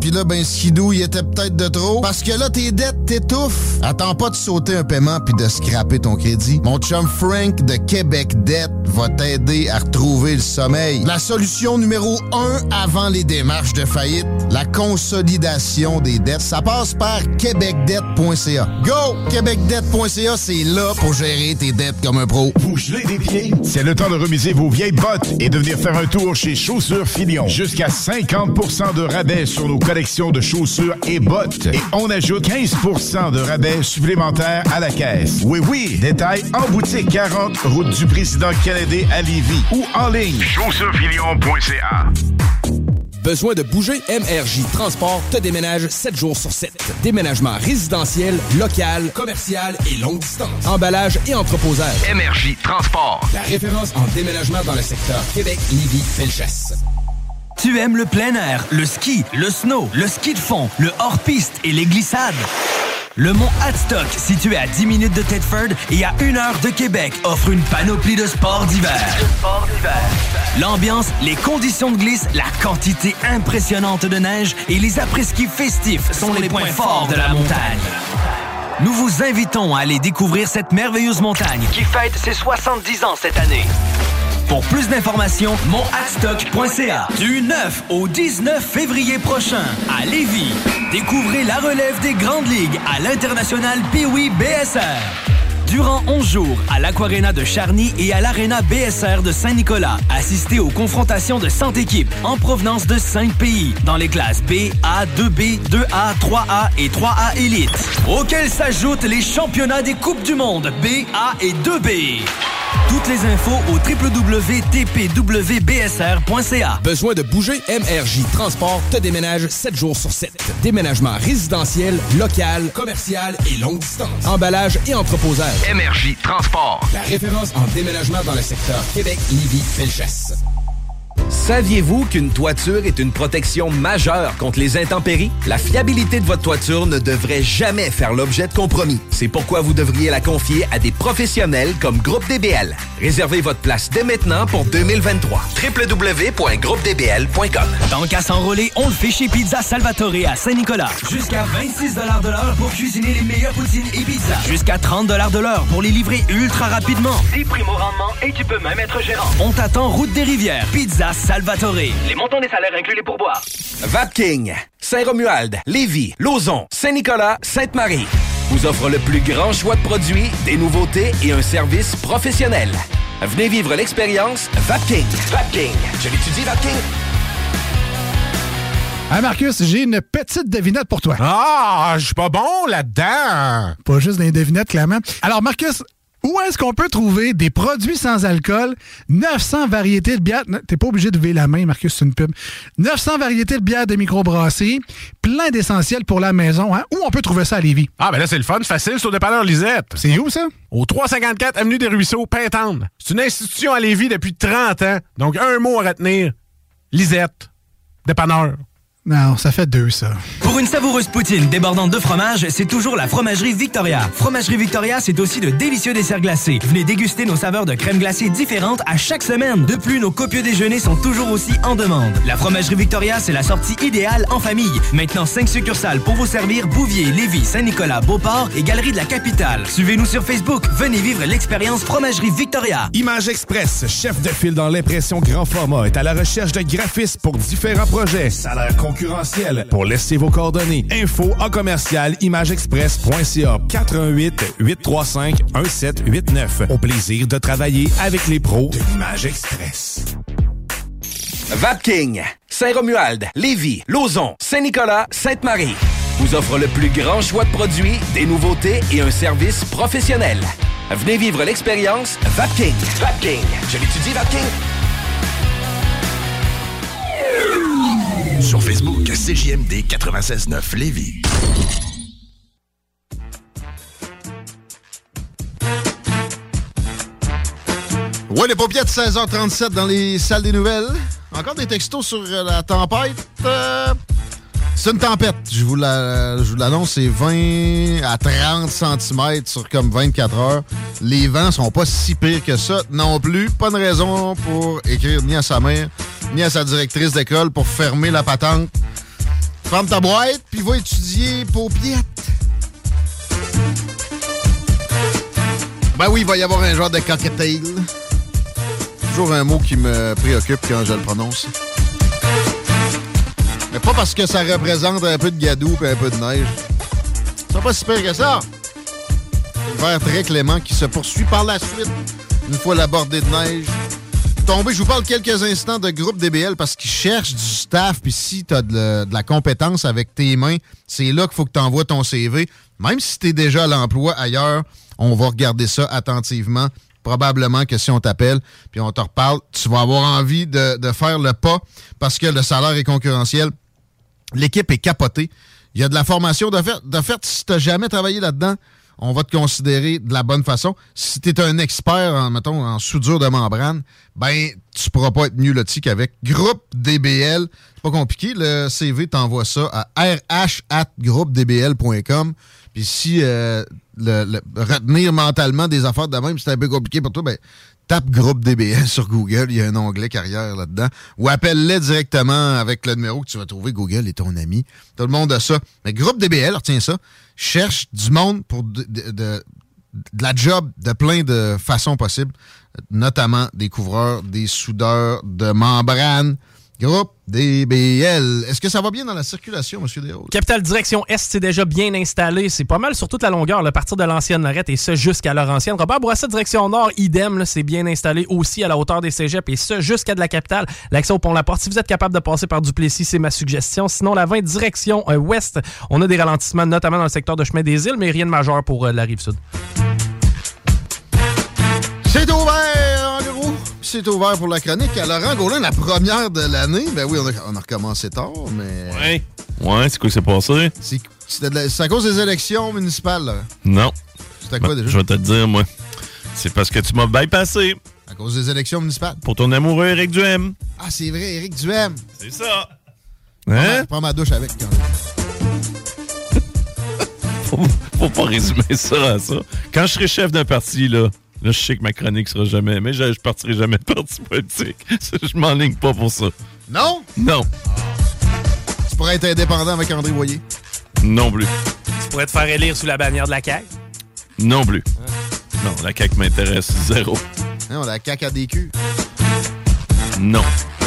puis là, ben, skidou, il était peut-être de trop. Parce que là, tes dettes t'étouffent. Attends pas de sauter un paiement puis de scraper ton crédit. Mon chum Frank de Québec Debt va t'aider à retrouver le sommeil. La solution numéro 1 avant les démarches de faillite, la consolidation des dettes, ça passe par québecdebt.ca. Go! québecdebt.ca, c'est là pour gérer tes dettes comme un pro. Vous gelez des pieds? C'est le temps de remiser vos vieilles bottes et de venir faire un tour chez Chaussures Filion. Jusqu'à 50% de rabais sur nos collections de chaussures et bottes. Et on ajoute 15% de rabais supplémentaires à la caisse. Oui, oui, détail en boutique 40, route du président Kennedy à Lévis ou en ligne. chaussuresfilion.ca. Besoin de bouger? MRJ Transport te déménage 7 jours sur 7. Déménagement résidentiel, local, commercial et longue distance. Emballage et entreposage. MRJ Transport. La référence en déménagement dans le secteur Québec-Lévis-Felchasse. Tu aimes le plein air, le ski, le snow, le ski de fond, le hors-piste et les glissades? Le mont Hadstock, situé à 10 minutes de Thetford et à 1 heure de Québec, offre une panoplie de sports d'hiver. L'ambiance, les conditions de glisse, la quantité impressionnante de neige et les après-ski festifs sont les points forts de la montagne. Nous vous invitons à aller découvrir cette merveilleuse montagne qui fête ses 70 ans cette année. Pour plus d'informations, monthadstock.ca. Du 9 au 19 février prochain, à Lévis, découvrez la relève des grandes ligues à l'International Pee-Wee BSR. Durant 11 jours, à l'Aquarena de Charny et à l'Arena BSR de Saint-Nicolas, assistez aux confrontations de 100 équipes en provenance de 5 pays, dans les classes B, A, 2B, 2A, 3A et 3A Elite, auxquels s'ajoutent les championnats des Coupes du Monde B, A et 2B. Toutes les infos au www.tpwbsr.ca. Besoin de bouger? MRJ Transport te déménage 7 jours sur 7. Déménagement résidentiel, local, commercial et longue distance. Emballage et entreposage. MRJ Transport. La référence en déménagement dans le secteur Québec-Lévis-Felchasse. Saviez-vous qu'une toiture est une protection majeure contre les intempéries? La fiabilité de votre toiture ne devrait jamais faire l'objet de compromis. C'est pourquoi vous devriez la confier à des professionnels comme Groupe DBL. Réservez votre place dès maintenant pour 2023. www.groupedbl.com. Tant qu'à s'enrôler, on le fait chez Pizza Salvatore à Saint-Nicolas. Jusqu'à 26 $ de l'heure pour cuisiner les meilleures poutines et pizzas. Jusqu'à 30 $ de l'heure pour les livrer ultra rapidement. 10 primo rendement et tu peux même être gérant. On t'attend route des Rivières. Pizza Salvatore. Les montants des salaires inclus les pourboires. Vapking, Saint-Romuald, Lévis, Lauson, Saint-Nicolas, Sainte-Marie vous offre le plus grand choix de produits, des nouveautés et un service professionnel. Venez vivre l'expérience Vapking. Vapking. Je l'étudie, Vapking. Hey Marcus, j'ai une petite devinette pour toi. Ah, je suis pas bon là-dedans. Pas juste des devinettes, clairement. Alors Marcus, où est-ce qu'on peut trouver des produits sans alcool, 900 variétés de bières... T'es pas obligé de lever la main, Marcus, c'est une pub. 900 variétés de bières de microbrasserie, plein d'essentiels pour la maison. Hein? Où on peut trouver ça à Lévis? Ah, ben là, c'est le fun, facile, c'est au dépanneur Lisette. C'est où, ça? Au 354 Avenue des Ruisseaux, Pintendre. C'est une institution à Lévis depuis 30 ans. Donc, un mot à retenir. Lisette. Dépanneur. Non, ça fait 2, ça. Pour une savoureuse poutine débordante de fromage, c'est toujours la Fromagerie Victoria. Fromagerie Victoria, c'est aussi de délicieux desserts glacés. Venez déguster nos saveurs de crème glacée différentes à chaque semaine. De plus, nos copieux déjeuners sont toujours aussi en demande. La Fromagerie Victoria, c'est la sortie idéale en famille. Maintenant, 5 succursales pour vous servir: Bouvier, Lévis, Saint-Nicolas, Beauport et Galerie de la Capitale. Suivez-nous sur Facebook. Venez vivre l'expérience Fromagerie Victoria. Image Express, chef de file dans l'impression grand format, est à la recherche de graphistes pour différents projets. Salaire concurrentiel. Pour laisser vos coordonnées. Info en commercial imageexpress.ca 418 835 1789. Au plaisir de travailler avec les pros de l'Image Express. Vapking, Saint-Romuald, Lévis, Lauson, Saint-Nicolas, Sainte-Marie vous offre le plus grand choix de produits, des nouveautés et un service professionnel. Venez vivre l'expérience Vapking. Vapking. Je l'étudie, Vapking. Sur Facebook, CJMD 96.9 Lévis. Ouais, les paupières de 16h37 dans les salles des nouvelles. Encore des textos sur la tempête. C'est une tempête. Je vous l'annonce, c'est 20 à 30 cm sur comme 24 heures. Les vents sont pas si pires que ça non plus. Pas de raison pour écrire ni à sa mère, ni à sa directrice d'école pour fermer la patente. Ferme ta boîte, puis va étudier paupiette. Ben oui, il va y avoir un genre de cocktail. Toujours un mot qui me préoccupe quand je le prononce. Mais pas parce que ça représente un peu de gadou et un peu de neige. C'est pas si pire que ça. Hiver très clément qui se poursuit par la suite. Une fois la bordée de neige tombée. Je vous parle quelques instants de groupe DBL parce qu'ils cherchent du staff. Puis si tu as de la compétence avec tes mains, c'est là qu'il faut que tu envoies ton CV. Même si tu es déjà à l'emploi ailleurs, on va regarder ça attentivement. Probablement que si on t'appelle puis on te reparle, tu vas avoir envie de faire le pas parce que le salaire est concurrentiel. L'équipe est capotée. Il y a de la formation de fait, si tu n'as jamais travaillé là-dedans, on va te considérer de la bonne façon. Si tu es un expert, en soudure de membrane, ben tu pourras pas être mieux loti qu'avec Groupe DBL. C'est pas compliqué. Le CV t'envoie ça à rh@groupedbl.com. Puis si retenir mentalement des affaires de même, c'est un peu compliqué pour toi, ben tape Groupe DBL sur Google, il y a un onglet carrière là-dedans. Ou appelle-les directement avec le numéro que tu vas trouver. Google est ton ami. Tout le monde a ça. Mais Groupe DBL, retiens ça, cherche du monde pour de la job de plein de façons possibles, notamment des couvreurs, des soudeurs de membrane. Groupe DBL. Est-ce que ça va bien dans la circulation, M. Desroses? Capitale Direction Est, c'est déjà bien installé. C'est pas mal sur toute la longueur, à partir de l'ancienne Lorette et ce jusqu'à Laurentienne. Robert Bourassa, Direction Nord, idem, là, c'est bien installé aussi à la hauteur des cégeps et ce jusqu'à de la capitale. L'accès au Pont-la-Porte, si vous êtes capable de passer par Duplessis, c'est ma suggestion. Sinon, la 20 Direction Ouest, on a des ralentissements, notamment dans le secteur de Chemin des Îles, mais rien de majeur pour la Rive-Sud. C'est ouvert, en gros. C'est ouvert pour la chronique. À Laurent Gaulin, la première de l'année. Ben oui, on a recommencé tard, mais... Ouais, c'est quoi qui s'est passé? C'est à cause des élections municipales, là. Non. C'était quoi, déjà? Je vais te le dire, moi. C'est parce que tu m'as bypassé. À cause des élections municipales? Pour ton amoureux Éric Duhem. Ah, c'est vrai, Éric Duhem. C'est ça. Je prends ma douche avec, quand même. Faut pas résumer ça à ça. Quand je serai chef d'un parti, là, je sais que ma chronique sera jamais... Mais je partirai jamais de parti politique. Je m'enligne pas pour ça. Non? Non. Tu pourrais être indépendant avec André Voyer? Non plus. Tu pourrais te faire élire sous la bannière de la CAQ? Non plus. Non, la CAQ m'intéresse zéro. Non, la CAQ a des culs. Non.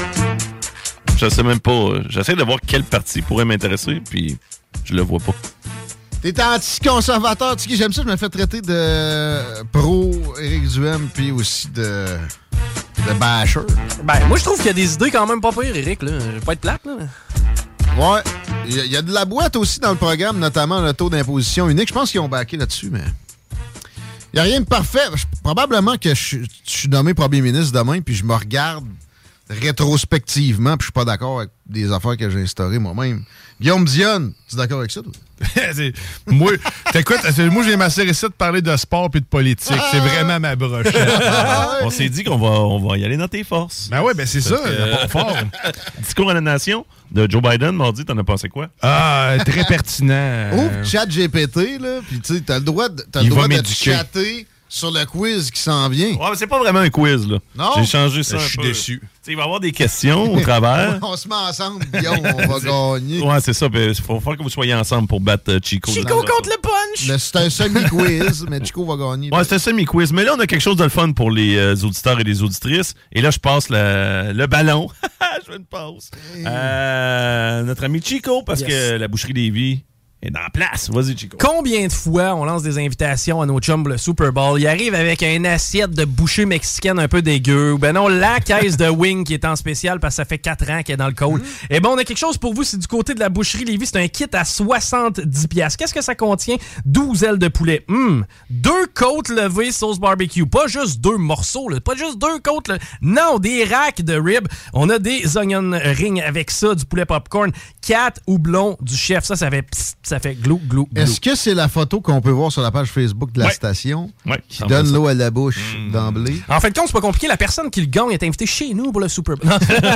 Je sais même pas. J'essaie de voir quel parti pourrait m'intéresser, puis je le vois pas. T'es anti-conservateur. Tu sais, j'aime ça, je me fais traiter de pro-Éric Duhem, puis aussi de basher. Ben, moi, je trouve qu'il y a des idées quand même pas pires, Éric. Là. Je vais pas être plate, là. Ouais. Il y a de la boîte aussi dans le programme, notamment le taux d'imposition unique. Je pense qu'ils ont backé là-dessus, mais... Il n'y a rien de parfait. Probablement que je suis nommé premier ministre demain, puis je me regarde rétrospectivement, puis je suis pas d'accord avec des affaires que j'ai instaurées moi-même. Guillaume Dionne, tu es d'accord avec ça, toi? Moi, j'ai ma série ici de parler de sport puis de politique. C'est vraiment ma broche. On s'est dit qu'on va y aller dans tes forces. Ben oui, ben c'est ça, fort. Discours à la nation de Joe Biden, mardi, t'en as pensé quoi? Ah, très pertinent. Ouvre ChatGPT, là, puis tu sais, t'as le droit de chatter sur le quiz qui s'en vient. Ouais, mais c'est pas vraiment un quiz, là. Non? J'ai changé ça. Je suis déçu. Il va y avoir des questions au travers. On se met ensemble, Guillaume, on va gagner. Ouais, c'est ça. Il faut falloir que vous soyez ensemble pour battre Chico. Chico contre le punch! C'est un semi-quiz, mais Chico va gagner. Ouais, c'est un semi-quiz. Mais là, on a quelque chose de le fun pour les auditeurs et les auditrices. Et là, je passe le ballon. Je fais une pause. Notre ami Chico, parce que la boucherie Lévis est dans la place. Vas-y, Chico. Combien de fois on lance des invitations à nos chums le Super Bowl? Ils arrivent avec une assiette de bouchée mexicaine un peu dégueu. Ben non, la caisse de wing qui est en spécial parce que ça fait 4 ans qu'elle est dans le code. Et bon, on a quelque chose pour vous. C'est du côté de la boucherie Lévis. C'est un kit à 70$. Qu'est-ce que ça contient? 12 ailes de poulet. 2 côtes levées sauce barbecue. Pas juste 2 morceaux. Là. Pas juste 2 côtes. Là. Non, des racks de ribs. On a des onion rings avec ça, du poulet popcorn. 4 houblons du chef. Ça fait psst. Ça fait glou, glou, glou. Est-ce que c'est la photo qu'on peut voir sur la page Facebook de la station qui donne l'eau à la bouche d'emblée? En fait, c'est pas compliqué. La personne qui le gagne est invitée chez nous pour le Super Bowl.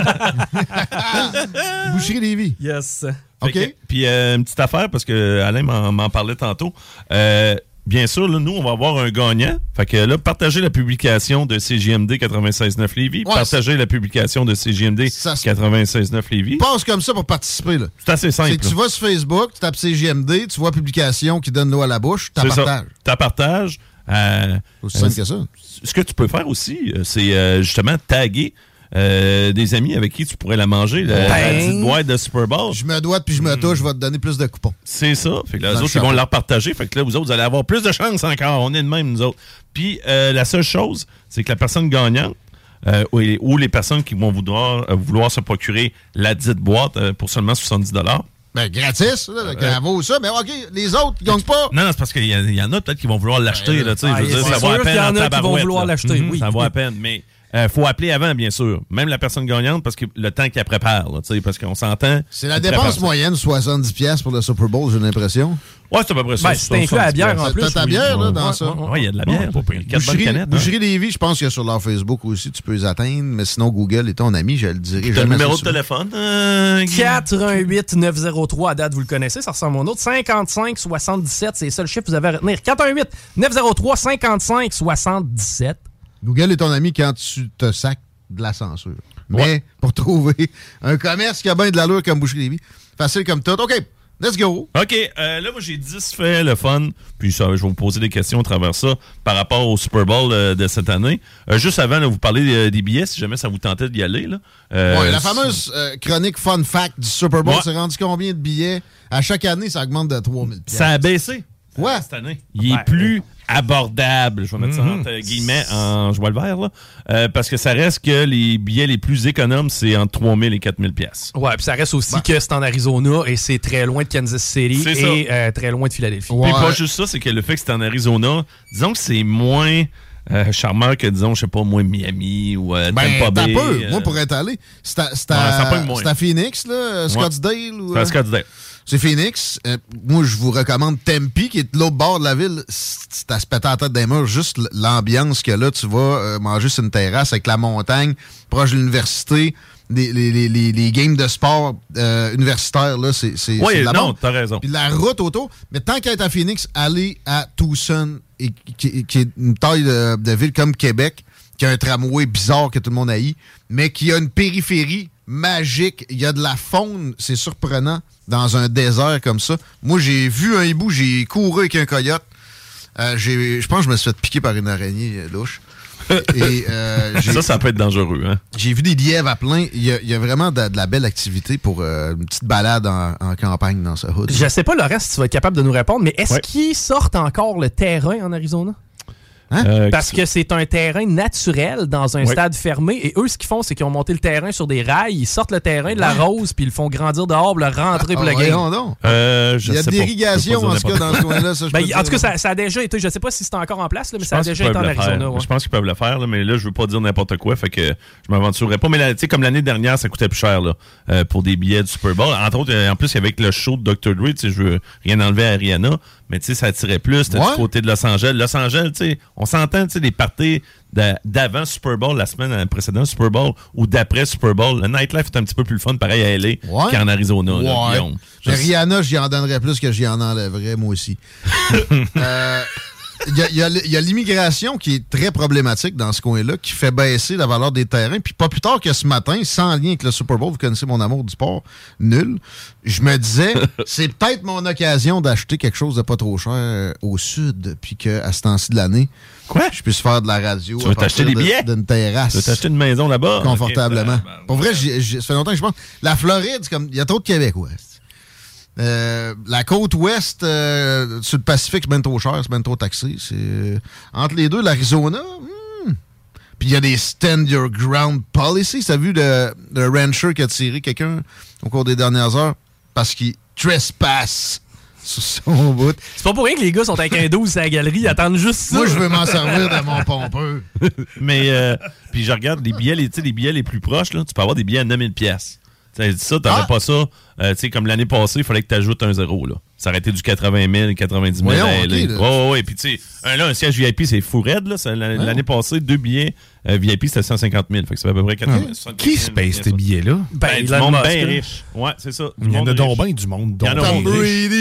Boucherie Lévis. Yes. OK. Puis une petite affaire, parce que Alain m'en parlait tantôt. bien sûr, là, nous, on va avoir un gagnant. Fait que là, partagez la publication de CJMD 96.9 Lévis. Ouais, partagez la publication de CJMD 96.9 Lévis. Passe comme ça pour participer. Là. C'est assez simple. C'est que tu vas sur Facebook, tu tapes CJMD, tu vois publication qui donne l'eau à la bouche, tu partages. Tu partages. Aussi simple que ça. Ce que tu peux faire aussi, c'est justement taguer des amis avec qui tu pourrais la manger, la petite boîte de Super Bowl. Je me dois puis je me touche, je vais te donner plus de coupons. C'est ça. Fait que là, les autres, ils vont leur partager. Fait que là, vous autres, vous allez avoir plus de chance encore. On est de même, nous autres. Puis, la seule chose, c'est que la personne gagnante ou les personnes qui vont vouloir se procurer la dite boîte pour seulement 70 $. Ben, gratis, ça vaut ça. Mais OK, les autres, ils gagnent pas. Non, c'est parce qu'il y en a peut-être qui vont vouloir l'acheter. Là, ça vaut à peine en tabarouette. Qui vont vouloir l'acheter, oui. Ça vaut à peine, mais... faut appeler avant, bien sûr. Même la personne gagnante, parce que le temps qu'elle prépare, là, parce qu'on s'entend. C'est la dépense moyenne, 70$ pour le Super Bowl, j'ai l'impression. Ouais, c'est à peu près ça. C'est inclus à la bière en plus. T'as ta bière là, dans ça? Oui, il y a de la bière. Boucherie Lévis, je pense qu'il y a sur leur Facebook aussi, tu peux les atteindre. Mais sinon, Google est ton ami, je le dirais. T'as le numéro de téléphone? 418 903, à date, vous le connaissez, ça ressemble à mon autre. 55 77, c'est ça le chiffre que vous avez à retenir. 418 903 55 77. Google est ton ami quand tu te sacs de la censure. Mais pour trouver un commerce qui a bien de l'allure comme Boucherie Lévis, facile comme tout. OK, let's go. OK, là, moi, j'ai 10 faits, le fun. Puis je vais vous poser des questions à travers ça par rapport au Super Bowl de cette année. Juste avant, là, vous parlez des billets, si jamais ça vous tentait d'y aller. Là. La fameuse chronique Fun Fact du Super Bowl, c'est rendu combien de billets? À chaque année, ça augmente de 3000$. Ça a baissé. Ouais. Cette année. Il est plus abordable. Je vais mettre ça entre guillemets je vois le vert, là. Parce que ça reste que les billets les plus économes, c'est entre 3000 et 4000$. Ouais, puis ça reste aussi que c'est en Arizona et c'est très loin de Kansas City et très loin de Philadelphie. Puis pas juste ça, c'est que le fait que c'est en Arizona, disons que c'est moins charmeur que, disons, je sais pas, moins Miami ou Tampa Bay. Moi, pour être allé, c'est à Phoenix, là, Scottsdale. Ou, c'est à Scottsdale. C'est Phoenix. Moi, je vous recommande Tempe, qui est de l'autre bord de la ville. C'est à se péter la tête des murs. Juste l'ambiance que là, tu vas manger sur une terrasse avec la montagne, proche de l'université. Les games de sport universitaires, là, c'est oui, non, t'as raison. Puis la route autour. Mais tant qu'à être à Phoenix, aller à Tucson, qui est une taille de ville comme Québec, qui a un tramway bizarre que tout le monde haït, mais qui a une périphérie magique. Il y a de la faune, c'est surprenant, dans un désert comme ça. Moi, j'ai vu un hibou, j'ai couru avec un coyote. Je pense que je me suis fait piquer par une araignée louche. Et, ça peut être dangereux. Hein? J'ai vu des lièvres à plein. Il y a vraiment de la belle activité pour une petite balade en campagne dans ce hood. Je sais pas, Laurent, si tu vas être capable de nous répondre, mais est-ce qu'ils sortent encore le terrain en Arizona? Parce que c'est un terrain naturel dans un stade fermé. Et eux, ce qu'ils font, c'est qu'ils ont monté le terrain sur des rails. Ils sortent le terrain de la rose, puis ils le font grandir dehors pour le rentrer pour le game. Il y a de l'irrigation, en tout cas, dans ce coin-là. Ça, en tout cas, ça a déjà été... Je sais pas si c'est encore en place, là, mais ça a déjà été en Arizona. Je pense qu'ils peuvent le faire, là, mais là, je veux pas dire n'importe quoi, fait que je m'aventurerai pas. Mais tu sais, comme l'année dernière, ça coûtait plus cher là, pour des billets du Super Bowl. Entre autres, en plus, avec le show de Dr. Dre, je veux rien enlever à Ariana, mais tu sais, ça attirait plus. C'était du côté de Los Angeles. Los Angeles, tu sais, on s'entend, tu sais, les parties d'avant Super Bowl, la semaine précédente Super Bowl ou d'après Super Bowl. Le nightlife est un petit peu plus le fun, pareil à LA qu'en Arizona. Mais Rihanna, j'y en donnerais plus que j'y en enlèverais, moi aussi. Il y a l'immigration qui est très problématique dans ce coin-là, qui fait baisser la valeur des terrains. Puis pas plus tard que ce matin, sans lien avec le Super Bowl, vous connaissez mon amour du sport, nul, je me disais, c'est peut-être mon occasion d'acheter quelque chose de pas trop cher au sud, puis qu'à ce temps-ci de l'année, je puisse faire de la radio. Tu veux t'acheter des billets? D'une terrasse. Tu veux t'acheter une maison là-bas? Confortablement. Pour vrai, ça fait longtemps que je pense. La Floride, c'est comme, il y a trop de Québécois. La côte ouest sur le Pacifique, c'est bien trop cher, c'est bien trop taxé. Entre les deux, l'Arizona, puis il y a des stand your ground policy. T'as vu le rancher qui a tiré quelqu'un au cours des dernières heures parce qu'il trespasse sur son bout. C'est pas pour rien que les gars sont avec un 12 à la galerie, ils attendent juste ça. Moi, je veux m'en servir de mon pompeux. Mais, puis je regarde les billets, les billets les plus proches, là, tu peux avoir des billets à 9000$. Ça, t'aurais pas ça. Comme l'année passée, il fallait que tu ajoutes un zéro. Là. Ça aurait été du 80 000, 90 000 à LA. Oui. Puis, tu sais, un siège VIP, c'est fou raide. Là. L'année passée, 2 billets VIP, c'était 150 000. Fait que ça fait à peu près 80 000. Qui se paye ces billets-là? Du monde bien riche. Ouais, c'est ça. Il y en a donc bien du monde. Tom Brady.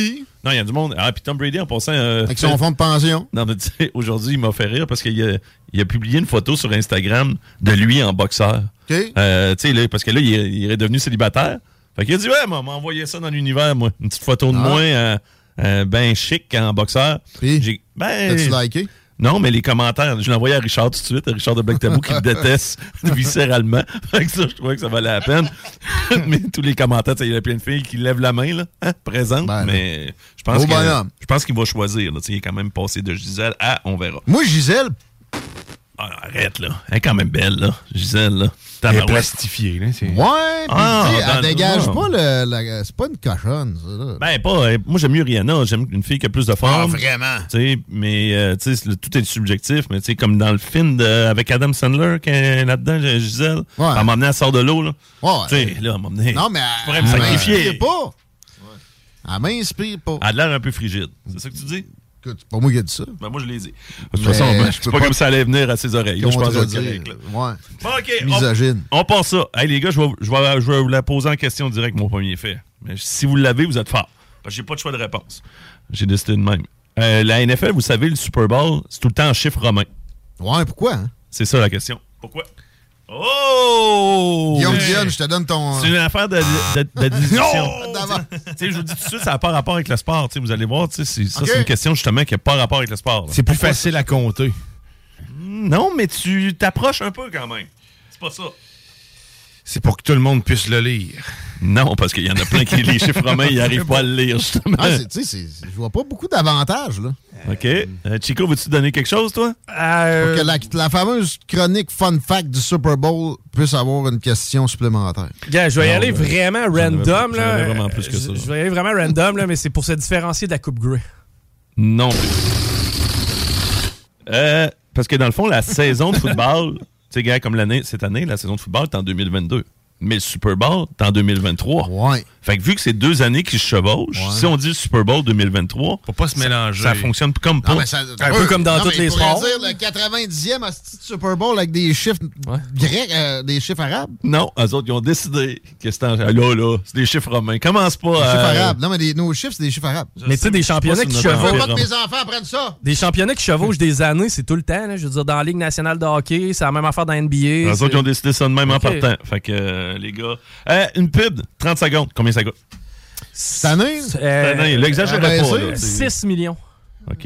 Non, il y a du monde. Ah, puis Tom Brady, en passant... Avec son fonds de pension. Non, mais tu sais, aujourd'hui, il m'a fait rire parce qu'il a publié une photo sur Instagram de lui en boxeur. OK. Tu sais, là, parce que là, il est devenu célibataire. Fait qu'il a dit, ouais, m'a envoyé ça dans l'univers, moi. Une petite photo de moi, ben chic en boxeur. Puis, t'as-tu liké? Non, mais les commentaires, je l'ai envoyé à Richard tout de suite, à Richard de Black Tabou, qui le déteste viscéralement. Fait que ça, je trouvais que ça valait la peine. Mais tous les commentaires, il y a plein de filles qui lèvent la main, là, présentes, mais je pense qu'il va choisir. Là, il est quand même passé de Gisèle à on verra. Moi, Gisèle... Ah, arrête, là. Elle est quand même belle, là. Gisèle, là. Elle est plastifiée, là. Elle dégage pas c'est pas une cochonne, ça. Là. Ben, pas. Moi, j'aime mieux Rihanna. J'aime une fille qui a plus de forme. Ah, vraiment? Mais, tout est subjectif. Mais, tu sais, comme dans le film avec Adam Sandler, qui est là-dedans, Gisèle, elle m'a emmené à sort de l'eau, là. Tu sais, là, elle m'a emmené. Non, mais je pourrais me sacrifier. Pas. Elle m'inspire pas. Elle a l'air un peu frigide. C'est ça que tu dis? Écoute, c'est pas moi qui ai dit ça. Ben, moi, je l'ai dit. De toute façon, c'est pas comme ça allait venir à ses oreilles. Là, je pense que c'est correct. Ouais. Bon, OK. Misogyne. On passe ça. Hey, les gars, je vais vous la poser en question direct, mon premier fait. Mais si vous l'avez, vous êtes fort. Parce que j'ai pas de choix de réponse. J'ai décidé de même. La NFL, vous savez, le Super Bowl, c'est tout le temps en chiffre romain. Ouais, pourquoi? Hein? C'est ça la question. Pourquoi? Oh! Guillaume Dionne, je te donne ton... C'est une affaire de discussion. Je vous dis tout de suite, ça n'a pas rapport avec le sport. Vous allez voir, c'est une question justement qui n'a pas rapport avec le sport. C'est plus facile à compter. Non, mais tu t'approches un peu quand même. C'est pas ça. C'est pour que tout le monde puisse le lire. Non, parce qu'il y en a plein qui, les chiffres romains, ils n'arrivent pas à le lire, justement. Je vois pas beaucoup d'avantages, là. OK. Chico, veux-tu donner quelque chose, toi? Pour que la fameuse chronique fun fact du Super Bowl puisse avoir une question supplémentaire. Yeah, je vais y aller vraiment random, là. Vraiment plus que ça. Je vais y aller vraiment random, là, mais c'est pour se différencier de la Coupe Grey. Non plus. Parce que dans le fond, la saison de football, tu sais, gars, comme cette année, la saison de football est en 2022. Mais le Super Bowl, c'est en 2023. Ouais. Fait que vu que c'est 2 années qui se chevauchent, si on dit le Super Bowl 2023, faut pas se mélanger. Ça fonctionne comme pas. Un peu comme dans tous les sports. Tu pourrais dire le 90e Super Bowl avec des chiffres grecs, des chiffres arabes? Non, eux autres, ils ont décidé que c'était là, c'est des chiffres romains. Commence pas. Des chiffres arabes. Non, mais nos chiffres, c'est des chiffres arabes. Mais tu sais, des championnats qui chevauchent. Je veux pas que mes enfants apprennent ça. Des championnats qui chevauchent des années, c'est tout le temps. Là. Je veux dire, dans la Ligue nationale de hockey, c'est la même affaire dans la NBA. Eux autres, ils ont décidé ça de même en partant. Fait que, les gars. Une pub, 30 secondes. Combien ça coûte? Cette année? L'exagérez pas. 6 millions. OK.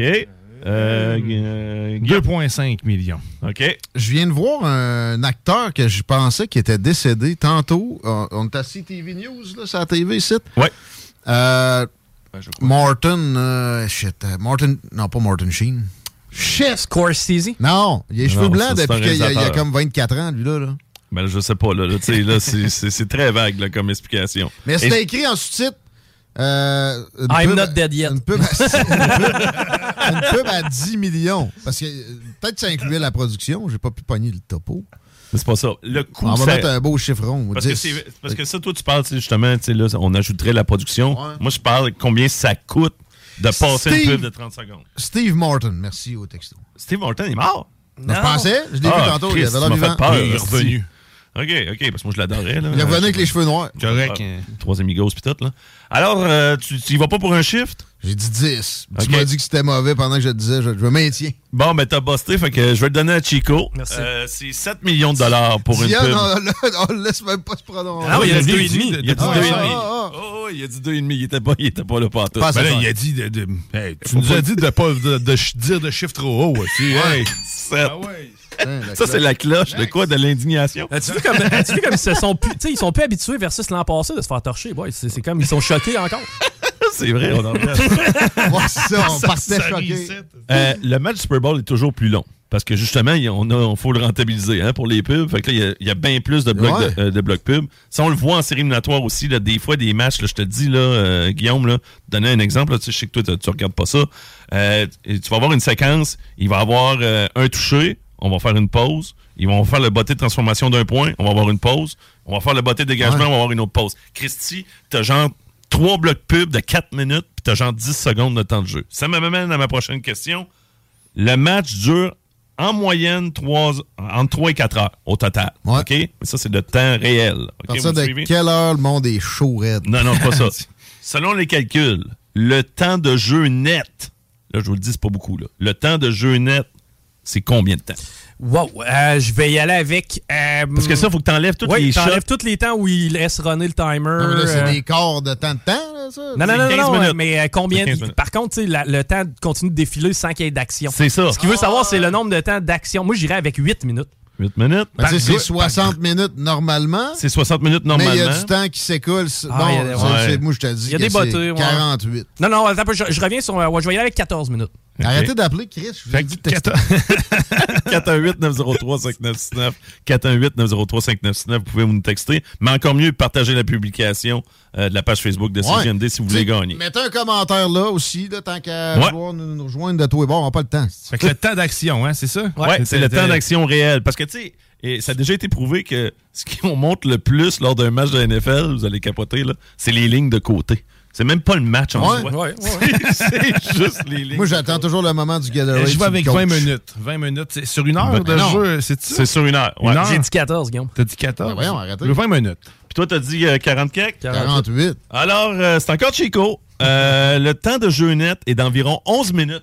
2,5 millions. OK. Je viens de voir un acteur que je pensais qui était décédé tantôt. On est à CTV News, là, sur la TV, ici. Ouais. Martin... non, pas Martin Sheen. Shit! Scorsese? Non, il a les cheveux blancs depuis qu'il a comme 24 ans, lui, là. Ben, je sais pas, là c'est très vague là, comme explication. Mais c'était écrit en sous-titre. I'm not dead yet. Une pub à 10 millions. Parce que peut-être que ça incluait la production. J'ai pas pu pogner le topo. Mais c'est pas ça. Le coût, on va mettre un beau chiffron. Parce que ça, toi, tu parles justement, là, on ajouterait la production. Ouais. Moi, je parle combien ça coûte de passer une pub de 30 secondes. Steve Martin, merci au texto. Steve Martin est mort? Non. Je pensais, je l'ai vu tantôt, Christ, il avait l'air vivant. Peur, il est revenu. OK, parce que moi, je l'adorais. Là. Il est revenu avec les cheveux noirs. Correct. 3 amigos pis tout, là. Alors, tu y vas pas pour un shift? J'ai dit 10. Tu m'as dit que c'était mauvais pendant que je te disais, je me maintiens. Bon, ben t'as busté, fait que je vais le donner à Chico. Merci. C'est 7 millions de dollars pour une pub. On le laisse même pas se prononcer. Ah oui, il a dit 2,5. Il a dit 2,5. Oh, il a dit 2,5. Il était pas là partout. Ben là, il a dit tu nous as dit de pas dire de chiffre trop haut aussi. Ouais. 7. Ah ouais. Ça, c'est la cloche de quoi? De l'indignation. As-tu vu comme ils sont plus habitués versus l'an passé de se faire torcher? Ouais, c'est comme ils sont choqués encore. C'est vrai, on en revient. Ouais, c'est ça, on partait choqués. Le match Super Bowl est toujours plus long. Parce que justement, il faut le rentabiliser pour les pubs. Fait que là, il y a bien plus de blocs de blocs pubs. Ça, on le voit en série éliminatoire aussi. Là, des fois, des matchs, là, je te dis, là, Guillaume, là, donner un exemple. Là, je sais que toi, tu regardes pas ça. Tu vas avoir une séquence. Il va y avoir un touché. On va faire une pause. Ils vont faire le botté de transformation d'un point. On va avoir une pause. On va faire le botté de dégagement. On va avoir une autre pause. Christy, t'as genre 3 blocs pubs de 4 minutes puis t'as genre 10 secondes de temps de jeu. Ça m'amène à ma prochaine question. Le match dure en moyenne entre 3 et 4 heures au total. Ouais. OK? Mais ça, c'est de temps réel. À partir de quelle heure le monde est chaud raide? Non, pas ça. Selon les calculs, le temps de jeu net, là, je vous le dis, c'est pas beaucoup, là. Le temps de jeu net, c'est combien de temps? Wow, je vais y aller avec... Parce que ça, il faut que tu enlèves tous les shots. t'enlèves tous les temps où il laisse runner le timer. Non, mais là, c'est des quarts de temps, là, ça? Non, mais combien... Par contre, tu sais, le temps continue de défiler sans qu'il y ait d'action. C'est ça. Ce qu'il veut savoir, c'est le nombre de temps d'action. Moi, j'irais avec 8 minutes. 8 minutes? Ben, c'est 60 minutes normalement. C'est 60 minutes normalement. Mais il y a du temps qui s'écoule. Moi, je te dis il y a des bottées, 48. Non, attends, je reviens sur... je vais y aller avec 14 minutes. Okay. Arrêtez d'appeler, Chris. Je vous ai dit de texter. 418-903-5969. 418-903-5969. Vous pouvez nous texter. Mais encore mieux, partagez la publication de la page Facebook de CJMD si vous voulez gagner. Mettez un commentaire là aussi, là, tant qu'à nous rejoindre de tous les bords. On n'a pas le temps. Fait que le temps d'action, hein, c'est ça? Oui, c'est le temps d'action réel. Parce que, tu sais, et ça a déjà été prouvé que ce qui monte le plus lors d'un match de la NFL, vous allez capoter, là, c'est les lignes de côté. C'est même pas le match en soi. C'est juste les lignes. Moi, j'attends toujours le moment du Gatorade. Je vais avec 20 minutes. 20 minutes, c'est sur une heure de jeu, c'est ça? C'est sur une heure. Ouais. J'ai dit 14, Guillaume. T'as dit 14? Ben voyons, arrêtez. 20 minutes. Puis toi, t'as dit 40 quelques? 48. Alors, c'est encore Chico. Le temps de jeu net est d'environ 11 minutes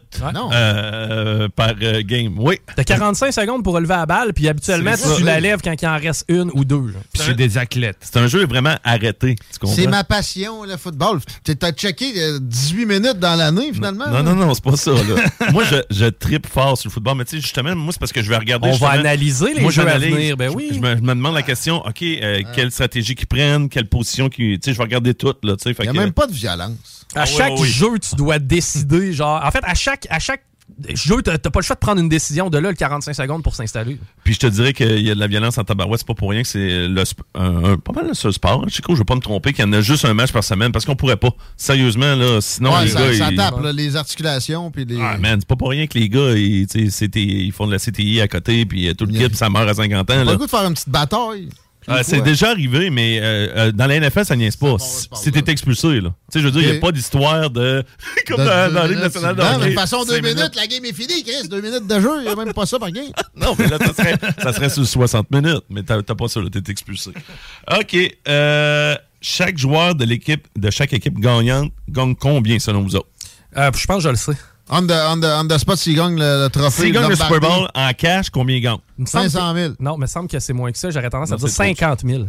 par game. Oui. T'as 45 secondes pour relever la balle, puis habituellement, tu la lèves quand il en reste une ou deux. Puis c'est des athlètes. C'est un jeu vraiment arrêté. C'est ma passion, le football. T'as checké 18 minutes dans l'année, finalement? Non, c'est pas ça. Là. Moi, je trippe fort sur le football, mais tu sais, justement, moi, c'est parce que je vais regarder... On va analyser les jeux à venir, ben oui. Je me demande la question, OK, quelle stratégie qu'ils prennent, quelle position qu'ils... Tu sais, je vais regarder tout, là. Il n'y a même pas de violence. À chaque jeu, tu dois décider, genre... En fait, à chaque jeu, t'as pas le choix de prendre une décision de là, le 45 secondes pour s'installer. Puis je te dirais qu'il y a de la violence en tabarouette. C'est pas pour rien que c'est pas mal le seul sport. Je sais que je vais pas me tromper qu'il y en a juste un match par semaine parce qu'on pourrait pas. Sérieusement, là, sinon les gars... Ça tape, là, les articulations. Puis les... Ah, man, c'est pas pour rien que les gars, ils font de la CTI à côté, puis tout le kit, puis ça meurt à 50 ans. T'as là. pas le goût de faire une petite bataille. C'est déjà arrivé, mais dans la NFL, ça niaise pas. Si t'es expulsé, là. Tu sais, je veux dire, il n'y a pas d'histoire de... Comme dans la Ligue nationale de hockey. De toute façon, 2 minutes, la game est finie, Chris. 2 minutes de jeu, il n'y a même pas ça par game. Non, mais là, ça serait sur 60 minutes. Mais t'as pas ça, là. T'es expulsé. OK. Chaque joueur de chaque équipe gagnante gagne combien, selon vous autres? Je pense que je le sais. On the spot, s'il gagne le trophée. S'il gagne le Super Bowl en cash, combien il gagne? 500 000. Non, mais il me semble que c'est moins que ça. J'aurais tendance à dire 50 000.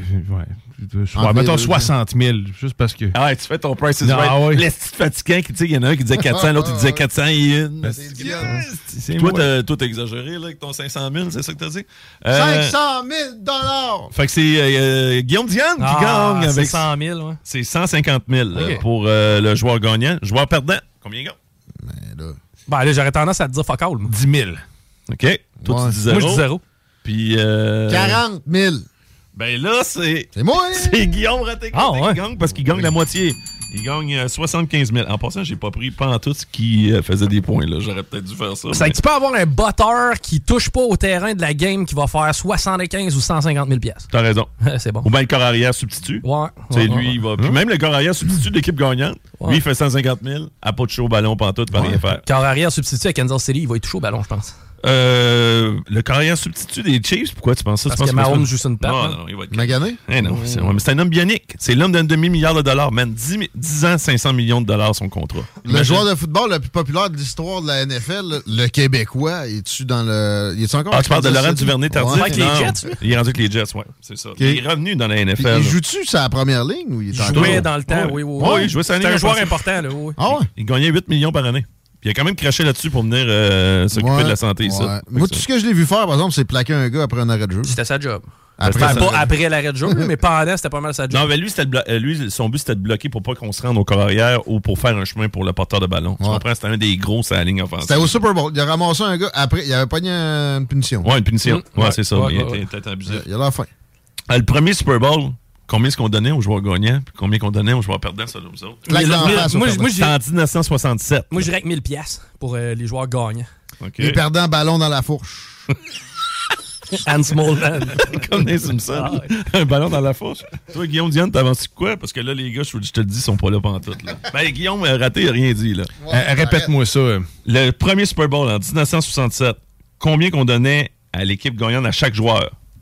Mettons 60 000, juste parce que... Ah ouais, tu fais ton price is right. Ouais. Les petits fatigants, il y en a un qui disait 400, l'autre il disait 401. Toi, t'as exagéré là, avec ton 500 000, c'est ça que t'as dit? 500 000 Fait que c'est Guillaume Diane qui gagne avec... C'est 100 000, ouais. C'est 150 000 pour le joueur gagnant. Joueur perdant, combien il gagne? Là, j'aurais tendance à te dire fuck all. 10 000. OK. Toi, tu dis 0. Moi, je dis 0. Puis... 40 000. Ben là, c'est... C'est moi, hein? C'est Guillaume Raté qui gagne parce qu'il gagne la moitié. Il gagne 75 000. En passant, j'ai pas pris pantoute ce qui faisait des points. Là. J'aurais peut-être dû faire ça. C'est que tu peux avoir un botteur qui touche pas au terrain de la game qui va faire 75 ou 150 000 piastres. T'as raison. C'est bon. Ou bien le corps arrière substitut. Ouais. Lui, il va... Puis même le corps arrière substitut de l'équipe gagnante, lui, il fait 150 000. À pas de chaud au ballon, pantoute, pas rien faire. Corps arrière substitut à Kansas City, il va y toucher au ballon, je pense. Le carrière substitut des Chiefs, pourquoi tu penses ça? Parce que Mahomes joue sur une patte. Non, il va être... Magané? Non, c'est un homme bionique. C'est l'homme d'un demi-milliard de dollars, man. 10 ans, 500 millions de dollars, son contrat. Le joueur de football le plus populaire de l'histoire de la NFL, le Québécois, es-tu dans le... Il est encore... Ah, tu parles de Laurent Duvernay-Tardif? Avec les Jets, il est rendu avec les Jets, ouais. C'est ça. Okay. Il est revenu dans la NFL. Il joue-tu sa première ligne ou il est encore... jouait dans le temps, oui. Il jouait sa ligne. C'est un joueur important, là, oui. Ah ouais? Il gagnait 8 millions par année. Puis il a quand même craché là-dessus pour venir s'occuper de la santé. Ça. Moi, tout ce que je l'ai vu faire, par exemple, c'est plaquer un gars après un arrêt de jeu. C'était sa job. Pas après l'arrêt de jeu, mais pendant, c'était pas mal sa job. Non, mais lui, son but, c'était de bloquer pour pas qu'on se rende au corps arrière ou pour faire un chemin pour le porteur de ballon. Tu comprends? C'était un des gros sur la ligne offensive. C'était au Super Bowl. Il a ramassé un gars. Après, il avait pogné une punition. Ouais, une punition. Ouais, c'est ça. Il était peut-être abusé. Il a l'air fin. Le premier Super Bowl, combien est-ce qu'on donnait aux joueurs gagnants puis combien qu'on donnait aux joueurs perdants, ça, nous autres? Moi, c'était en 1967. Moi, je dirais que 1000 piastres pour les joueurs gagnants. Les perdants, ballon dans la fourche. Anne Smallman. Comme des Simpsons. Un ballon dans la fourche. Toi, Guillaume Diane, t'avances quoi? Parce que là, les gars, je te le dis, ils sont pas là pantoute. Là. Ben, Guillaume Raté, il a rien dit. Là. Répète-moi ça. Le premier Super Bowl en 1967, combien qu'on donnait à l'équipe gagnante à chaque joueur?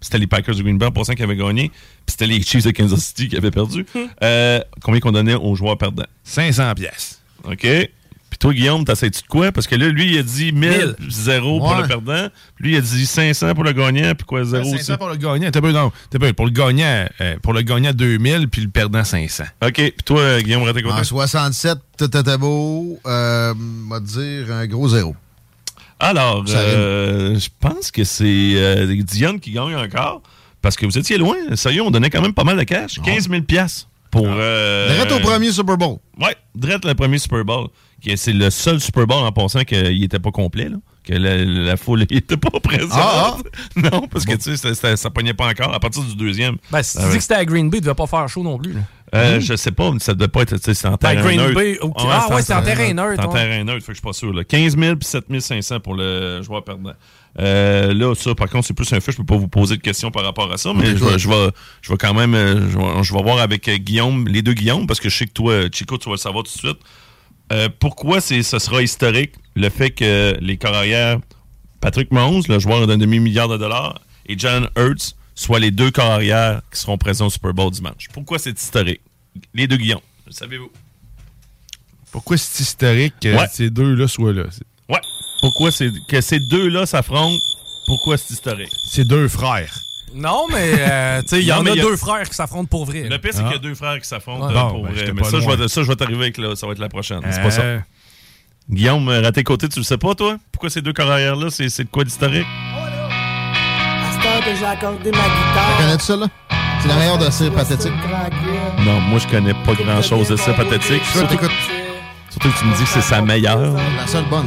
c'était les Packers de Green Bay pour 5 qui avaient gagné, puis c'était les Chiefs de Kansas City qui avaient perdu. Combien qu'on donnait aux joueurs perdants? 500 pièces. OK. Puis toi, Guillaume, t'essayes-tu de quoi? Parce que là, lui, il a dit 1000, 0 pour le perdant. Lui, il a dit 500 pour le gagnant, puis quoi, 0 aussi? 500 pour le gagnant. Pour le gagnant, 2000, puis le perdant, 500. OK. Puis toi, Guillaume, raté quoi? En 67, tout était beau. On va te dire un gros 0. Alors, je pense que c'est Diane qui gagne encore, parce que vous étiez loin. Sérieux, on donnait quand même pas mal de cash. 15 000 $. Pour... Drette au premier Super Bowl. Ouais, drette le premier Super Bowl. C'est le seul Super Bowl en pensant qu'il n'était pas complet, là. Que la foule n'était pas présente. Non, parce que tu sais, ça pognait pas encore à partir du deuxième. Ben, si tu dis que c'était à Green Bay, il ne devait pas faire chaud non plus. Je sais pas, mais ça devait pas être. C'est en terrain neutre. Green Bay, okay. C'est en terrain neutre. C'est en terrain neutre, fait que je suis pas sûr. Là. 15 000 puis 7 500 pour le joueur perdant. Là, ça, par contre, c'est plus un fait. Je peux pas vous poser de questions par rapport à ça, mais je vais quand même. Je vais voir avec Guillaume, les deux Guillaume, parce que je sais que toi, Chico, tu vas le savoir tout de suite. Pourquoi ce sera historique le fait que les carrières Patrick Mahomes, le joueur d'un demi-milliard de dollars, et Jalen Hurts soient les deux carrières qui seront présents au Super Bowl dimanche? Pourquoi c'est historique? Les deux Guillaume, le savez-vous? Pourquoi c'est historique que ces deux-là soient là? Ouais. Pourquoi que ces deux-là s'affrontent? Pourquoi c'est historique? C'est deux frères. Non, mais il y en a deux frères qui s'affrontent pour vrai. Le pire, c'est qu'il y a deux frères qui s'affrontent pour vrai. Mais ça, je vais t'arriver avec ça va être la prochaine. C'est pas ça. Guillaume, à tes côtés, tu le sais pas, toi? Pourquoi ces deux carrières-là, c'est de quoi d'historique? À cette heure que j'ai accordé ma guitare. Connais-tu ça, là? C'est la meilleure de Cire Pathétique. Non, moi, je connais pas grand-chose de Cire Pathétique. Surtout que tu me dis que c'est sa meilleure. La seule bonne.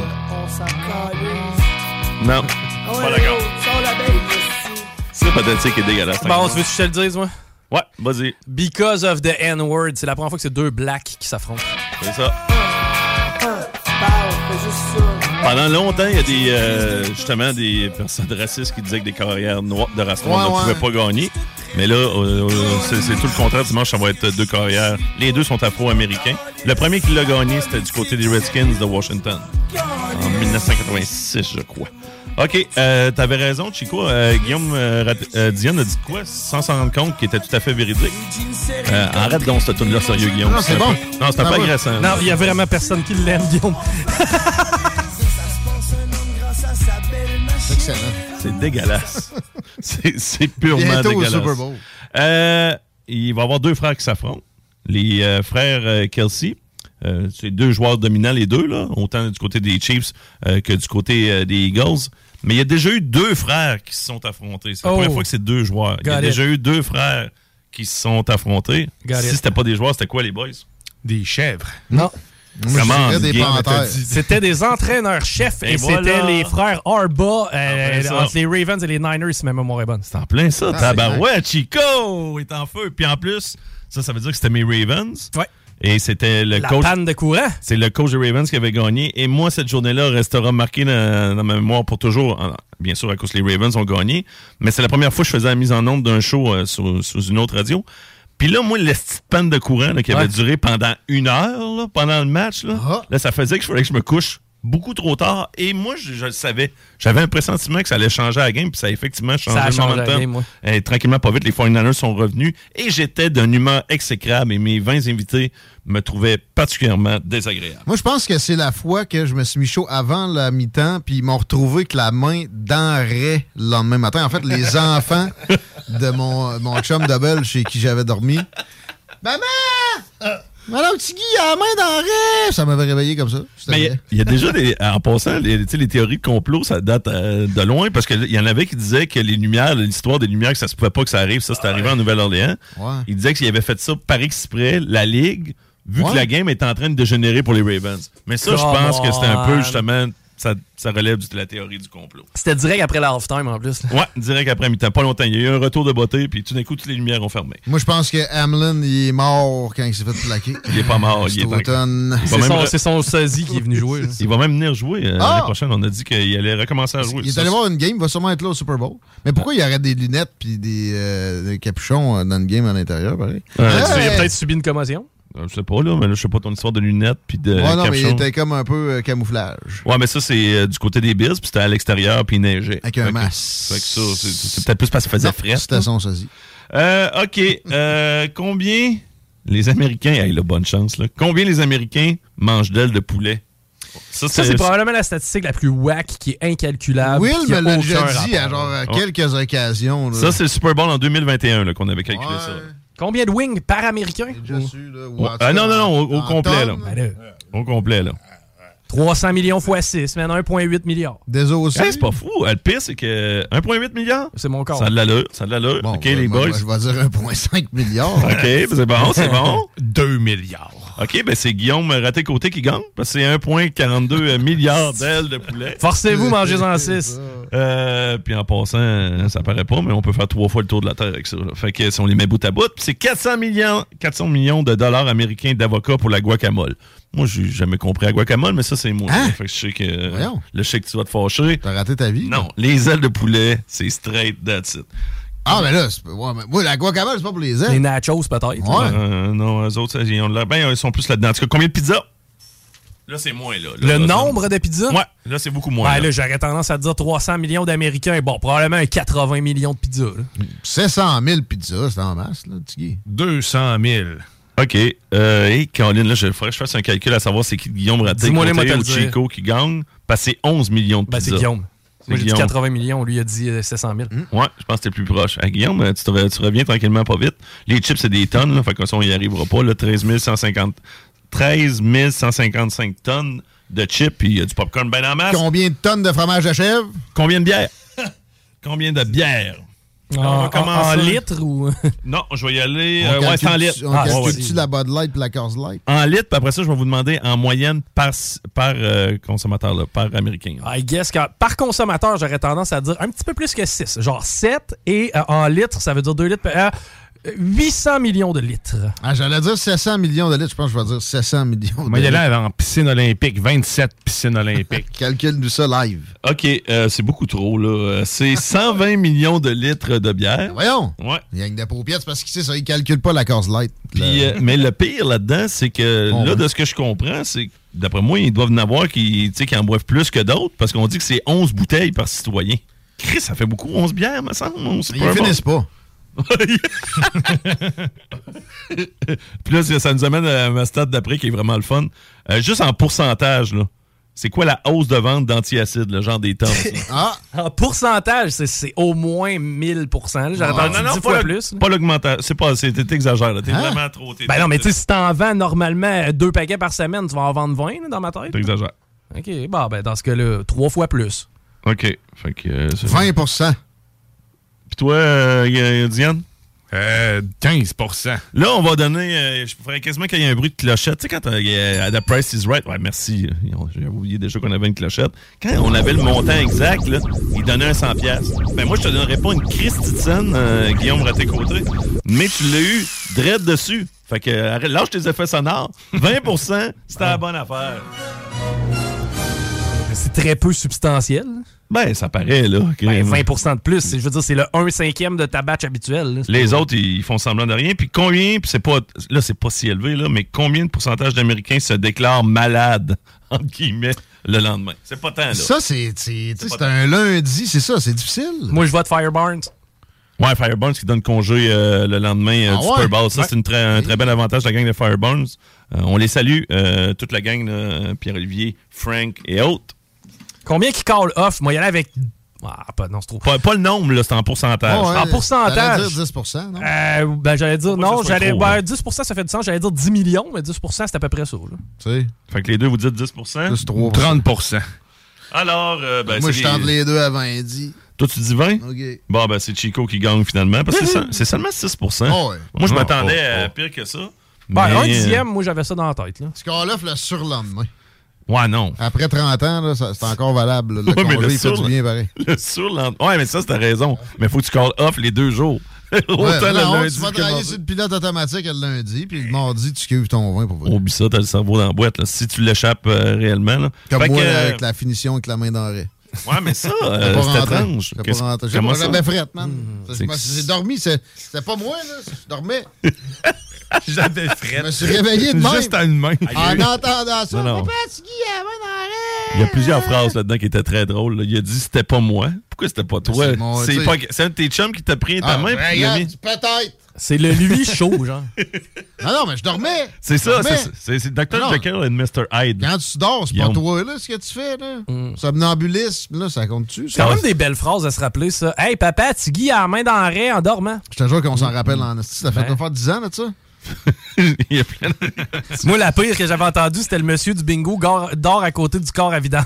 Non, pas d'accord. C'est pathétique et dégueulasse. Bon, tu veux que je te le dise, moi? Ouais, vas-y. Because of the N-word, c'est la première fois que c'est deux blacks qui s'affrontent. C'est ça. Pendant longtemps, il y a justement des personnes racistes qui disaient que des carrières noires de race noire ne pouvaient pas gagner. Mais là, c'est tout le contraire. Dimanche, ça va être deux carrières. Les deux sont afro-américains. Le premier qui l'a gagné, c'était du côté des Redskins de Washington. En 1986, je crois. OK, t'avais raison, Chico. Guillaume Diane a dit quoi sans s'en rendre compte, qui était tout à fait véridique. Arrête donc cette tune-là, sérieux, Guillaume. Non, c'est bon. Non, c'est un peu agressant. Non, il y a vraiment personne qui l'aime, Guillaume. Excellent. C'est dégueulasse. c'est purement bientôt dégueulasse. Au Super Bowl. Il va y avoir deux frères qui s'affrontent. Les frères Kelsey. C'est deux joueurs dominants, les deux, là, autant du côté des Chiefs que du côté des Eagles. Mais il y a déjà eu deux frères qui se sont affrontés. C'est la première fois que c'est deux joueurs. Il y a déjà eu deux frères qui se sont affrontés. Si c'était pas des joueurs, c'était quoi, les boys? Des chèvres. Non. Comment? Des panthères. C'était des entraîneurs-chefs et c'était les frères Arba entre les Ravens et les Niners, si ma mémoire est bonne. C'est en plein ça. Tabarouette, Chico est en feu. Puis en plus, ça veut dire que c'était mes Ravens. Ouais. Et c'était le coach. La panne de courant. C'est le coach des Ravens qui avait gagné. Et moi, cette journée-là restera marquée dans ma mémoire pour toujours. Bien sûr, à cause que les Ravens ont gagné. Mais c'est la première fois que je faisais la mise en onde d'un show sous une autre radio. Puis là, moi, la petite panne de courant là, qui avait duré pendant 1 heure, là, pendant le match, là, ça faisait qu'il fallait que je me couche beaucoup trop tard. Et moi, je le savais. J'avais un pressentiment que ça allait changer la game, puis ça a effectivement changé le momentum. Tranquillement, pas vite, les 49ers sont revenus. Et j'étais d'une humeur exécrable. Et mes 20 invités me trouvaient particulièrement désagréable. Moi, je pense que c'est la fois que je me suis mis chaud avant la mi-temps, puis ils m'ont retrouvé que la main denrait le lendemain matin. En fait, les enfants de mon chum Double chez qui j'avais dormi. Maman! Alors, Tigui, a la main denrait! Ça m'avait réveillé comme ça. Mais il y a déjà en passant, les théories de complot, ça date de loin, parce qu'il y en avait qui disaient que les lumières, l'histoire des lumières, que ça se pouvait pas que ça arrive, ça, c'était arrivé en Nouvelle-Orléans. Ouais. Ils disaient qu'il avait fait ça par exprès, la Ligue, vu que la game était en train de dégénérer pour les Ravens. Mais ça, je pense que c'était un peu, justement, ça relève de la théorie du complot. C'était direct après la halftime, en plus. Ouais, direct après mi-temps. Pas longtemps. Il y a eu un retour de beauté, puis tout d'un coup, toutes les lumières ont fermé. Moi, je pense que Hamlin, il est mort quand il s'est fait plaquer. Il est pas mort. C'est son sosie qui est venu jouer. Il va même venir jouer l'année prochaine. On a dit qu'il allait recommencer à jouer. Il est allé voir une game, il va sûrement être là au Super Bowl. Mais pourquoi il y aurait des lunettes puis des capuchons dans une game à l'intérieur, pareil? Il a peut-être subi une commotion. Je sais pas, là, mais là, je sais pas ton histoire de lunettes puis de Ouais, non, mais il capuchon. était comme un peu camouflage. Ouais, mais ça, c'est du côté des Bills, puis c'était à l'extérieur, puis il neigeait. Avec un Fait que- masque. Fait que ça, c'est peut-être plus parce qu'il faisait frais. C'était son sosie. OK. Combien les Américains... Hey, là, bonne chance, là. Combien les Américains mangent d'ailes de poulet? Ça, c'est probablement la statistique la plus whack qui est incalculable. Will qui a me l'a aucun déjà dit à rapport. genre quelques occasions. Là. Ça, c'est le Super Bowl en 2021 là, qu'on avait calculé ça. Combien de wings par Américain? Non, au complet. Là. Au complet, là. 300 millions x 6, man, 1,8 milliard. Désossé. Hey, c'est pas fou. Le pire, c'est que 1,8 milliard. C'est mon corps. Ça a de l'allure. Bon, OK, les boys. Je vais dire 1,5 milliard. OK, c'est bon, c'est bon. 2 milliards. OK, ben c'est Guillaume Raté-Côté qui gagne, parce que c'est 1,42 milliard d'ailes de poulet. Forcez-vous, mangez-en 6. Puis en passant, ça paraît pas, mais on peut faire 3 fois le tour de la Terre avec ça. Là. Fait que si on les met bout à bout, c'est 400 millions de dollars américains d'avocats pour la guacamole. Moi, j'ai jamais compris la guacamole, mais ça, c'est moi. Hein? Fait que je sais que le chèque que tu vas te fâcher. T'as raté ta vie? Non, les ailes de poulet, c'est straight, that's it. Ah, mais là, moi, la guacamole, c'est pas pour les ailes. Les nachos, peut-être. Ouais. Non, eux autres, ils ont de l'air. Ben, ils sont plus là-dedans. En tout cas, combien de pizzas? Là, c'est moins, là. Le nombre de pizzas? Ouais, là, c'est beaucoup moins. Ouais, là, j'aurais tendance à te dire 300 millions d'Américains. Bon, probablement un 80 millions de pizzas. Là. 700 000 pizzas, c'est en masse, là, Tigui. 200 000. OK. Et Caroline, là, il faudrait que je fasse un calcul à savoir c'est qui Guillaume Raté Dis-moi les mots, ou Chico qui gagne. Parce que c'est 11 millions de Ben, pizzas. c'est Guillaume. Moi, j'ai dit Guillaume. 80 millions. Lui, il a dit 700 000. Ouais, je pense que t'es plus proche. Guillaume, tu reviens tranquillement pas vite. Les chips, c'est des tonnes, là, fait que ça, on y arrivera pas. Là, 13 155 tonnes de chips, puis il y a du popcorn ben en masse. Combien de tonnes de fromage à chèvre? Combien de bières? Combien de bières? En litres ou... Non, je vais y aller. Ouais, c'est en litres. On calcule-tu la Bud Light et la Coors Light? En litres, puis après ça, je vais vous demander en moyenne par consommateur, là, par américain. I guess que par consommateur, j'aurais tendance à dire un petit peu plus que 6. Genre 7. Et en litres, ça veut dire 2 litres. 800 millions de litres. Ah, j'allais dire 700 millions de litres. Je pense que je vais dire 700 millions de Moi, il y litres. a là en piscine olympique, 27 piscines olympiques. Calcule-nous ça live. OK, c'est beaucoup trop, là. C'est 120 millions de litres de bière. Voyons. Ouais. Il y a une des paupiètes parce qu'il sait ça, il calcule pas la Coors Light. Puis, mais le pire là-dedans, c'est que de ce que je comprends, c'est que d'après moi, ils doivent en avoir qui en boivent plus que d'autres parce qu'on dit que c'est 11 bouteilles par citoyen. Chris, ça fait beaucoup, 11 bières, me semble. Ils finissent pas. Puis là, ça nous amène à ma stat d'après qui est vraiment le fun. Juste en pourcentage, là. C'est quoi la hausse de vente d'antiacide, le genre des tonnes? En pourcentage, c'est au moins 1000%. J'aurais entendu 10 fois plus. Pas l'augmentation. T'exagères. T'es vraiment trop... Ben non, mais tu sais, si t'en vends normalement 2 paquets par semaine, tu vas en vendre 20 là, dans ma tête. T'exagères. OK, bon, ben dans ce cas-là, 3 fois plus. OK. Fait que... 20%. Puis toi, Diane? 15%. Là, on va donner... je ferais quasiment qu'il y ait un bruit de clochette. Tu sais, quand The Price is Right... Ouais, merci. J'avais oublié déjà qu'on avait une clochette. Quand on avait le montant exact, là, il donnait un 100$. Ben moi, je te donnerais pas une Christie de scène, Guillaume Raté-Côté, mais tu l'as eu direct dessus. Fait que lâche tes effets sonores. 20%, c'était la bonne affaire. C'est très peu substantiel. Ben, ça paraît, là. Ben, 20% de plus. Je veux dire, c'est le 1/5 de ta batch habituelle. Là. Les autres, ils font semblant de rien. Puis combien, puis c'est pas si élevé, là, mais combien de pourcentage d'Américains se déclarent malades, entre guillemets, le lendemain? C'est pas tant, là. Ça, c'est un lundi, c'est ça, c'est difficile. Moi, je vote Fireburns. Ouais, Fireburns qui donne congé le lendemain du Super Bowl. Ça, c'est un très bel avantage de la gang de Fireburns. On les salue, toute la gang, Pierre-Olivier, Frank et autres. Combien qui call off? Moi, il y en a avec... non, c'est trop... Pas le nombre, là, c'est en pourcentage. Oh, ouais, en pourcentage... J'allais dire 10%, non? Ben, j'allais dire... Non, j'allais... trop, 10%, ça fait du sens. J'allais dire 10 millions, mais 10%, c'est à peu près ça. Là. Tu sais. Fait que les deux, vous dites 10%? Plus 3%. 30%. Alors, ben, moi, je tente les deux à 20 dit. Toi, tu dis 20? OK. Bon, ben, c'est Chico qui gagne finalement, parce que c'est seulement 6%. Oh, ouais. Moi, je m'attendais à pire que ça. Ben, mais... un dixième, moi, j'avais ça dans la tête. Là. Ce qu'on offre le surlendemain. Ouais, non. Après 30 ans, là, c'est encore valable. Le congé, il fait du bien pareil. Le surlendemain. Ouais, mais ça, t'as raison. Mais faut que tu call off les 2 jours. Autant le lundi tu vas travailler sur le pilote automatique le lundi, puis le mardi, tu cuves ton vin pour vrai. Oublie ça, t'as le cerveau dans la boîte. Là. Si tu l'échappes réellement. Là. Comme fait moi, que, avec la finition avec la main d'arrêt. Ouais, mais ça, c'est étrange. J'ai pas frette, man. J'ai dormi, c'était pas moi, là. Je dormais. J'avais fret. Je me suis réveillé de même. Juste à une main. En entendant ça. Non. Papa, tu guilles à la main dans l'arrêt. Il y a plusieurs phrases là-dedans qui étaient très drôles. Là. Il a dit c'était pas moi. Pourquoi c'était pas toi? C'est un de tes chums qui t'a pris ta main. Puis peut-être. C'est le lui chaud, genre. Non, mais je dormais. C'est ça, c'est Dr. Jekyll et Mr. Hyde. Quand tu dors, c'est pas toi, là, ce que tu fais, là. Somnambulisme, là, ça compte-tu? C'est quand même des belles phrases à se rappeler, ça. Hey, papa, tu guilles à la main dans l'arrêt en dormant. Je te jure qu'on s'en rappelle en esti. Ça fait faire 10 ans, là, de ça? Il y a plein de... Moi, la pire que j'avais entendue, c'était le monsieur du bingo dort à côté du corps à vidange.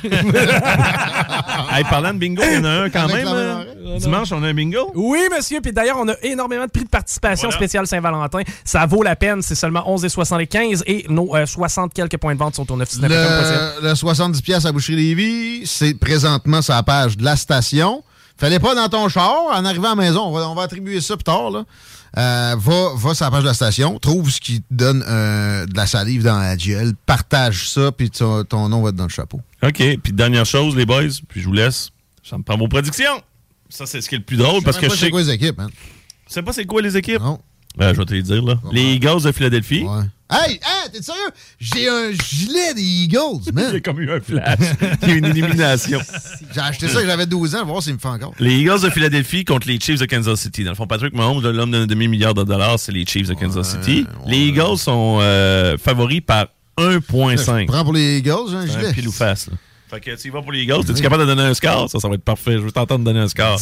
Hey, parlant de bingo, il y en a un quand même. Dimanche, on a un bingo? Oui, monsieur. Puis d'ailleurs, on a énormément de prix de participation spéciale Saint-Valentin. Ça vaut la peine. C'est seulement 11,75 et nos 60 quelques points de vente sont au 969. Le 70$ à Boucherie Lévis, c'est présentement sur la page de la station. Fallait pas dans ton char. En arrivant à la maison, on va attribuer ça plus tard, là. Va sur la page de la station, trouve ce qui te donne de la salive dans la gueule, partage ça, puis ton nom va être dans le chapeau. OK. Puis dernière chose, les boys, puis je vous laisse. Ça me prend vos prédictions. Ça, c'est ce qui est le plus drôle, parce que je sais... C'est quoi les équipes, hein? Tu sais pas c'est quoi les équipes? Non. Je vais te les dire, là. Les Eagles de Philadelphie. Ouais. Hey, t'es sérieux? J'ai un gilet des Eagles, man. J'ai comme eu un flash. Il y a une élimination. J'ai acheté ça quand j'avais 12 ans, on va voir s'il me fait encore. Les Eagles de Philadelphie contre les Chiefs de Kansas City. Dans le fond, Patrick Mahomes, l'homme d'un demi-milliard de dollars, c'est les Chiefs de Kansas City. Les Eagles sont favoris par 1,5. Je prends pour les Eagles, j'ai un gilet. Pile ou face, là. Fait que tu y vas pour les Eagles. Es-tu capable de donner un score? Ça va être parfait. Je veux t'entendre donner un score.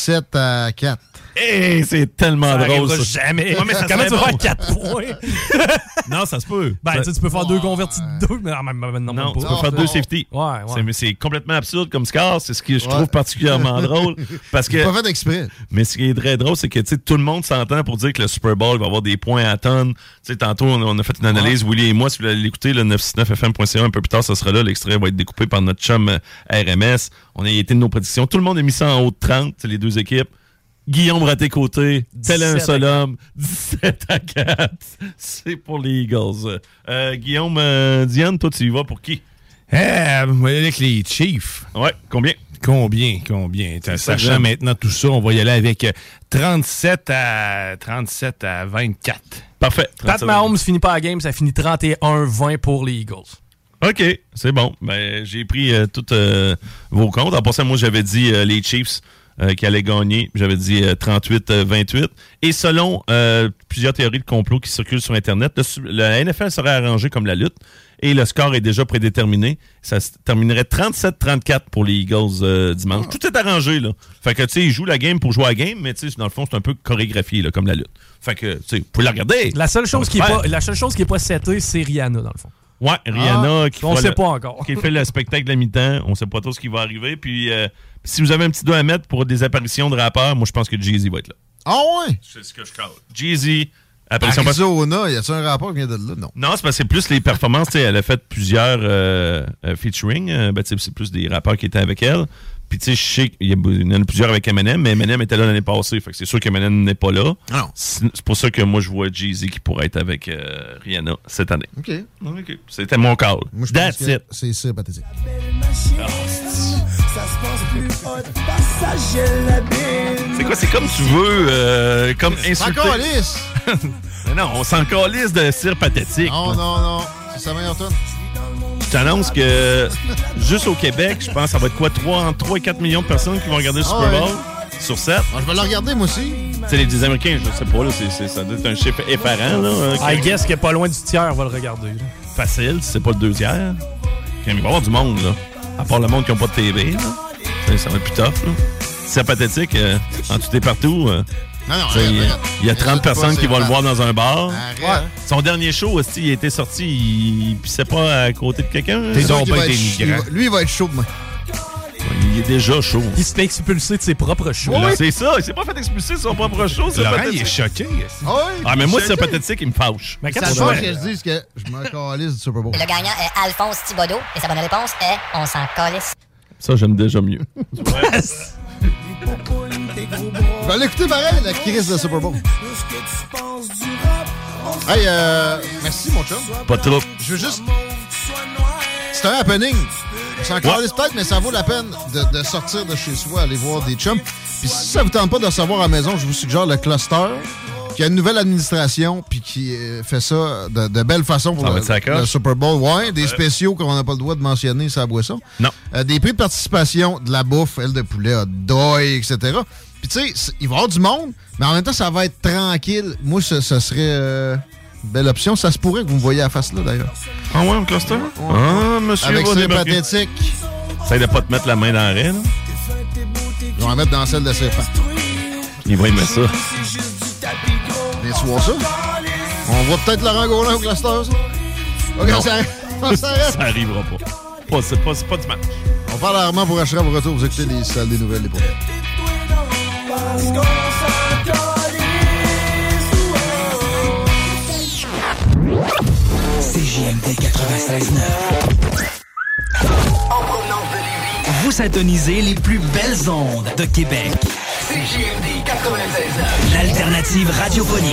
17-4. Hey, c'est tellement drôle, ça. Jamais. Ouais, mais Comment tu vas faire 4 points? Non, ça se peut. Ben, tu peux faire 2 convertis de 2, mais non, tu peux faire 2 safety. Ouais. Mais c'est complètement absurde comme score. C'est ce que je trouve particulièrement drôle. Parce que, pas fait exprès. Mais ce qui est très drôle, c'est que tout le monde s'entend pour dire que le Super Bowl va avoir des points à tonnes. Tantôt, on a fait une analyse, Willy et moi. Si vous voulez l'écouter, le 969fm.ca, un peu plus tard, ça sera là. L'extrait va être découpé par notre chum RMS. On a été de nos prédictions. Tout le monde a mis ça en haut de 30, les deux équipes. Guillaume Raté-Côté, tel un seul homme, 17-4. C'est pour les Eagles. Guillaume, Diane, toi, tu y vas pour qui? Avec les Chiefs. Ouais, combien? Combien? Sachant maintenant tout ça, on va y aller avec 37 à 24. Parfait. Pat Mahomes finit pas la game, ça finit 31-20 pour les Eagles. OK, c'est bon. Ben, j'ai pris tous vos comptes. En passant, moi, j'avais dit les Chiefs qui allaient gagner. J'avais dit 38-28. Et selon plusieurs théories de complot qui circulent sur Internet, la NFL serait arrangée comme la lutte et le score est déjà prédéterminé. Ça se terminerait 37-34 pour les Eagles dimanche. Tout est arrangé, là. Fait que, tu sais, ils jouent la game pour jouer à la game, mais, tu sais, dans le fond, c'est un peu chorégraphié, là, comme la lutte. Fait que, tu sais, vous pouvez la regarder. La seule chose qui est pas setée, c'est Rihanna, dans le fond. Ouais, Rihanna on sait pas encore. Qui fait le spectacle de la mi-temps. On sait pas trop ce qui va arriver. Puis, si vous avez un petit doigt à mettre pour des apparitions de rappeurs, moi, je pense que Jay-Z va être là. Ah ouais? C'est ce que je call. Jay-Z, apparition... Arizona, y a-tu un rapport qui vient de là? Non. Non, c'est parce que c'est plus les performances. Elle a fait plusieurs featuring. C'est plus des rappeurs qui étaient avec elle. Puis, tu sais, je sais qu'il y en a plusieurs avec Eminem, mais Eminem était là l'année passée. Fait que c'est sûr qu'Eminem n'est pas là. Non. C'est pour ça que moi, je vois Jay-Z qui pourrait être avec Rihanna cette année. OK. C'était mon call. Moi, je That's pense it. C'est ça, pathétique. C'est quoi? C'est comme tu veux, comme insulter. C'est encore lisse! Mais non, on s'en calisse de cire pathétique. Non. C'est sa meilleure tonne. Je t'annonce que juste au Québec, je pense que ça va être quoi? Entre 3 et 4 millions de personnes qui vont regarder le Super Bowl sur 7. Je vais le regarder, moi aussi. C'est les Américains, je sais pas, là, ça doit être un chiffre effarant. Là, I guess qu'il est pas loin du tiers va le regarder. Là. Facile, si c'est pas le 2 tiers. Il va y avoir du monde, là. À part le monde qui n'a pas de TV, là. Ça va être plus tough, là. C'est pathétique, en tout et partout. Il y a 30 personnes qui vont le voir dans un bar. Son dernier show aussi, il a été sorti, il pissait pas à côté de quelqu'un. Lui, il va être chaud demain. Il est déjà chaud. Il se fait expulser de ses propres shows. Oui. C'est ça, il s'est pas fait expulser de son propre show. Laurent, il est choqué. Mais moi, c'est pathétique, il me fâche. Mais ça change que je dise que je me calisse du Super Bowl. Le gagnant est Alphonse Thibodeau et sa bonne réponse est « On s'en calisse ». Ça, j'aime déjà mieux. Je vais aller écouter pareil la crise de Super Bowl. Hey, merci mon chum. Pas trop. Je veux juste... C'est un happening. On s'en calisse peut-être, mais ça vaut la peine de sortir de chez soi, aller voir des chums. Puis si ça vous tente pas de recevoir à la maison, je vous suggère le Cluster. qu'il y a une nouvelle administration puis qui fait ça de belle façon pour le Super Bowl. Ouais, des spéciaux qu'on n'a pas le droit de mentionner sur la boisson. Non. Des prix de participation, de la bouffe, aile de poulet, hot dog, etc. Puis tu sais, il va y avoir du monde, mais en même temps, ça va être tranquille. Moi, ce serait... belle option. Ça se pourrait que vous me voyez à la face là, d'ailleurs. Ah ouais, un cluster? Ah, monsieur. Avec ses pathétiques. Essaye de pas te mettre la main dans la raie, là. Je vais en mettre dans celle de ses fans. Il va aimer ça. Des soirs ça. On voit peut-être Laurent Gaulin au cluster, ça. OK, non. ça arrivera pas. C'est pas du match. On parle rarement pour acheter au retour. Vous écoutez les salles des nouvelles, les pauvres. CJMD 96.9. Vous intonisez les plus belles ondes de Québec. CJMD 96.9. L'alternative radiophonique.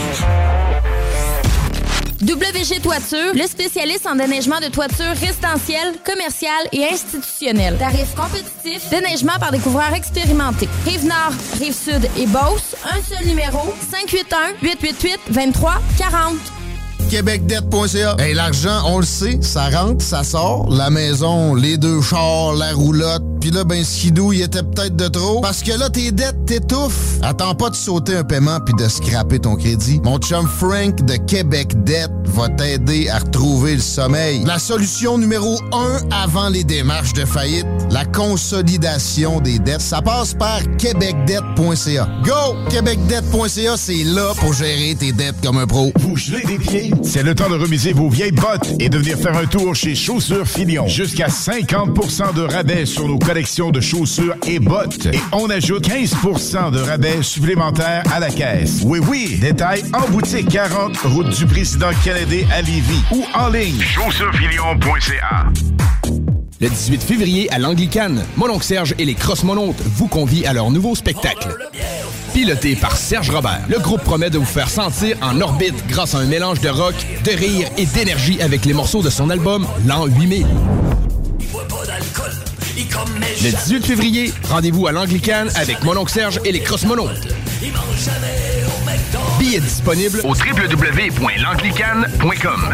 WG Toiture, le spécialiste en déneigement de toitures résidentielles, commerciales et institutionnelles. Tarifs compétitifs, déneigement par des couvreurs expérimentés. Rive-Nord, Rive-Sud et Beauce, un seul numéro, 581-888-2340. Québecdebt.ca. Hey, l'argent, on le sait, ça rentre, ça sort. La maison, les 2 chars, la roulotte. Puis là, ben, skidou, il était peut-être de trop. Parce que là, tes dettes t'étouffent. Attends pas de sauter un paiement puis de scraper ton crédit. Mon chum Frank de Québecdebt va t'aider à retrouver le sommeil. La solution numéro 1 avant les démarches de faillite, la consolidation des dettes. Ça passe par québecdebt.ca. Go! Québecdebt.ca, c'est là pour gérer tes dettes comme un pro. Vous gelez des pieds? C'est le temps de remiser vos vieilles bottes et de venir faire un tour chez Chaussures Filion. Jusqu'à 50% de rabais sur nos collections de chaussures et bottes. Et on ajoute 15% de rabais supplémentaires à la caisse. Oui, oui. Détail en boutique 40, route du président Kennedy à Lévis ou en ligne. chaussuresfilion.ca. Le 18 février à l'Anglicane, Mononcle Serge et les Cross-Monontes vous convient à leur nouveau spectacle. Piloté par Serge Robert, le groupe promet de vous faire sentir en orbite grâce à un mélange de rock, de rire et d'énergie avec les morceaux de son album L'An 8000. Le 18 février, rendez-vous à l'Anglicane avec Mononcle Serge et les Cross-Monontes. Billets disponibles au www.l'anglicane.com.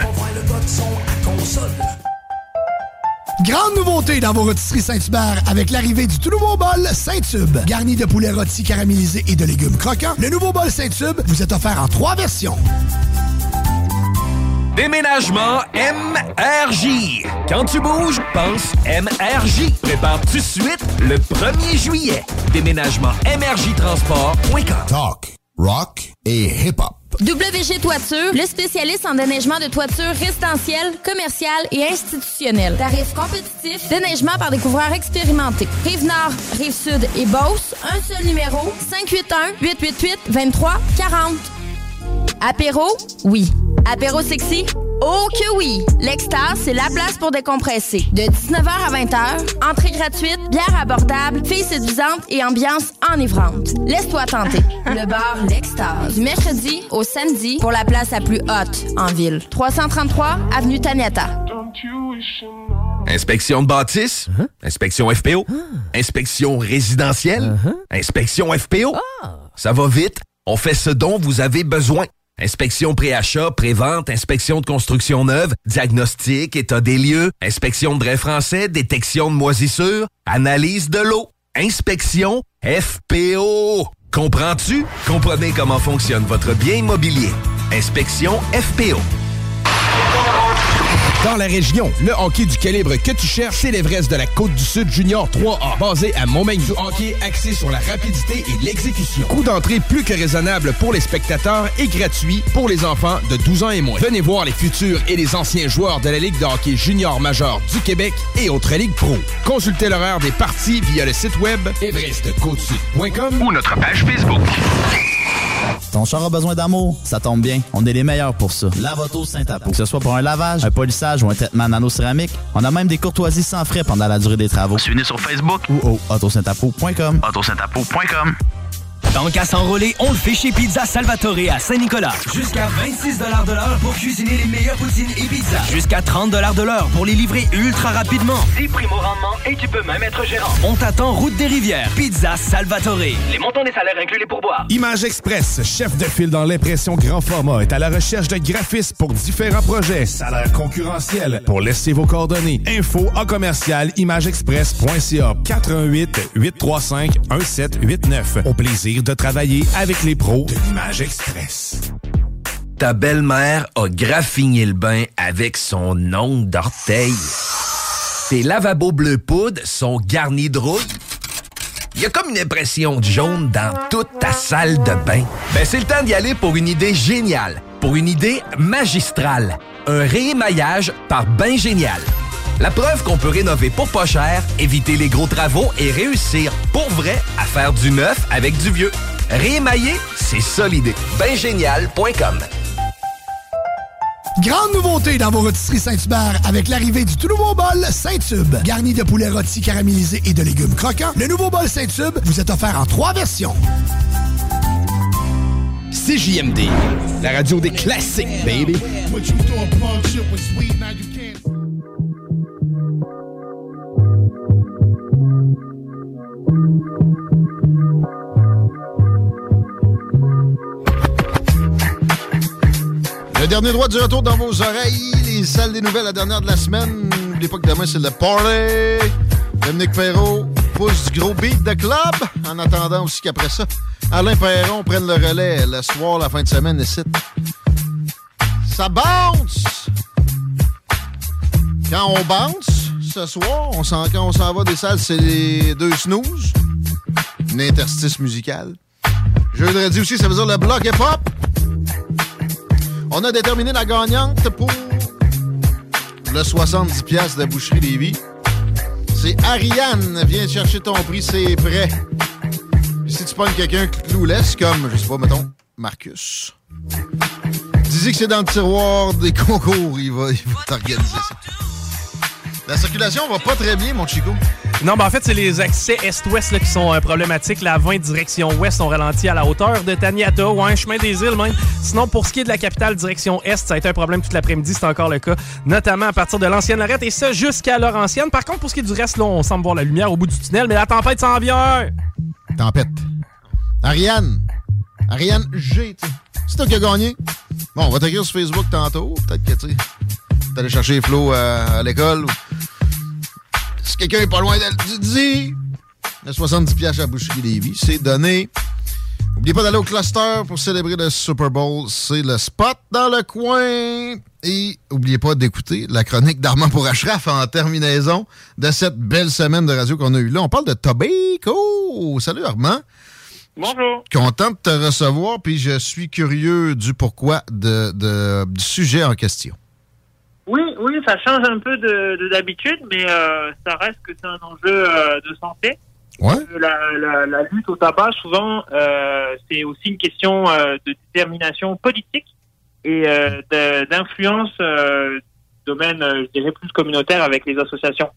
Grande nouveauté dans vos rôtisseries Saint-Hubert avec l'arrivée du tout nouveau bol Saint-Tube. Garni de poulet rôti caramélisé et de légumes croquants, le nouveau bol Saint-Tube vous est offert en 3 versions. Déménagement MRJ. Quand tu bouges, pense MRJ. Prépare tout de suite le 1er juillet. Déménagement MRJtransport.com. Talk, rock et hip-hop. WG Toiture, le spécialiste en déneigement de toitures résidentielles, commerciales et institutionnelles. Tarifs compétitifs, déneigement par des couvreurs expérimentés. Rive-Nord, Rive-Sud et Beauce, un seul numéro, 581-888-2340. Apéro? Oui. Apéro sexy? Oh que oui! L'Extase, c'est la place pour décompresser. De 19h à 20h, entrée gratuite, bière abordable, filles séduisantes et ambiance enivrante. Laisse-toi tenter. Le bar L'Extase. Du mercredi au samedi pour la place la plus haute en ville. 333 avenue Taniata. Inspection de bâtisse, inspection FPO, inspection résidentielle, inspection FPO. Ça va vite, on fait ce dont vous avez besoin. Inspection pré-achat, pré-vente, inspection de construction neuve, diagnostic, état des lieux, inspection de drain français, détection de moisissures, analyse de l'eau, inspection FPO. Comprends-tu? Comprenez comment fonctionne votre bien immobilier. Inspection FPO. Dans la région, le hockey du calibre que tu cherches, c'est l'Everest de la Côte-du-Sud Junior 3A. Basé à Montmagny. Du hockey axé sur la rapidité et l'exécution. Coût d'entrée plus que raisonnable pour les spectateurs et gratuit pour les enfants de 12 ans et moins. Venez voir les futurs et les anciens joueurs de la Ligue de hockey junior major du Québec et autres ligues pro. Consultez l'horaire des parties via le site web everestcôtesud.com ou notre page Facebook. Ton char a besoin d'amour? Ça tombe bien, on est les meilleurs pour ça. Lave-Auto Saint-Apo. Que ce soit pour un lavage, un polissage ou un traitement nano-céramique, on a même des courtoisies sans frais pendant la durée des travaux. Suivez-nous sur Facebook ou au autosaintapo.com. autosaintapo.com. Tant qu'à s'enrôler, on le fait chez Pizza Salvatore à Saint-Nicolas. Jusqu'à 26 $ de l'heure pour cuisiner les meilleures poutines et pizzas. Jusqu'à 30 $ de l'heure pour les livrer ultra rapidement. 10 primo rendement et tu peux même être gérant. On t'attend route des Rivières. Pizza Salvatore. Les montants des salaires incluent les pourboires. Image Express, chef de file dans l'impression grand format, est à la recherche de graphistes pour différents projets. Salaire concurrentiel. Pour laisser vos coordonnées. Info en commercial imageexpress.ca 418 835 1789. Au plaisir de travailler avec les pros de l'Image Express. Ta belle-mère a graffiné le bain avec son ongle d'orteil. Tes lavabos bleu poudre sont garnis de rouille. Il y a comme une impression de jaune dans toute ta salle de bain. Ben, c'est le temps d'y aller pour une idée géniale. Pour une idée magistrale. Un réémaillage par Bain Génial. La preuve qu'on peut rénover pour pas cher, éviter les gros travaux et réussir pour vrai à faire du neuf avec du vieux. Réémailler, c'est ça l'idée. Baingénial.com. Grande nouveauté dans vos rôtisseries Saint-Hubert avec l'arrivée du tout nouveau bol Saint-Tube. Garni de poulet rôti caramélisé et de légumes croquants, le nouveau bol Saint-Tube vous est offert en 3 versions. CJMD, la radio des classiques, baby. Le dernier droit du retour dans vos oreilles, les salles des nouvelles, la dernière de la semaine. N'oubliez pas que demain, c'est le party. Dominique Perrault pousse du gros beat de club. En attendant aussi qu'après ça, Alain Perron prenne le relais le soir, la fin de semaine, ici. Ça bounce! Quand on bounce, ce soir, quand on s'en va des salles, c'est les 2 snooze. Une interstice musicale. Jeudi aussi, ça veut dire le bloc hip-hop. On a déterminé la gagnante pour le 70$ de Boucherie Lévis. C'est Ariane. Viens chercher ton prix, c'est prêt. Puis si tu pognes quelqu'un clouless, comme, je sais pas, mettons, Marcus, dis-y que c'est dans le tiroir des concours. Il va t'organiser ça. La circulation va pas très bien, mon Chico. Non, ben en fait, c'est les accès est-ouest là, qui sont problématiques. La 20 direction ouest sont ralentis à la hauteur de Taniata ou un chemin des îles même. Sinon, pour ce qui est de la capitale direction est, ça a été un problème toute l'après-midi. C'est encore le cas, notamment à partir de l'ancienne Lorette et ça jusqu'à Laurentienne. Par contre, pour ce qui est du reste, là, on semble voir la lumière au bout du tunnel, mais la tempête s'en vient. Tempête. Ariane G, tu sais. C'est toi qui as gagné. Bon, on va t'écrire sur Facebook tantôt. Peut-être que, tu sais, t'allais chercher Flo à l'école. Si quelqu'un est pas loin d'elle, dis le 70$ à la Boucherie Lévis, c'est donné. N'oubliez pas d'aller au cluster pour célébrer le Super Bowl. C'est le spot dans le coin. Et n'oubliez pas d'écouter la chronique d'Armand pour Ashraf en terminaison de cette belle semaine de radio qu'on a eue là. On parle de Tobacco. Salut Armand. Bonjour. Content de te recevoir, puis je suis curieux du pourquoi du sujet en question. Oui, ça change un peu de d'habitude, mais ça reste que c'est un enjeu de santé. Ouais. La lutte au tabac, souvent, c'est aussi une question de détermination politique et d'influence domaine, je dirais, plus communautaire avec les associations.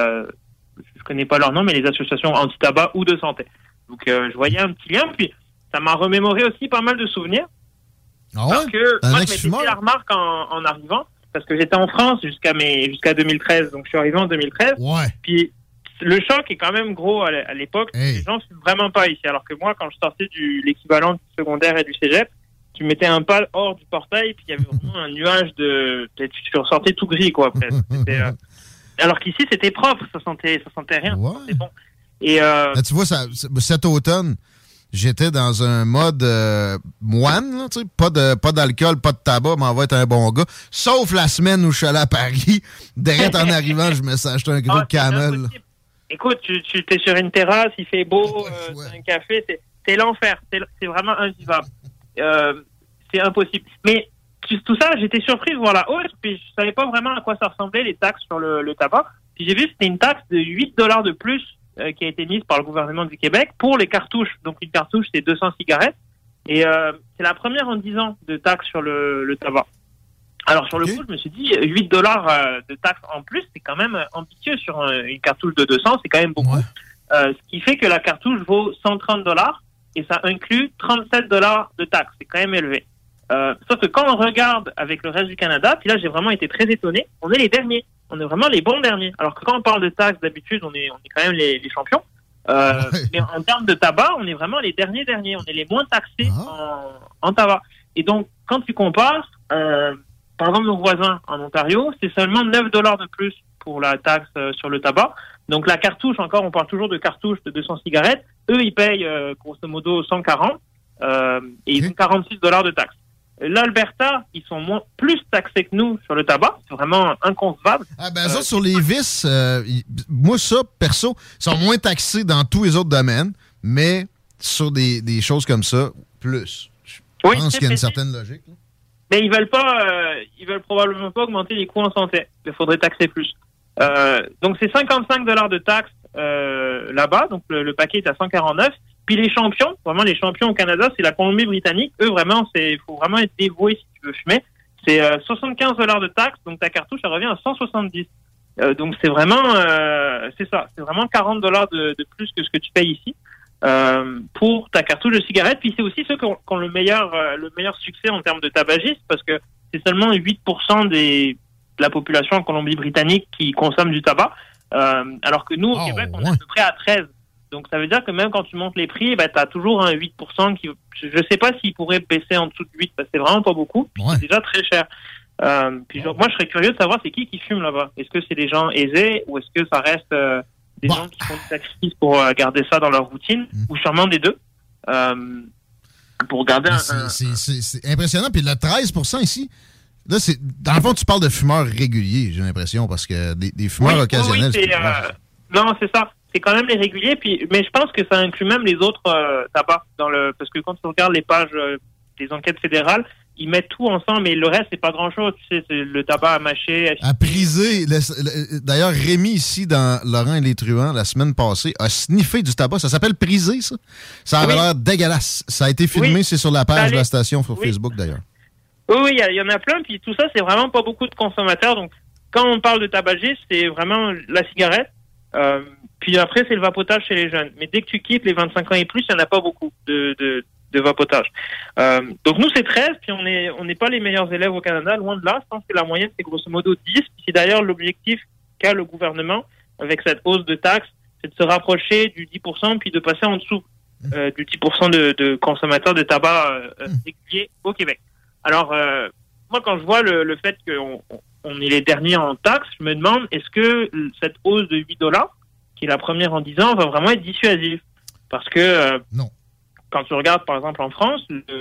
Je connais pas leur nom, mais les associations anti-tabac ou de santé. Donc, je voyais un petit lien, puis ça m'a remémoré aussi pas mal de souvenirs. Ah ouais? Parce que moi, je m'étais fait la remarque en arrivant, parce que j'étais en France jusqu'à 2013, donc je suis arrivé en 2013. Ouais. Puis le choc est quand même gros à l'époque. Les gens ne fument vraiment pas ici. Alors que moi, quand je sortais de l'équivalent du secondaire et du cégep, tu mettais un pas hors du portail, puis il y avait vraiment un nuage de... Tu ressortais tout gris, quoi, presque. Alors qu'ici, c'était propre, ça sentait rien. Ouais. C'est bon. Et là, tu vois, cet automne, j'étais dans un mode moine, là, tu sais, pas d'alcool, pas de tabac, mais on va être un bon gars. Sauf la semaine où je suis allé à Paris. Direct en arrivant, je me suis acheté un gros Camel. Écoute, tu es sur une terrasse, il fait beau, c'est un café, c'est l'enfer. C'est vraiment invivable. C'est impossible. Mais tout ça, j'étais surpris de voir la hausse, puis je savais pas vraiment à quoi ça ressemblait, les taxes sur le tabac. Puis j'ai vu que c'était une taxe de 8$ de plus qui a été mise par le gouvernement du Québec pour les cartouches. Donc une cartouche, c'est 200 cigarettes. Et c'est la première en 10 ans de taxe sur le tabac. Alors sur le coup, je me suis dit, 8$ de taxe en plus, c'est quand même ambitieux sur une cartouche de 200, c'est quand même beaucoup. Ouais. Ce qui fait que la cartouche vaut $130. et ça inclut 37 $ de taxes. C'est quand même élevé. Sauf que quand on regarde avec le reste du Canada, puis là j'ai vraiment été très étonné, on est les derniers. On est vraiment les bons derniers. Alors que quand on parle de taxes, d'habitude, on est quand même les champions. Mais en termes de tabac, on est vraiment les derniers. On est les moins taxés en tabac. Et donc, quand tu compares, par exemple, nos voisins en Ontario, c'est seulement 9 $ de plus pour la taxe sur le tabac. Donc, la cartouche, encore, on parle toujours de cartouche de 200 cigarettes. Eux, ils payent, grosso modo, 140 et ils ont 46 $ de taxes. L'Alberta, ils sont plus taxés que nous sur le tabac. C'est vraiment inconcevable. Ah ben, ça, sur les vices, moi, ça, perso, ils sont moins taxés dans tous les autres domaines, mais sur des choses comme ça, plus. Je pense qu'il y a une certaine logique. Là. Mais ils veulent probablement pas augmenter les coûts en santé. Il faudrait taxer plus. Donc, c'est 55 $ de taxes là-bas. Donc, le paquet est à 149. Puis les champions, vraiment les champions au Canada, c'est la Colombie-Britannique. Eux, vraiment, il faut vraiment être dévoué si tu veux fumer. C'est 75 $ de taxes, donc ta cartouche, elle revient à 170. Donc c'est vraiment, c'est ça, c'est vraiment 40 $ de plus que ce que tu payes ici pour ta cartouche de cigarette. Puis c'est aussi ceux qui ont le meilleur succès en termes de tabagisme, parce que c'est seulement 8% de la population en Colombie-Britannique qui consomme du tabac, alors que nous, au Québec, on est à peu près à 13. Donc, ça veut dire que même quand tu montes les prix, tu as toujours un 8% qui, je sais pas s'il pourrait baisser en dessous de 8, parce que c'est vraiment pas beaucoup. C'est déjà très cher. Moi, je serais curieux de savoir c'est qui fume là-bas. Est-ce que c'est des gens aisés ou est-ce que ça reste des gens qui font des sacrifices pour garder ça dans leur routine ou sûrement des deux pour garder c'est impressionnant. Puis le 13% ici, là, dans le fond, tu parles de fumeurs réguliers, j'ai l'impression, parce que des fumeurs occasionnels. Non, c'est ça. C'est quand même les réguliers, mais je pense que ça inclut même les autres tabacs parce que quand tu regardes les pages des enquêtes fédérales, ils mettent tout ensemble, mais le reste c'est pas grand-chose. Tu sais, c'est le tabac à mâcher, à priser. D'ailleurs, Rémi ici dans Laurent et les Truands la semaine passée a sniffé du tabac. Ça s'appelle priser, ça. Ça avait l'air dégueulasse. Ça a été filmé, c'est sur la page de la station sur Facebook d'ailleurs. Oui, il y en a plein. Puis tout ça, c'est vraiment pas beaucoup de consommateurs. Donc, quand on parle de tabagisme, c'est vraiment la cigarette. Puis après, c'est le vapotage chez les jeunes. Mais dès que tu quittes les 25 ans et plus, il n'y en a pas beaucoup de vapotage. Donc nous, c'est 13, puis on n'est pas les meilleurs élèves au Canada, loin de là. Je pense que la moyenne, c'est grosso modo 10. C'est d'ailleurs l'objectif qu'a le gouvernement avec cette hausse de taxes, c'est de se rapprocher du 10%, puis de passer en dessous du 10% de consommateurs de tabac réguliers au Québec. Alors, moi, quand je vois le fait qu'on est les derniers en taxes, je me demande, est-ce que cette hausse de 8 $, qui est la première en 10 ans, va vraiment être dissuasive? Parce que non. Quand tu regardes, par exemple, en France,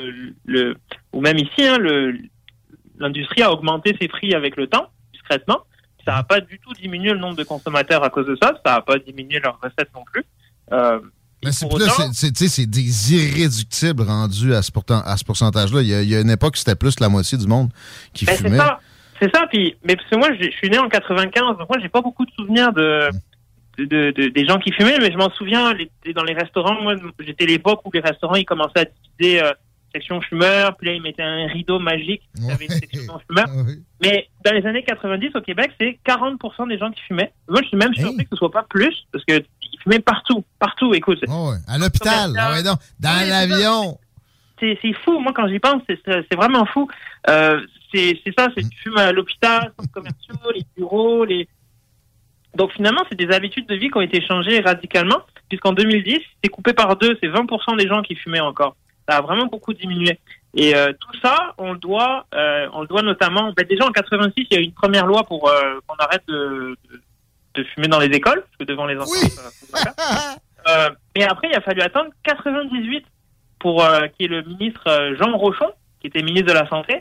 ou même ici, l'industrie a augmenté ses prix avec le temps, discrètement. Ça n'a pas du tout diminué le nombre de consommateurs à cause de ça. Ça n'a pas diminué leurs recettes non plus. Mais c'est des irréductibles rendus à ce pourcentage-là. Il y a une époque, c'était plus la moitié du monde qui fumait. C'est ça. Puis, mais parce que moi, je suis né en 95, donc moi, j'ai pas beaucoup de souvenirs des gens qui fumaient, mais je m'en souviens, dans les restaurants, moi, j'étais l'époque où les restaurants, ils commençaient à diviser section fumeur, puis là, ils mettaient un rideau magique, il y avait une section fumeur. Mais dans les années 90, au Québec, c'est 40% des gens qui fumaient. Moi, je suis même surpris que ce soit pas plus, parce que ils fumaient partout, écoute. À l'hôpital, dans l'avion. C'est fou, moi, quand j'y pense, c'est vraiment fou. C'est ça, tu fumes à l'hôpital, les centres commerciaux, les bureaux, Donc finalement, c'est des habitudes de vie qui ont été changées radicalement, puisqu'en 2010, c'est coupé par deux, c'est 20% des gens qui fumaient encore. Ça a vraiment beaucoup diminué. Et tout ça, on le doit notamment... déjà en 86, il y a eu une première loi pour qu'on arrête de fumer dans les écoles, parce que devant les enfants... mais après, il a fallu attendre 98 pour qu'il y ait le ministre Jean Rochon, qui était ministre de la Santé,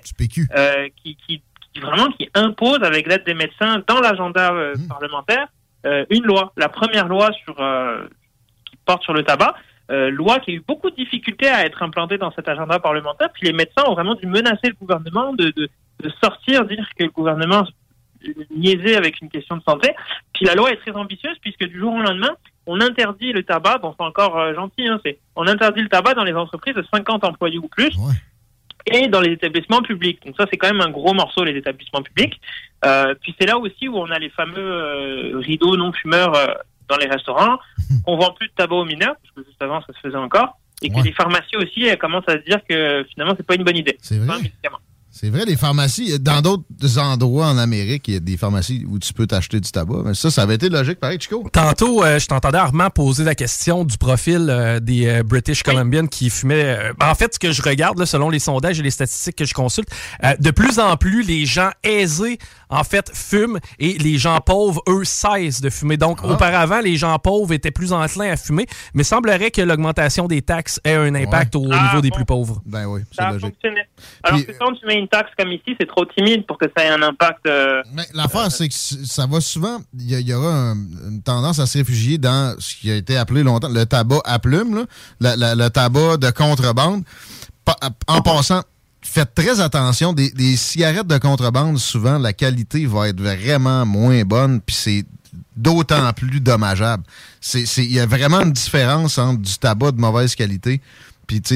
qui impose, avec l'aide des médecins, dans l'agenda parlementaire, une loi. La première loi qui porte sur le tabac, loi qui a eu beaucoup de difficultés à être implantée dans cet agenda parlementaire, puis les médecins ont vraiment dû menacer le gouvernement de sortir, dire que le gouvernement niaisait avec une question de santé. Puis la loi est très ambitieuse, puisque du jour au lendemain, on interdit le tabac, bon c'est encore gentil, on interdit le tabac dans les entreprises de 50 employés ou plus, et dans les établissements publics. Donc ça, c'est quand même un gros morceau, les établissements publics. Puis c'est là aussi où on a les fameux rideaux non-fumeurs dans les restaurants. On vend plus de tabac aux mineurs, parce que juste avant, ça se faisait encore. et que les pharmacies aussi elles commencent à se dire que finalement c'est pas une bonne idée. C'est vrai. C'est vrai, les pharmacies, dans d'autres endroits en Amérique, il y a des pharmacies où tu peux t'acheter du tabac. Mais ça avait été logique, pareil, Chico. Tantôt, je t'entendais, Armand, poser la question du profil des British Columbian qui fumaient. En fait, ce que je regarde, là, selon les sondages et les statistiques que je consulte, de plus en plus, les gens aisés, en fait, fument et les gens pauvres, eux, cessent de fumer. Donc, auparavant, les gens pauvres étaient plus enclins à fumer, mais semblerait que l'augmentation des taxes ait un impact au niveau des plus pauvres. Ben oui, ça a fonctionné. Alors que quand tu mets une taxe comme ici, c'est trop timide pour que ça ait un impact. Mais l'affaire, c'est que ça va souvent. Il y aura une tendance à se réfugier dans ce qui a été appelé longtemps le tabac à plumes, là, le tabac de contrebande. En passant, faites très attention. Des cigarettes de contrebande, souvent, la qualité va être vraiment moins bonne, puis c'est d'autant plus dommageable. Il y a vraiment une différence entre du tabac de mauvaise qualité puis tu sais,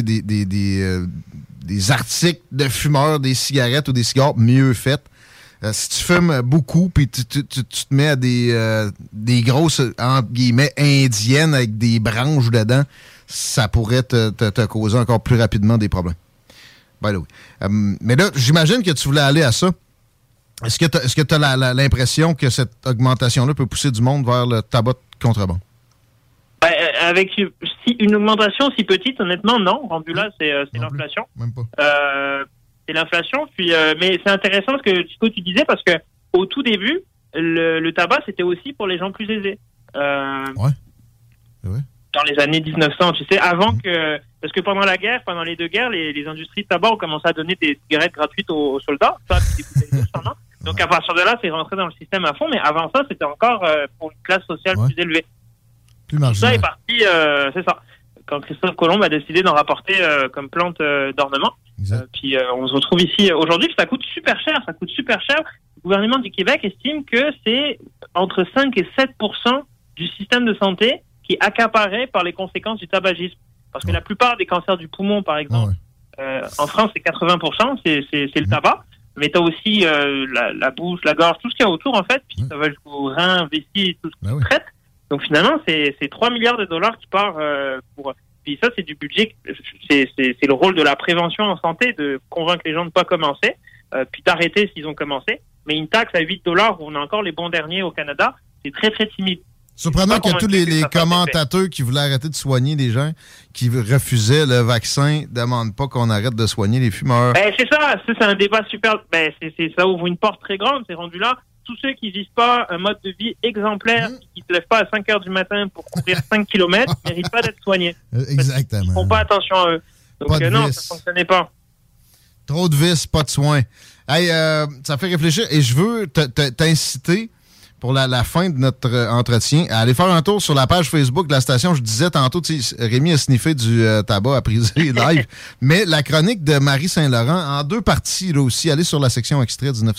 des articles de fumeurs, des cigarettes ou des cigares mieux faites. Si tu fumes beaucoup puis tu te mets à des grosses, entre guillemets, indiennes avec des branches dedans, ça pourrait te causer encore plus rapidement des problèmes. By the way. Mais là, j'imagine que tu voulais aller à ça. Est-ce que tu as l'impression que cette augmentation-là peut pousser du monde vers le tabac de contrebande? Avec une augmentation si petite, honnêtement, non. Rendu là, c'est l'inflation. Même pas. C'est l'inflation. Puis, mais c'est intéressant ce que tu disais parce que au tout début, le tabac c'était aussi pour les gens plus aisés. Ouais. Dans les années 1900, tu sais, avant que parce que pendant la guerre, pendant les deux guerres, les industries de tabac ont commencé à donner des cigarettes gratuites aux soldats. Ça, des bouteilles d'eau, sûrement. Donc à partir de là, c'est rentré dans le système à fond. Mais avant ça, c'était encore pour une classe sociale plus élevée. Plus marginal. Ça est parti, c'est ça. Quand Christophe Colomb a décidé d'en rapporter comme plante d'ornement. Puis on se retrouve ici aujourd'hui, ça coûte super cher. Le gouvernement du Québec estime que c'est entre 5 et 7% du système de santé qui est accaparé par les conséquences du tabagisme. Parce que la plupart des cancers du poumon, par exemple, en France, c'est 80%, c'est le tabac. Mais tu as aussi la bouche, la gorge, tout ce qu'il y a autour, en fait. Puis ça va jusqu'aux reins, vessie, tout ce qui traite. Donc finalement, c'est 3 milliards de dollars qui part pour... Puis ça, c'est du budget, c'est le rôle de la prévention en santé, de convaincre les gens de ne pas commencer, puis d'arrêter s'ils ont commencé. Mais une taxe à 8 $, où on a encore les bons derniers au Canada, c'est très, très timide. Surprenant que tous les commentateurs qui voulaient arrêter de soigner les gens qui refusaient le vaccin ne demandent pas qu'on arrête de soigner les fumeurs. C'est ça, c'est un débat super... ça ouvre une porte très grande, c'est rendu là. Tous ceux qui visent pas un mode de vie exemplaire, qui se lèvent pas à 5 heures du matin pour courir 5 km, ne méritent pas d'être soignés. Exactement. Ils font pas attention à eux. Donc non, ça fonctionnait pas. Trop de vis, pas de soins. Hey, ça fait réfléchir et je veux t'inciter pour la fin de notre entretien à aller faire un tour sur la page Facebook de la station. Je disais tantôt, Rémi a sniffé du tabac à priser live, mais la chronique de Marie Saint-Laurent en 2 parties là aussi. Allez sur la section extrait du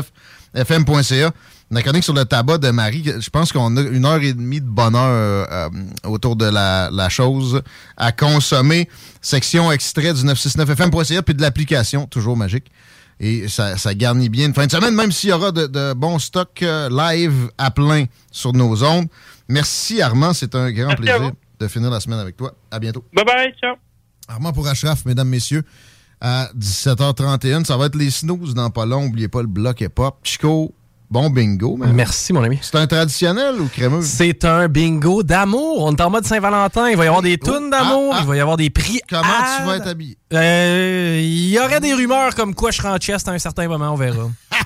969fm.ca. La chronique sur le tabac de Marie, je pense qu'on a 1h30 de bonheur autour de la chose à consommer. Section extrait du 969fm.ca puis de l'application, toujours magique. Et ça garnit bien une fin de semaine, même s'il y aura de bons stocks live à plein sur nos ondes. Merci Armand, c'est un grand plaisir de finir la semaine avec toi. À bientôt. Bye bye, ciao. Armand pour Ashraf, mesdames, messieurs, à 17h31. Ça va être les snooze dans pas long. N'oubliez pas le bloc hip-hop. Chico, bon bingo. Man. Merci, mon ami. C'est un traditionnel ou crémeux? C'est un bingo d'amour. On est en mode Saint-Valentin. Il va y avoir des tunes d'amour. Il va y avoir des prix. Comment tu vas être habillé? Il y aurait des rumeurs comme quoi je serai en chest à un certain moment. On verra.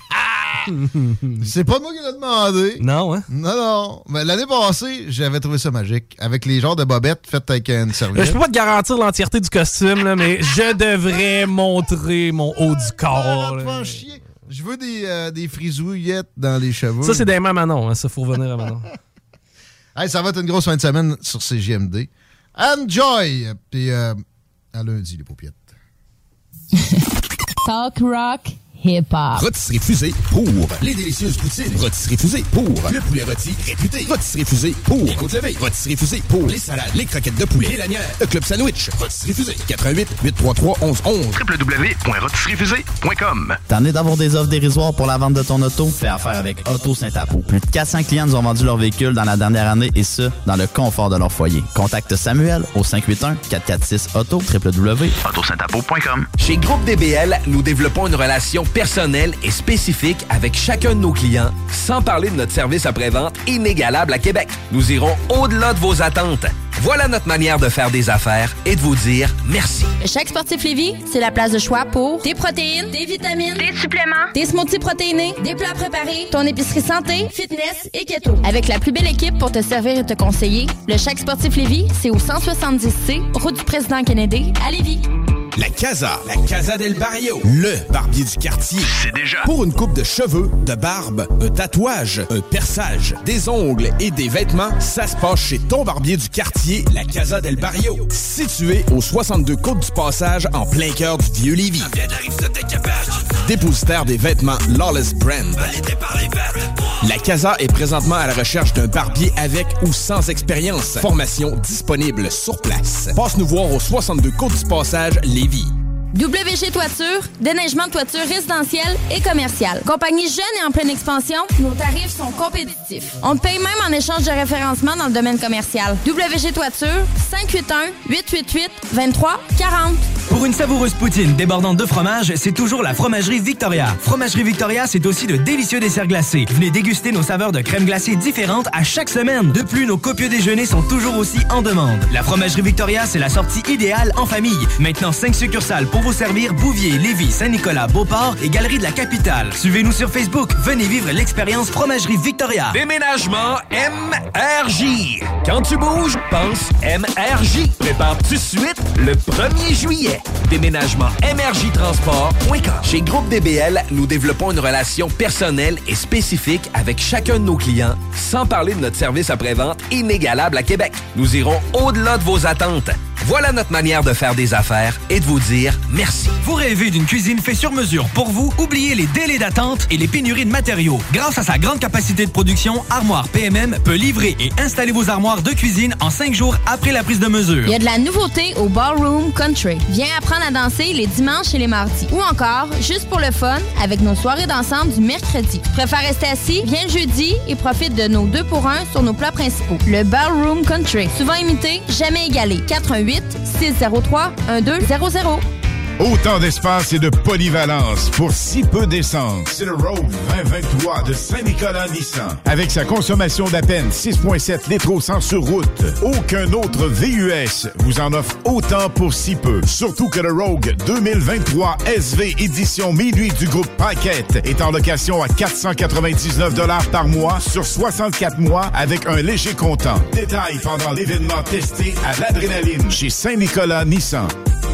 C'est pas moi qui l'ai demandé. Non, hein? Non. Mais l'année passée, j'avais trouvé ça magique. Avec les genres de bobettes faites avec une serviette. Je peux pas te garantir l'entièreté du costume, là, mais je devrais montrer mon haut du corps. Je veux des frisouillettes dans les cheveux. Ça, c'est des mains Manon. Hein, ça, faut revenir à Manon. Hey, ça va être une grosse fin de semaine sur CJMD. Enjoy! Puis à lundi, les paupiettes. Talk rock hip-hop. Rôtisserie Fusée pour les délicieuses poutines. Rôtisserie Fusée pour le poulet rôti réputé. Rôtisserie Fusée pour les côtes levées. Rôtisserie Fusée pour les salades, les croquettes de poulet et lanières. Le Club Sandwich. Rôtisserie Fusée. 88 833 1111. www.rôtisseriefusée.com. T'en es d'avoir des offres dérisoires pour la vente de ton auto? Fais affaire avec Auto Saint-Apo. Plus de 400 clients nous ont vendu leur véhicule dans la dernière année et ce, dans le confort de leur foyer. Contacte Samuel au 581-446-AUTO, www.autosaintapo.com. Chez Groupe DBL, nous développons une relation personnelle et spécifique avec chacun de nos clients, sans parler de notre service après-vente inégalable à Québec. Nous irons au-delà de vos attentes. Voilà notre manière de faire des affaires et de vous dire merci. Le Chèque Sportif Lévis, c'est la place de choix pour des protéines, des vitamines, des suppléments, des smoothies protéinés, des plats préparés, ton épicerie santé, fitness et keto. Avec la plus belle équipe pour te servir et te conseiller, le Chèque Sportif Lévis, c'est au 170C, route du Président Kennedy, à Lévis. La Casa del Barrio, le barbier du quartier. C'est déjà. Pour une coupe de cheveux, de barbe, un tatouage, un perçage, des ongles et des vêtements, ça se passe chez ton barbier du quartier, la Casa del Barrio. Situé au 62 Côte du Passage, en plein cœur du Vieux-Lévis. Dépositaire des vêtements Lawless Brand. La Casa est présentement à la recherche d'un barbier avec ou sans expérience. Formation disponible sur place. Passe nous voir au 62 Côte du Passage, Lévis. WG Toiture, déneigement de toiture résidentielle et commerciale. Compagnie jeune et en pleine expansion, nos tarifs sont compétitifs. On te paye même en échange de référencement dans le domaine commercial. WG Toiture, 581-888-2340. Pour une savoureuse poutine débordante de fromage, c'est toujours la Fromagerie Victoria. Fromagerie Victoria, c'est aussi de délicieux desserts glacés. Venez déguster nos saveurs de crème glacée différentes à chaque semaine. De plus, nos copieux déjeuners sont toujours aussi en demande. La Fromagerie Victoria, c'est la sortie idéale en famille. Maintenant, 5 succursales pour vous servir: Bouvier, Lévis, Saint-Nicolas, Beauport et Galerie de la Capitale. Suivez-nous sur Facebook. Venez vivre l'expérience Fromagerie Victoria. Déménagement MRJ. Quand tu bouges, pense MRJ. Prépare tout de suite le 1er juillet. Déménagement MRJtransport.com. Chez Groupe DBL, nous développons une relation personnelle et spécifique avec chacun de nos clients, sans parler de notre service après-vente inégalable à Québec. Nous irons au-delà de vos attentes. Voilà notre manière de faire des affaires et de vous dire merci. Vous rêvez d'une cuisine faite sur mesure pour vous? Oubliez les délais d'attente et les pénuries de matériaux. Grâce à sa grande capacité de production, Armoire PMM peut livrer et installer vos armoires de cuisine en 5 jours après la prise de mesure. Il y a de la nouveauté au Ballroom Country. Viens apprendre à danser les dimanches et les mardis. Ou encore, juste pour le fun, avec nos soirées dansantes du mercredi. Tu préfères rester assis? Viens le jeudi et profite de nos 2 pour 1 sur nos plats principaux. Le Ballroom Country. Souvent imité, jamais égalé. 418-603-1200. Autant d'espace et de polyvalence pour si peu d'essence. C'est le Rogue 2023 de Saint-Nicolas Nissan. Avec sa consommation d'à peine 6,7 litres au 100 sur route, aucun autre VUS vous en offre autant pour si peu. Surtout que le Rogue 2023 SV édition minuit du groupe Paquette est en location à 499 $ par mois sur 64 mois avec un léger comptant. Détails pendant l'événement testé à l'adrénaline chez Saint-Nicolas Nissan.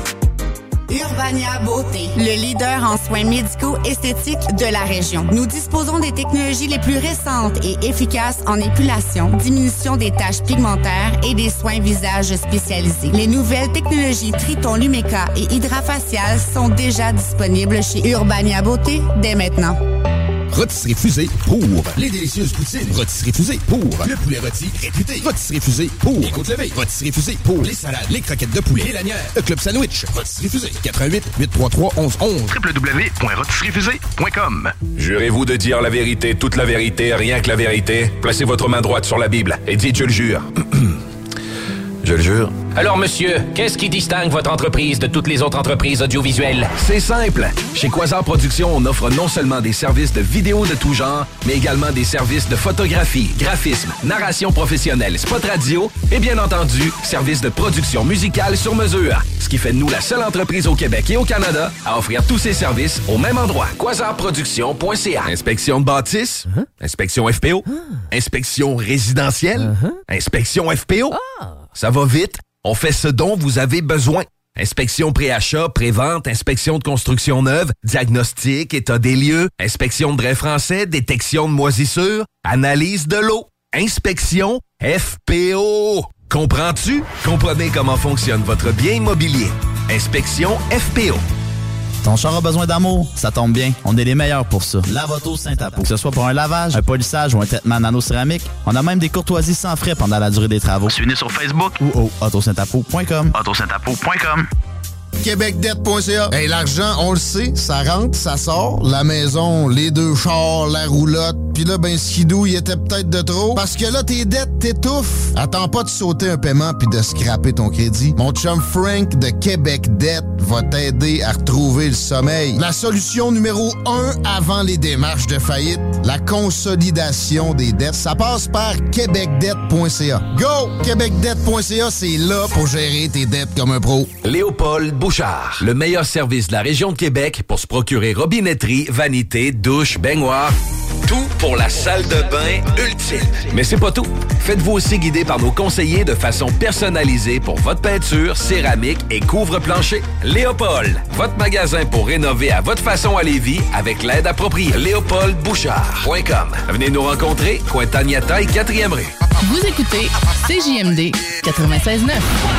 Urbania Beauté, le leader en soins médicaux esthétiques de la région. Nous disposons des technologies les plus récentes et efficaces en épilation, diminution des taches pigmentaires et des soins visage spécialisés. Les nouvelles technologies Triton Lumeka et Hydrafacial sont déjà disponibles chez Urbania Beauté dès maintenant. Rôtisserie Fusée pour les délicieuses poutines. Rôtisserie Fusée pour le poulet rôti réputé. Rôtisserie Fusée pour les côtes levées. Rôtisserie Fusée pour les salades, les croquettes de poulet et lanières. Le Club Sandwich. Rôtisserie Fusée. 88 833 1111. www.rôtisseriefusée.com. Jurez-vous de dire la vérité, toute la vérité, rien que la vérité. Placez votre main droite sur la Bible et dites « Je le jure ». Je le jure. Alors, monsieur, qu'est-ce qui distingue votre entreprise de toutes les autres entreprises audiovisuelles? C'est simple. Chez Quasar Productions, on offre non seulement des services de vidéo de tout genre, mais également des services de photographie, graphisme, narration professionnelle, spot radio et bien entendu, services de production musicale sur mesure. Ce qui fait de nous la seule entreprise au Québec et au Canada à offrir tous ces services au même endroit. Quasarproduction.ca. Inspection de bâtisse, inspection FPO, inspection résidentielle, inspection FPO. Ça va vite. On fait ce dont vous avez besoin. Inspection pré-achat, pré-vente, inspection de construction neuve, diagnostic, état des lieux, inspection de draits français, détection de moisissures, analyse de l'eau, inspection FPO. Comprends-tu? Comprenez comment fonctionne votre bien immobilier. Inspection FPO. Ton char a besoin d'amour? Ça tombe bien, on est les meilleurs pour ça. Lave-auto Saint-Apo. Que ce soit pour un lavage, un polissage ou un traitement nano-céramique, on a même des courtoisies sans frais pendant la durée des travaux. Suivez-nous sur Facebook ou au autosaintapo.com. autosaintapo.com. QuébecDebt.ca. Hey, l'argent, on le sait, ça rentre, ça sort. La maison, les 2 chars, la roulotte. Puis là, ben, skidou, il était peut-être de trop. Parce que là, tes dettes t'étouffent. Attends pas de sauter un paiement puis de scraper ton crédit. Mon chum Frank de Québec Debt va t'aider à retrouver le sommeil. La solution numéro 1 avant les démarches de faillite, la consolidation des dettes. Ça passe par QuébecDebt.ca. Go! QuébecDebt.ca, c'est là pour gérer tes dettes comme un pro. Léopold Bouchard, le meilleur service de la région de Québec pour se procurer robinetterie, vanité, douche, baignoire. Tout pour la salle de bain ultime. Mais c'est pas tout. Faites-vous aussi guider par nos conseillers de façon personnalisée pour votre peinture, céramique et couvre-plancher. Léopold, votre magasin pour rénover à votre façon à Lévis avec l'aide appropriée. LéopoldBouchard.com. Venez nous rencontrer, Cointagnata et 4e rue. Vous écoutez CJMD 96.9.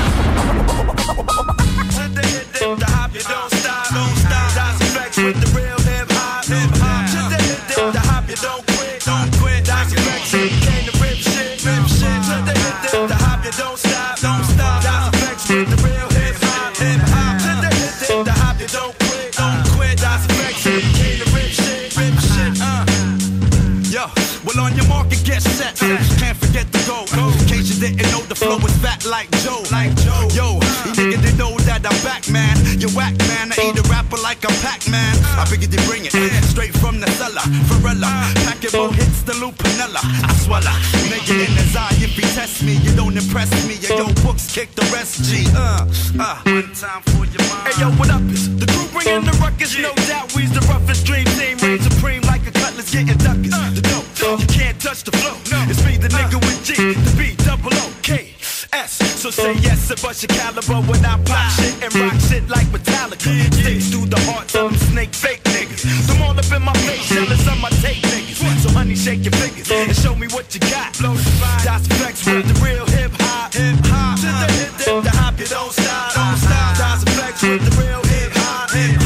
Well, on your market, get set. Can't forget the goal. In case you didn't know, the flow is fat like Joe. Yo, you niggas didn't know that I'm back, man. You whack, man. I eat a rapper like I'm Pac-Man. I figured they bring it straight from the cellar. Varela, pack it more hits the Lupinella. I swallow. Nigga in his eye, if he test me, you don't impress me. Yo, books kick the rest, G. One time for your mind. Hey, yo, what up? It's the crew bringing the ruckus. No doubt we's the roughest dream team. Reign supreme like a cutlass getting duckers. The dope. You can't touch the flow. It's me, the nigga with G, the B, double O, K, S. So say yes and bust your caliber when I pop shit and rock shit like Metallica. Sticks through the hearts of them snake fake niggas. Them all up in my face, jealous of my tape niggas. So honey, shake your fingers and show me what you got. Das Flex with the real hip hop. The hop, you don't stop. Das Flex with the real hip hop.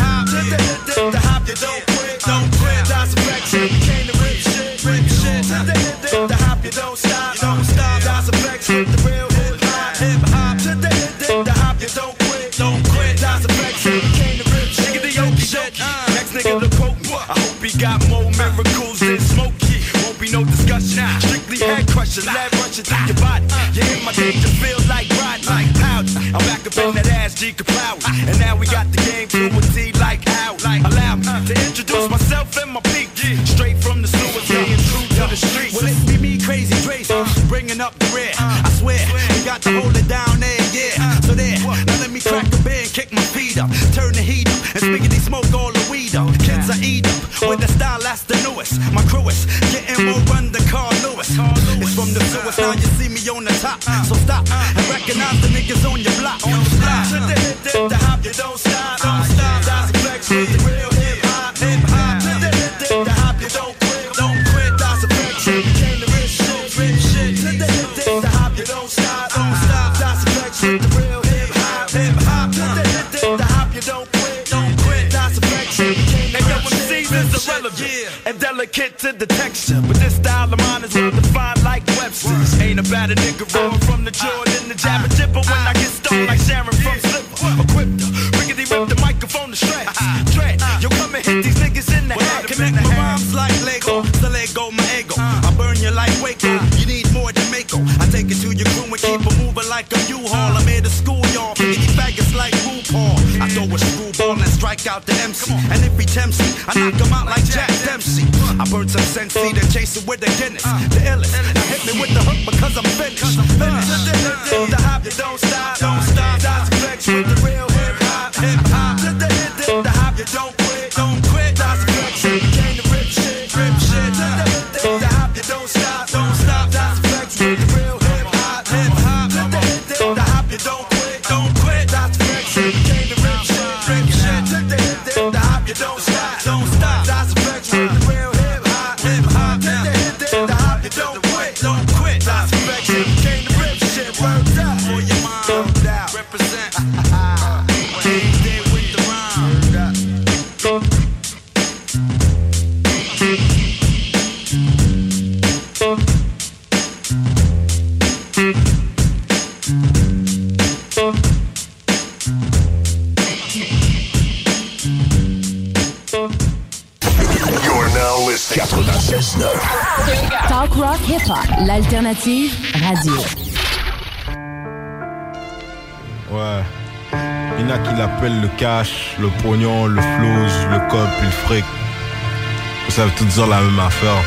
The hop, you don't quit. Das Flex, you came to rip shit. The hop, you don't stop. That's a flex with the real hip hop. The hop, you don't quit. That's a flex. Came to rip shit. Nigga, the yoke shit. Next nigga to quote. I hope he got more miracles than Smokey. Won't be no discussion. Strictly head crushing, lead rushing through your body. You hit my dick, you feel like riding like powder. I'm back up in that ass, G Kapow. And now we got the game through with T like how. Allow me to introduce myself and my peak. Straight from the sewer, staying true to the streets. Well, it be me, Crazy Trace, bringing up the rear. I swear, we got to hold it down there, yeah. So there, now let me crack a beer and kick my feet up. Turn the heat up, and spiggity smoke all the weed up. Kids I eat up, with the style that's the newest. My crew is getting more run than Carl Lewis. It's from the sewers, now you see me on the top. So stop and recognize the niggas on your block. The hop, you don't stop. That's a flex with the real hip hop. The hop, you don't quit. That's a flex. Came to rip shit. The hop, you don't stop. That's a flex with the real hip hop. The hop, you don't quit. That's a flex. Came to rip shit. Is irrelevant and delicate to the texture, but this style of mine is well defined like Webster's. Ain't about a nigga rolling from the Jordan, the jabber jibber when I get stoned like Sharon from Slipper. Equipped her, rickety rip the microphone to stretch. Dread, yo come and hit these niggas in the head. Connect my rhymes like Lego, so let go my ego. I burn you like Waco, you need more Jamaica. I take it to your crew and keep it moving like a U-Haul. I'm here to school y'all, piggy faggots like RuPaul. I throw a screwball and strike out the MC. And if he tempts me, I knock him out like Jack Dempsey. I burn some Sensi, then chase it with the Guinness. The illest, now hit me with the hook because I'm finished. The hop, you don't stop. That's a flex with the real hip hop. The hop, you don't quit. That's a flex, came to rip shit. The hop, you don't stop. That's a flex with the real hip hop. The hop, you don't quit. That's a flex, came to rip shit. The hop, you don't stop. That's a flex with the real hip hop. The hop, you don't quit. That's a flex, came to rip shit. Word up for your mind. 96.9. Talk rock hip-hop, l'alternative radio. Ouais. Il y en a qui l'appellent le cash, le pognon, le flouze, le cop puis le fric. Ça veut tout dire la même affaire.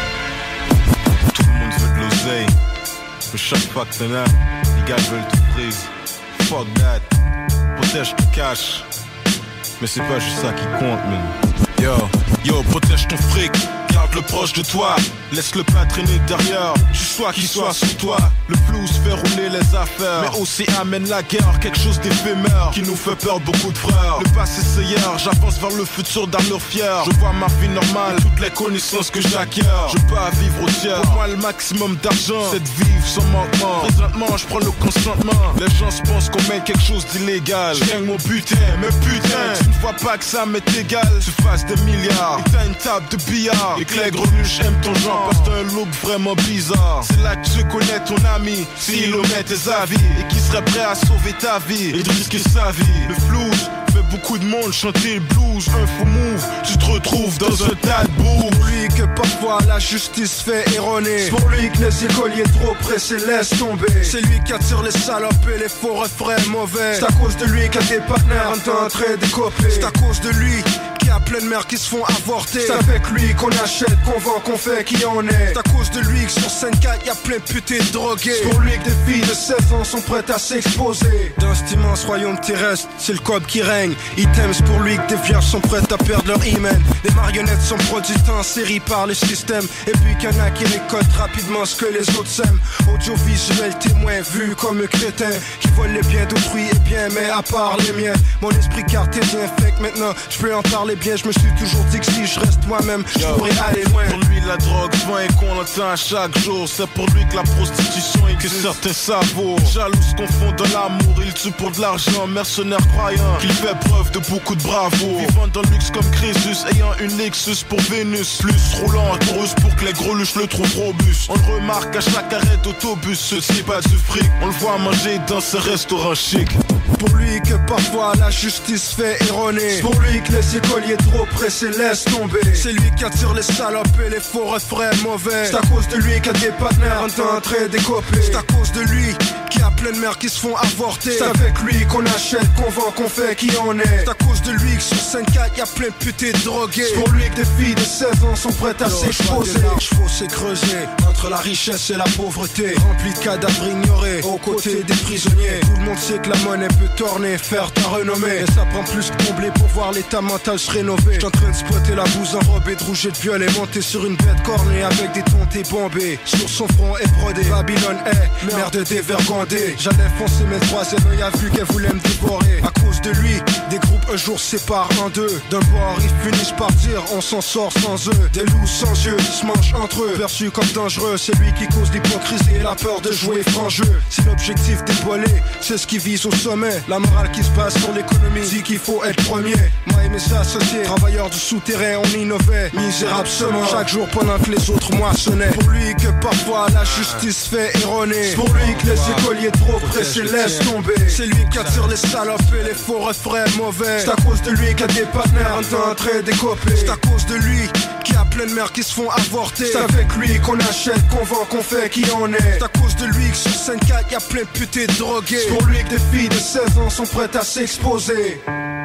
Tout le monde veut de l'oseille. Mais chaque fois que t'en as, les gars veulent tout prise. Fuck that. Protège ton cash. Mais c'est pas juste ça qui compte, man. Yo, protège ton fric. Garde-le proche de toi, laisse-le pas traîner derrière. Juste sois qui soit sur toi. Le flouze fait rouler les affaires, mais aussi amène la guerre, quelque chose d'éphémère qui nous fait perdre beaucoup de frères. Le passé c'est hier, j'avance vers le futur d'allure fière. Je vois ma vie normale, toutes les connaissances que j'acquiers. Je peux pas vivre au tiers. Pour moi le maximum d'argent, c'est de vivre sans manquement. Présentement je prends le consentement. Les gens se pensent qu'on mène quelque chose d'illégal. Je gagne mon butin, mais putain, tu ne vois pas que ça m'est égal. Tu fasses des milliards, et t'as une table de billard. Et que les greluches aiment ton genre parce que t'as un look vraiment bizarre. C'est là que tu connais ton ami, s'il omet tes avis. Et qui serait prêt à sauver ta vie et de risquer sa vie. Le flouze fait beaucoup de monde chanter le blues. Un faux move, tu te retrouves dans un tas de boue. Pour lui que parfois la justice fait erroner. C'est pour lui que les écoliers trop pressés laissent tomber. C'est lui qui attire les salopes et les faux refrains mauvais. C'est à cause de lui que des partenaires ont entré décopés. C'est à cause de lui qu'il y a plein de mères qui se font avorter. C'est avec lui qu'on achète, qu'on vend, qu'on fait qui en est. C'est à cause de lui que sur scène 4 y'a plein de putés de drogués. C'est pour lui que des filles de 16 ans sont prêtes à s'exposer. Dans cet immense royaume terrestre, c'est le cop qui règne. Items pour lui que des vierges sont prêtes à perdre leur hymen. Des marionnettes sont produites en série par les systèmes. Et puis qu'il y en a qui récoltent rapidement ce que les autres sèment. Audiovisuel témoin vu comme un crétin qui vole les biens d'autrui et bien mais à part les miens. Mon esprit cartésien fait que maintenant je peux en parler bien. Je me suis toujours dit que si je reste moi-même je pourrais aller loin. Pour lui la drogue vend et qu'on entend chaque jour. C'est pour lui que la prostitution et que certains savourent. Jaloux confond de l'amour, il tue pour de l'argent. Mercenaire croyant qu'il fait preuve de beaucoup de bravoure. Vivant dans le luxe comme Crésus, ayant une Lexus pour Vénus. Plus roulant en Taurus pour que les greluches le trouvent robuste. On le remarque à chaque arrêt d'autobus. Ce type a du fric, on le voit manger dans ce restaurant chic. Pour lui que parfois la justice fait erroner. C'est pour lui que les écoliers trop pressés laissent tomber. C'est lui qui attire les salopes et les faux refrains mauvais. C'est à cause de lui que des partenaires ont entré décopés. C'est à cause de lui qu'il y a plein de mères qui se font avorter. C'est avec lui qu'on achète, qu'on vend, qu'on fait qui en est. C'est à cause de lui que sur scène 4 y'a plein de putés de drogués. C'est pour lui que des filles de 16 ans sont prêtes à s'exposer. Chevaux s'est creusé entre la richesse et la pauvreté. Rempli de cadavres ignorés aux côtés des prisonniers. Tout le monde sait que la monnaie peut tourner, faire ta renommée. Et ça prend plus que combler pour voir l'état mental se rénover. J'suis en train de spotter la bouse enrobée de rouge et de violet. Monté sur une bête cornée avec des tontés bombés. Sur son front est brodé Babylone est merde dévergondée. J'allais foncer mes troisième œil a vu qu'elle voulait me dévorer. À cause de lui, des groupes un jour séparent en deux. D'un bord ils finissent par dire on s'en sort sans eux. Des loups sans yeux qui se mangent entre eux. Perçu comme dangereux, c'est lui qui cause l'hypocrisie et la peur de jouer franc jeu. Si l'objectif dévoilé, c'est ce qui vise au sommet. La morale qui se base sur l'économie dit qu'il faut être premier. Moi et mes associés, travailleurs du souterrain, on innovait. Misérable seulement, chaque jour pendant que les autres moissonnaient. Pour lui que parfois la justice fait erroner. Pour lui que les écoliers trop pressés laissent tomber. C'est lui qui attire les salopes et les faux refrains mauvais. C'est à cause de lui qu'il y a des partenaires en entrée décopés. C'est à cause de lui qu'il y a plein de mères qui se font avorter. C'est avec lui qu'on achète, qu'on vend, qu'on fait qui en est. C'est à cause de lui que sur scène 4 y'a plein de putés de drogués. C'est pour lui que des filles de 16 ans sont prêtes à s'exposer.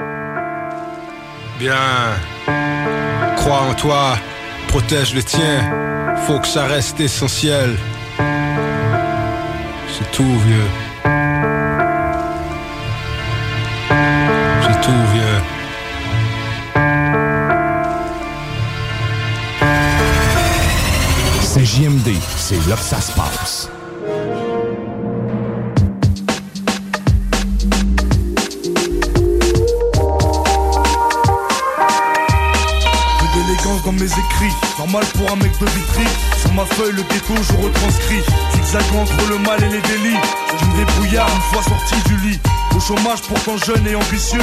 Bien, crois en toi, protège le tien. Faut que ça reste essentiel. C'est tout, vieux. C'est tout, vieux. C'est JMD, c'est là que ça se passe. Dans mes écrits, normal pour un mec de Vitry. Sur ma feuille, le ghetto, je retranscris. Zigzag entre le mal et les délits. D'une débrouillard une fois sorti du lit. Au chômage, pourtant jeune et ambitieux. C'est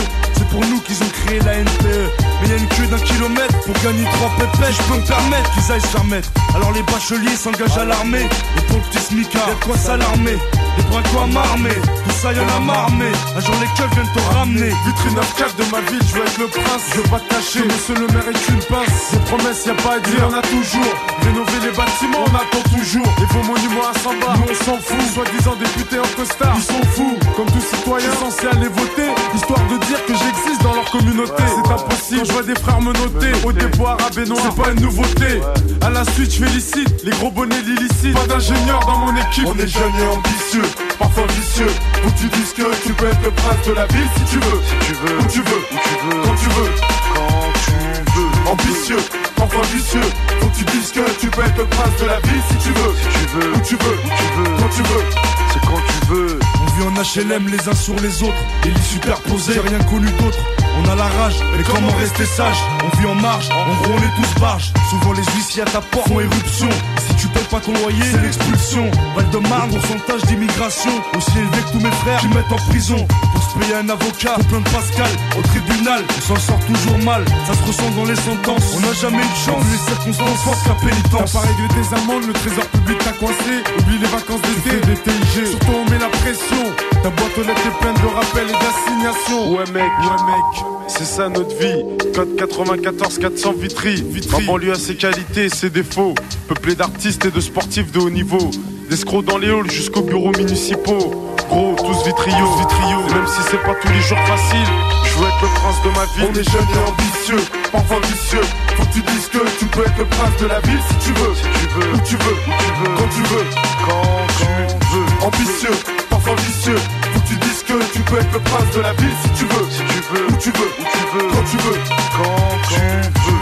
pour nous qu'ils ont créé la NPE. Mais y'a une queue d'1 kilomètre pour gagner 3 pépés. Je peux me permettre qu'ils aillent se faire mettre. Alors les bacheliers s'engagent à l'armée. Et pour le petit smicard, y'a de quoi s'alarmer. Des brincos à m'armer, tout ça y'en a marre. Mais un jour les keufs viennent te ramener. Vitrine 9-4 de ma ville, je veux être le prince. Je veux pas te cacher, monsieur le maire est une pince. Des promesses y'a pas à dire, y'en a toujours. Rénover les bâtiments, on attend toujours. Et vos monuments à 100 bars, nous on s'en fout. Soi-disant députés en costard, ils sont fous. Comme tout citoyen censé aller voter, histoire de dire que j'existe dans leur communauté. C'est impossible, je vois des frères me noter. Au dépôt arabe et noir, c'est pas une nouveauté. À la suite, je félicite les gros bonnets l'illicite. Pas d'ingénieur dans mon équipe. On est jeunes et ambitieux, parfois vicieux. Où tu dis que tu peux être le prince de la ville si tu veux. Si tu veux, où tu veux, quand tu veux. Quand tu veux. Ambitieux, parfois vicieux. Faut que tu dises que tu peux être le prince de la ville si tu veux. Si tu veux, où tu veux, quand tu veux. C'est quand tu veux. On vit en HLM les uns sur les autres, des lits superposés, j'ai rien connu d'autre. On a la rage, mais comment rester sage? On vit en marge, en gros on est tous barges. Souvent les huissiers à ta porte font éruption. Et si tu payes pas ton loyer, c'est l'expulsion. Val-de-Marne, pourcentage d'immigration aussi élevé que tous mes frères qui mettent en prison. Pour se payer un avocat, au plein de Pascal, au tribunal, on s'en sort toujours mal. Ça se ressent dans les sentences, on n'a jamais eu de chance. Les circonstances forcent la pénitence. T'as pas réglé tes amendes, le trésor public t'a coincé. Oublie les vacances d'été, des TIG. Surtout on met la pression. Ta boîte aux lettres est pleine de rappels et d'assignations. Ouais mec, c'est ça notre vie. Code 94 400 Vitry. Ma banlieue a ses qualités et ses défauts. Peuplé d'artistes et de sportifs de haut niveau. D'escrocs dans les halls jusqu'aux bureaux municipaux. Gros, tous vitriaux. Et même si c'est pas tous les jours facile, je veux être le prince de ma ville. On est jeunes et ambitieux, parfois vicieux. Faut que tu dises que tu peux être le prince de la ville si tu veux. Si tu veux, où tu veux, quand tu veux. Quand tu veux. Ambitieux, parfois vicieux. Faut que tu dises que tu peux être le prince de la ville si tu veux. Si tu veux, où tu veux, quand tu veux. Quand tu veux.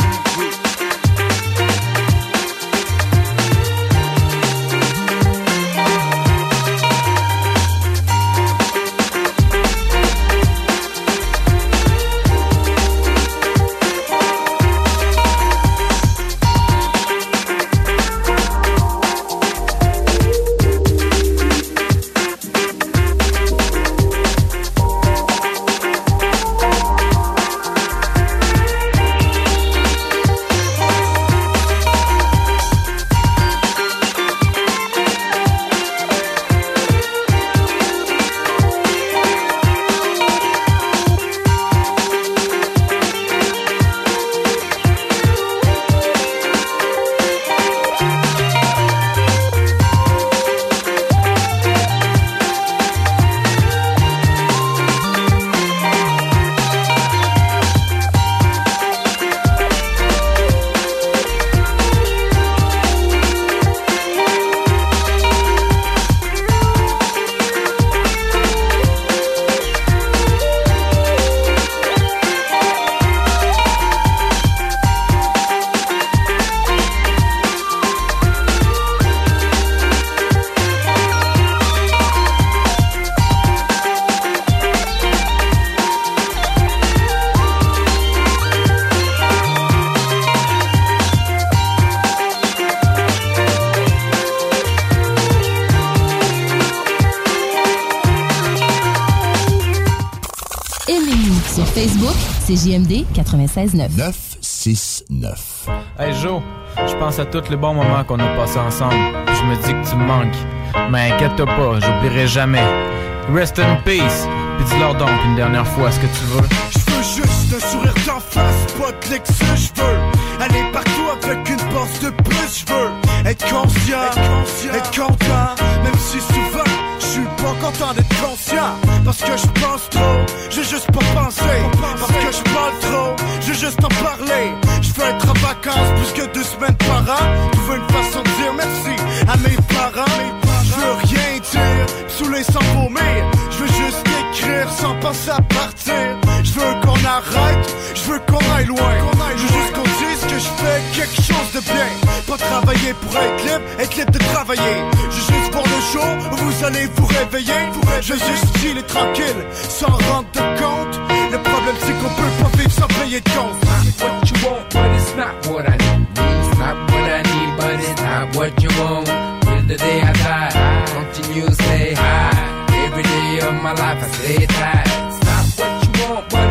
Facebook, c'est JMD 96.9. 969. Hey Joe, je pense à tous les bons moments qu'on a passés ensemble. Je me dis que tu me manques. Mais inquiète-toi pas, j'oublierai jamais. Rest in peace. Puis dis-leur donc une dernière fois ce que tu veux. Je veux juste un sourire d'en face, pas de l'excès. Je veux aller partout avec une force de plus. Je veux être conscient, être content. Même si souvent je suis pas content d'être conscient. Parce que je pense trop, je veux juste pas penser. Parce que je parle trop, je veux juste en parler. Je veux être en vacances plus que 2 semaines par an. Trouver une façon de dire merci à mes parents. Je veux rien dire, saouler sans vomir. Je veux juste écrire sans penser à partir. Je veux qu'on arrête, je veux qu'on aille loin. Je veux juste qu'on dise que je fais quelque chose de bien. Pas travailler pour être libre de travailler. Je veux juste voir le jour où vous allez vous réveiller. Je veux juste chiller tranquille, sans rendre de compte. Le problème c'est qu'on peut pas vivre sans payer de compte. What you want, but it's not what I need. It's not what I need, but it's not what you want. Till the day I die, I continue to stay high. Every day of my life I stay tight. It's not what you want, but it's not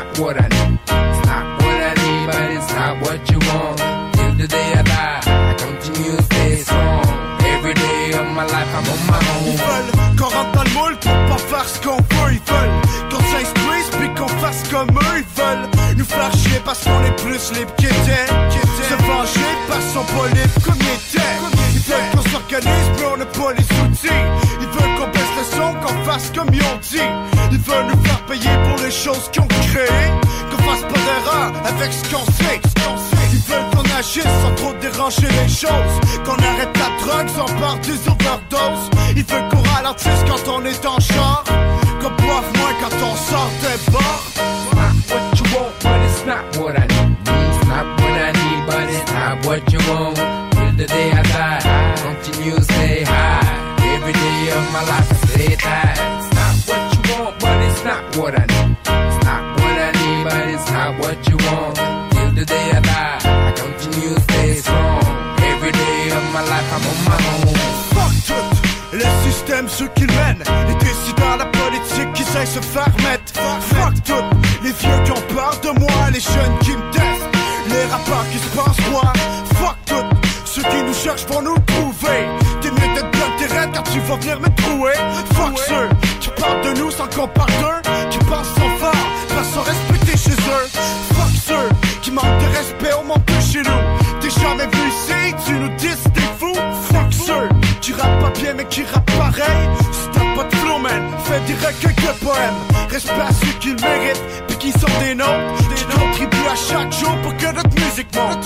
what I need. It's not what I need, but it's not what you want. Till the day I die, I continue to stay strong. Every day of my life, I'm on my own. Ils veulent qu'on rentre dans le moule pour pas faire ce qu'on veut. Ils veulent qu'on s'instruise puis qu'on fasse comme eux. Ils veulent nous faire chier parce qu'on est plus libres qu'étaient. Se venger parce qu'on sont pas libres comme ils étaient. Ils veulent qu'on s'organise mais on n'a pas les outils. Ils veulent qu'on baisse le son, qu'on fasse comme ils ont dit. Ils veulent nous faire payer pour les choses qu'ils ont créées. Qu'on fasse pas d'erreur avec ce qu'on sait. Ils veulent qu'on agisse sans trop déranger les choses. Qu'on arrête la drogue sans part des overdoses. Ils veulent qu'on ralentisse quand on est en char. Qu'on boive moins quand on sort des bars. What you want, but it's not what I need. It's not what I need, but it's not what you want. Till the day I die, I continue to stay high. Every day of my life I stay tight. It's not what you want, but it's not what I need. It's not what I need, but it's not what you want. Till the day I die, I continue to stay strong. Every day of my life I'm on my own. Fuck tout, le système, ceux qui le mènent. Les décideurs, la politique qui sait se faire mettre. Fuck tout, les vieux qui ont peur de moi, les jeunes qui me testent, les rappeurs qui se pensent moi. Fuck tout, ceux qui nous cherchent vont nous trouver. T'es mieux d'être bien t'es raide quand tu vas venir me trouver. Fuck ceux qui parlent de nous sans qu'on parle d'eux, qui pensent sans fort, pas sans respecter chez eux. Fuck ceux qui manquent de respect au monde de chez nous. T'es jamais vu ici, tu nous dis t'es fou. Fuck ceux qui rappent pas bien mais qui rappent pareil. Si t'as pas de flow man, fais des recueils de poèmes. Respect à ceux qui le méritent, puis qui sont des nôtres, qui contribuent à chaque jour pour que notre musique monte.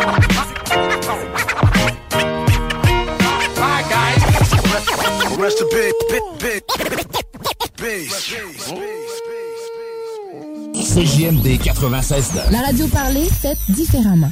Bye guys. Rest a bit. CJMD 96.9. La radio parlée, faite différemment.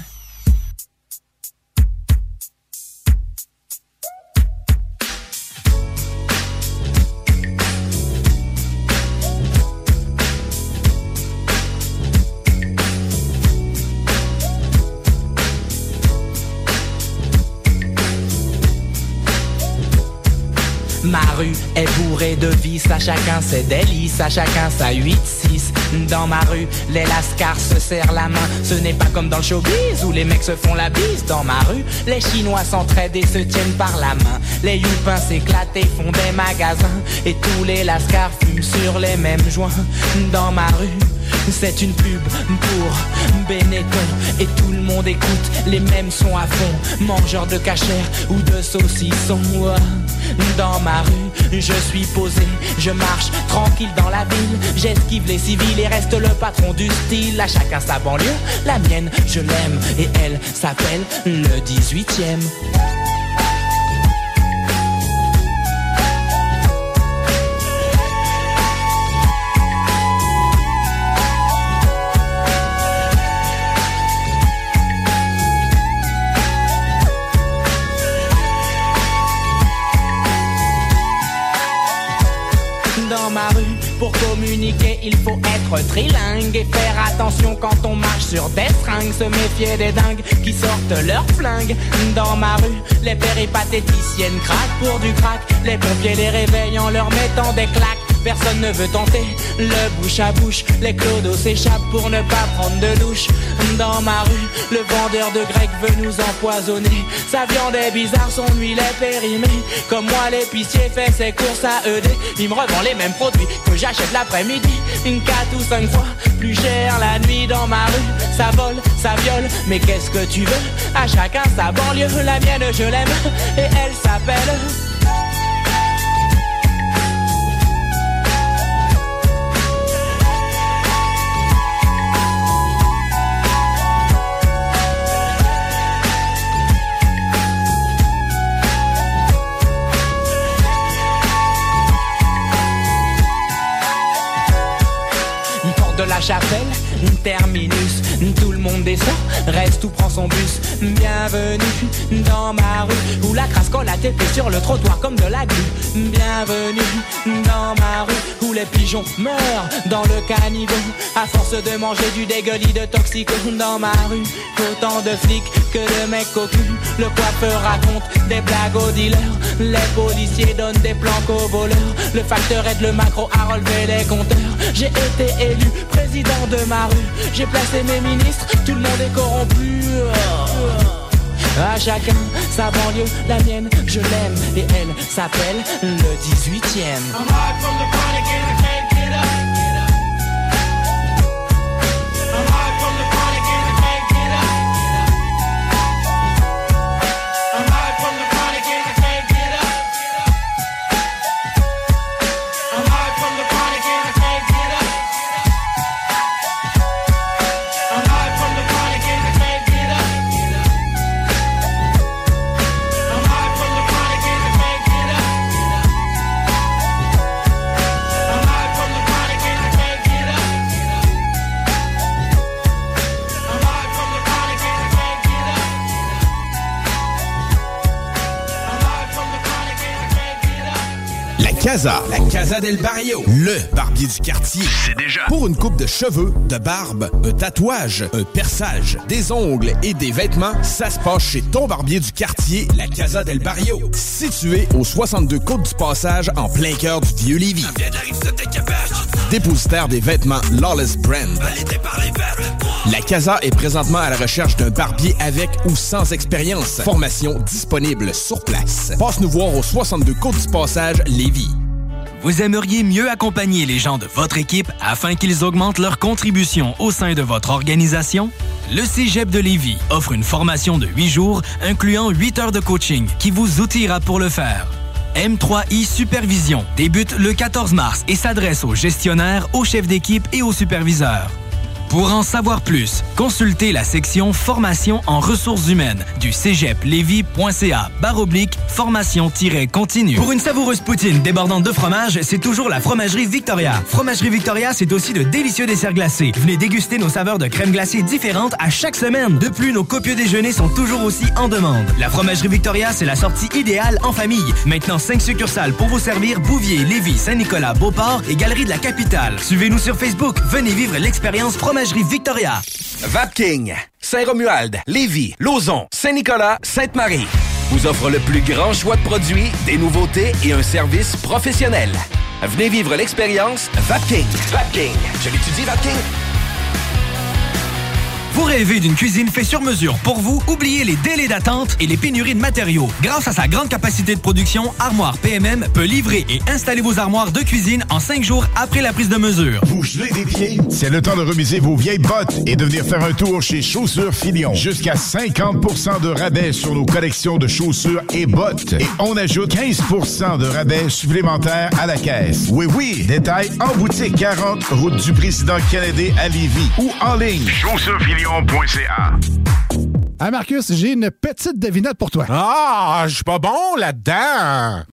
Ma rue est bourrée de vices, à chacun ses délices, à chacun sa 8-6. Dans ma rue, les lascars se serrent la main. Ce n'est pas comme dans le showbiz où les mecs se font la bise. Dans ma rue, les Chinois s'entraident et se tiennent par la main. Les youpins s'éclatent et font des magasins. Et tous les lascars fument sur les mêmes joints. Dans ma rue, c'est une pub pour Benetton. Et tout le monde écoute les mêmes sons à fond. Mangeurs de cachère ou de saucissons. Dans ma rue, je suis posé, je marche tranquille dans la ville. J'esquive les civils et reste le patron du style. À chacun sa banlieue, la mienne je l'aime. Et elle s'appelle le 18e. Dans ma rue, pour communiquer, il faut être trilingue et faire attention quand on marche sur des fringues. Se méfier des dingues qui sortent leurs flingues. Dans ma rue, les péripatéticiennes craquent pour du crack. Les pompiers les réveillent en leur mettant des claques. Personne ne veut tenter le bouche à bouche. Les clodos s'échappent pour ne pas prendre de douche. Dans ma rue, le vendeur de grec veut nous empoisonner. Sa viande est bizarre, son huile est périmée. Comme moi, l'épicier fait ses courses à ED. Il me revend les mêmes produits que j'achète l'après-midi. Une 4 ou 5 fois plus cher la nuit. Dans ma rue, ça vole, ça viole. Mais qu'est-ce que tu veux? À chacun sa banlieue. La mienne, je l'aime et elle s'appelle... La chapelle, terminus, tout le monde descend, reste ou prend son bus. Bienvenue dans ma rue, où la crasse colle à tête sur le trottoir comme de la glu. Bienvenue dans ma rue, où les pigeons meurent dans le caniveau à force de manger du dégueulis de toxico. Dans ma rue, autant de flics que de mecs cocus. Le coiffeur raconte des blagues aux dealers, les policiers donnent des planques aux voleurs. Le facteur aide le macro à relever les compteurs. J'ai été élu président de ma rue. J'ai placé mes ministres, tout le monde est corrompu. À chacun sa banlieue, la mienne je l'aime et elle s'appelle le 18e. La Casa del Barrio, le barbier du quartier. C'est déjà. Pour une coupe de cheveux, de barbe, un tatouage, un perçage, des ongles et des vêtements, ça se passe chez ton barbier du quartier, la Casa del Barrio. Situé au 62 Côte du Passage, en plein cœur du Vieux-Lévis. Dépositaire des vêtements Lawless Brand. La Casa est présentement à la recherche d'un barbier avec ou sans expérience. Formation disponible sur place. Passe nous voir au 62 Côte du Passage, Lévis. Vous aimeriez mieux accompagner les gens de votre équipe afin qu'ils augmentent leur contribution au sein de votre organisation? Le Cégep de Lévis offre une formation de 8 jours incluant 8 heures de coaching qui vous outillera pour le faire. M3I Supervision débute le 14 mars et s'adresse aux gestionnaires, aux chefs d'équipe et aux superviseurs. Pour en savoir plus, consultez la section Formation en ressources humaines du cégeplevy.ca/formation-continue. Pour une savoureuse poutine débordante de fromage, c'est toujours la Fromagerie Victoria. Fromagerie Victoria, c'est aussi de délicieux desserts glacés. Venez déguster nos saveurs de crème glacée différentes à chaque semaine. De plus, nos copieux déjeuners sont toujours aussi en demande. La Fromagerie Victoria, c'est la sortie idéale en famille. Maintenant, 5 succursales pour vous servir: Bouvier, Lévis, Saint-Nicolas, Beauport et Galerie de la Capitale. Suivez-nous sur Facebook. Venez vivre l'expérience Fromagerie Victoria. Vapking, Saint-Romuald, Lévis, Lauson, Saint-Nicolas, Sainte-Marie vous offre le plus grand choix de produits, des nouveautés et un service professionnel. Venez vivre l'expérience Vapking. Vapking. Je l'étudie, Vapking. Vous rêvez d'une cuisine faite sur mesure pour vous? Oubliez les délais d'attente et les pénuries de matériaux. Grâce à sa grande capacité de production, Armoire PMM peut livrer et installer vos armoires de cuisine en 5 jours après la prise de mesure. Vous gelez des pieds? C'est le temps de remiser vos vieilles bottes et de venir faire un tour chez Chaussures Filion. Jusqu'à 50% de rabais sur nos collections de chaussures et bottes. Et on ajoute 15% de rabais supplémentaires à la caisse. Oui, oui, détail en boutique 40, route du Président Kennedy à Lévis ou en ligne. ChaussuresFilion.ca. Ah, Marcus, j'ai une petite devinette pour toi. Ah, je suis pas bon là-dedans.